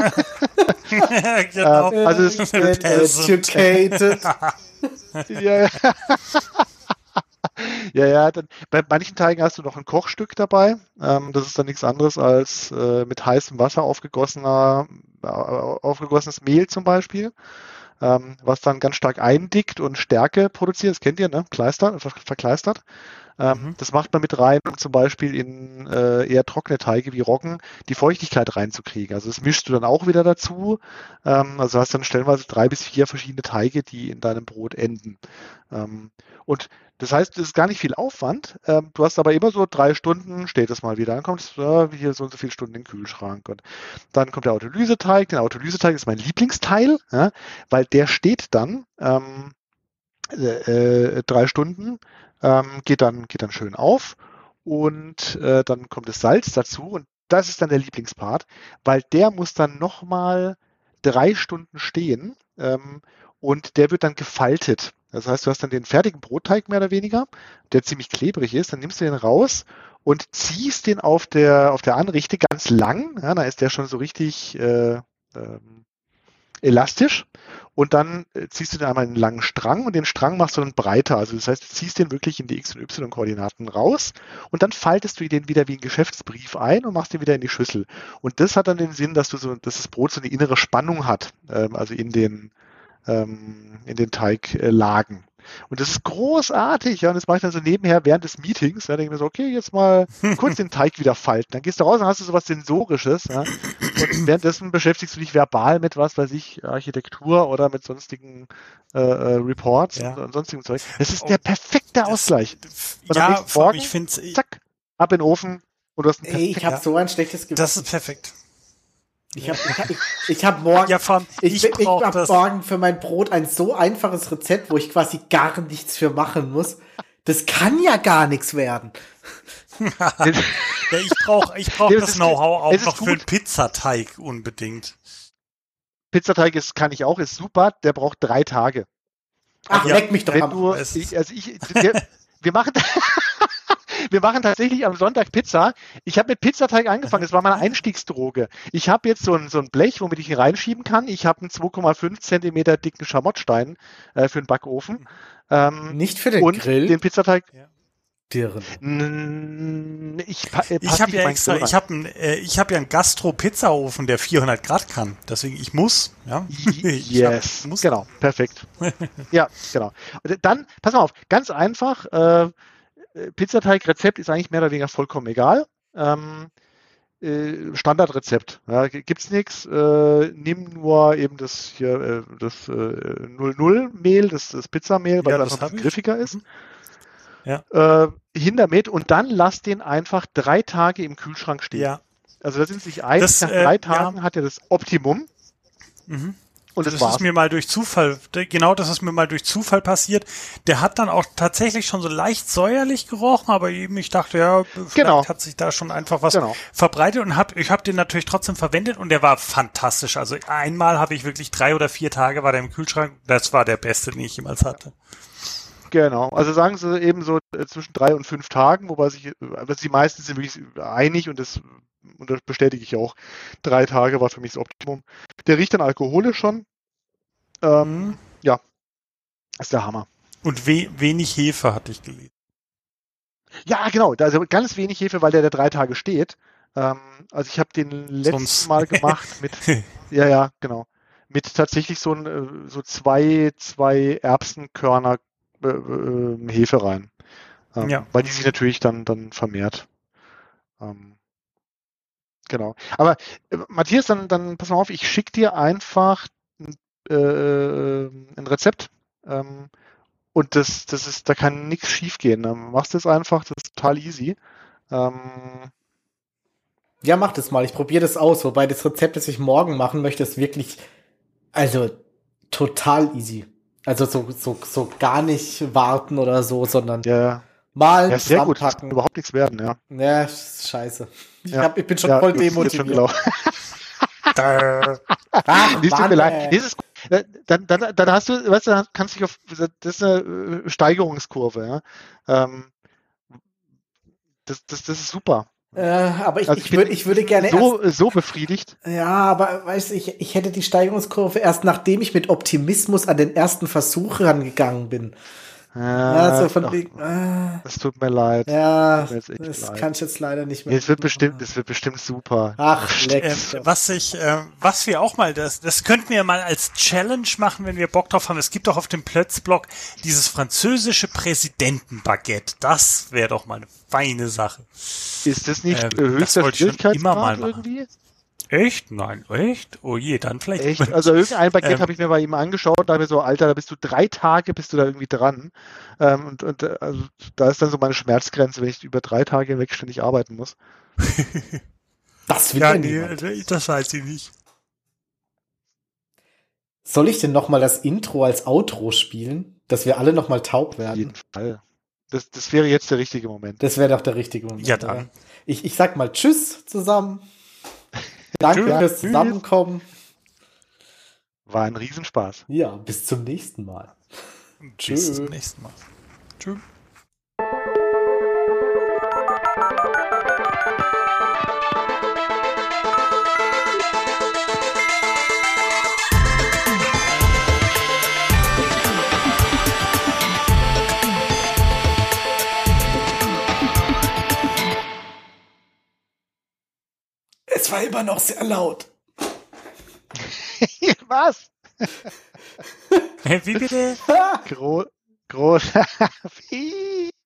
Genau. Ähm, also es- Get educated. Ja, Ja, ja, dann, bei manchen Teigen hast du noch ein Kochstück dabei. Ähm, das ist dann nichts anderes als äh, mit heißem Wasser aufgegossener, äh, aufgegossenes Mehl zum Beispiel, ähm, was dann ganz stark eindickt und Stärke produziert. Das kennt ihr, ne? Kleistert, ver verkleistert. Ähm, mhm. Das macht man mit rein, um zum Beispiel in äh, eher trockene Teige wie Roggen die Feuchtigkeit reinzukriegen. Also das mischst du dann auch wieder dazu. Ähm, also hast dann stellenweise drei bis vier verschiedene Teige, die in deinem Brot enden. Ähm, und das heißt, es ist gar nicht viel Aufwand. Ähm, du hast aber immer so drei Stunden, steht es mal wieder. Dann kommt es äh, hier so und so viele Stunden in den Kühlschrank. Und dann kommt der Autolyseteig. Der Autolyseteig ist mein Lieblingsteil, ja, weil der steht dann ähm, äh, drei Stunden. Ähm, geht dann, geht dann schön auf und äh, dann kommt das Salz dazu und das ist dann der Lieblingspart, weil der muss dann nochmal drei Stunden stehen ähm, und der wird dann gefaltet. Das heißt, du hast dann den fertigen Brotteig mehr oder weniger, der ziemlich klebrig ist, dann nimmst du den raus und ziehst den auf der, auf der Anrichte ganz lang, ja, da ist der schon so richtig äh, ähm, elastisch. Und dann äh, ziehst du den einmal einen langen Strang und den Strang machst du dann breiter. Also das heißt, du ziehst den wirklich in die X- und Y-Koordinaten raus und dann faltest du den wieder wie einen Geschäftsbrief ein und machst den wieder in die Schüssel. Und das hat dann den Sinn, dass du so, dass das Brot so eine innere Spannung hat, ähm, also in den, ähm, in den Teiglagen. Und das ist großartig, ja, und das mache ich dann so nebenher während des Meetings, ja, denke ich mir so, okay, jetzt mal kurz den Teig wieder falten. Dann gehst du raus und hast du sowas Sensorisches, ja, und währenddessen beschäftigst du dich verbal mit was weiß ich, Architektur oder mit sonstigen äh, Reports ja. und, und sonstigem Zeug. Das ist der perfekte das, Ausgleich. Und ja, morgen, ich finde zack, ab in den Ofen und du hast ein Ey, ich habe so ein schlechtes Gewissen. Das ist perfekt. Ich habe ich hab, ich, ich hab morgen, ja, allem, ich, ich, ich hab morgen für mein Brot ein so einfaches Rezept, wo ich quasi gar nichts für machen muss. Das kann ja gar nichts werden. ja, ich brauche ich brauch das Know-how auch noch für einen Pizzateig unbedingt. Pizzateig ist, kann ich auch, ist super, der braucht drei Tage. Ach, also, leck mich doch am du, ich, also ich, der, wir machen Wir machen tatsächlich am Sonntag Pizza. Ich habe mit Pizzateig angefangen. Das war meine Einstiegsdroge. Ich habe jetzt so ein, so ein Blech, womit ich ihn reinschieben kann. Ich habe einen zwei Komma fünf Zentimeter dicken Schamottstein äh, für den Backofen. Ähm, Nicht für den und Grill? Den Pizzateig. Ja. Ich, äh, ich habe ja extra, ich habe äh, ich habe ja einen Gastro-Pizzaofen, der vierhundert Grad kann. Deswegen ich muss, ja. Ich yes, hab, muss. Genau, perfekt. Ja, genau. Und dann, pass mal auf, ganz einfach. Äh, Pizzateig-Rezept ist eigentlich mehr oder weniger vollkommen egal. Ähm, äh, Standardrezept. Ja, gibt's nichts. Äh, nimm nur eben das hier, äh, das äh, null null Mehl, das, das Pizzamehl, weil ja, das noch griffiger ist. Ja. Äh, hin damit und dann lass den einfach drei Tage im Kühlschrank stehen. Ja. Also da sind sich einig, nach drei äh, Tagen ja. hat er das Optimum. Mhm. Und das, das ist mir mal durch Zufall, genau das ist mir mal durch Zufall passiert. Der hat dann auch tatsächlich schon so leicht säuerlich gerochen, aber eben ich dachte, ja, vielleicht genau. hat sich da schon einfach was genau. verbreitet und hab, ich habe den natürlich trotzdem verwendet und der war fantastisch. Also einmal habe ich wirklich drei oder vier Tage war der im Kühlschrank. Das war der beste, den ich jemals hatte. Genau, also sagen sie eben so zwischen drei und fünf Tagen, wobei sich, also die meisten sind wirklich einig und das, und das bestätige ich auch. Drei Tage war für mich das Optimum. Der riecht dann alkoholisch schon. Ähm, mhm. Ja, ist der Hammer. Und we- wenig Hefe hatte ich gelesen. Ja, genau, also ganz wenig Hefe, weil der da drei Tage steht. Ähm, also ich habe den letztes Mal gemacht mit, ja, ja, genau, mit tatsächlich so, ein, so zwei, zwei Erbsenkörner äh, äh, Hefe rein. Ähm, ja. Weil die sich natürlich dann, dann vermehrt. Ähm, Genau. Aber äh, Matthias, dann, dann pass mal auf, ich schicke dir einfach äh, ein Rezept ähm, und das, das ist, da kann nichts schief gehen. Dann machst du es einfach, das ist total easy. Ähm, ja, mach das mal. Ich probiere das aus. Wobei das Rezept, das ich morgen machen möchte, ist wirklich, also total easy. Also so, so, so gar nicht warten oder so, sondern ja. mal ja, sehr gut. Das kann überhaupt nichts werden, ja. Ja, scheiße. Ich, ja. hab, ich bin schon ja, voll demotiviert. Genau. Ach, nee, tut mir leid. Nee, ist, dann, dann, dann hast du, weißt du, kannst dich auf, das ist eine Steigerungskurve, ja. Ähm, das, das, das ist super. Äh, aber ich, also ich, ich, würd, ich würde gerne so, erst, so befriedigt. Ja, aber weißt du, ich, ich hätte die Steigerungskurve erst nachdem ich mit Optimismus an den ersten Versuch rangegangen bin. Ja, so von doch, wegen, ah, es tut mir leid. ja, Tut mir jetzt echt das leid. kann ich jetzt leider nicht mehr. Nee, es wird bestimmt, es wird bestimmt super. Ach, leck. Ähm, was ich, äh, was wir auch mal, das, das könnten wir mal als Challenge machen, wenn wir Bock drauf haben. Es gibt doch auf dem Plötzblog dieses französische Präsidentenbaguette. Das wäre doch mal eine feine Sache. Ist das nicht Ähm, äh, höchster das wollte ich schon Schwierigkeitsgrad immer mal machen. irgendwie? Echt? Nein, echt? Oh je, dann vielleicht. Echt? Also irgendein Baguette Ähm, habe ich mir bei ihm angeschaut, da habe ich so, Alter, da bist du drei Tage, bist du da irgendwie dran. Ähm, und und äh, also, da ist dann so meine Schmerzgrenze, wenn ich über drei Tage hinweg ständig arbeiten muss. Das will ja, ja nee, niemand. das weiß ich nicht. Soll ich denn noch mal das Intro als Outro spielen, dass wir alle noch mal taub Auf werden? jeden Fall. Das, das wäre jetzt der richtige Moment. Das wäre doch der richtige Moment. Ja, dann. Oder? Ich, ich sag mal Tschüss zusammen. Danke Tschüss. fürs Zusammenkommen. War ein Riesenspaß. Ja, bis zum nächsten Mal. Bis Tschö. zum nächsten Mal. Tschüss. Es war immer noch sehr laut. Was? Wie bitte? Gro groß. Wie?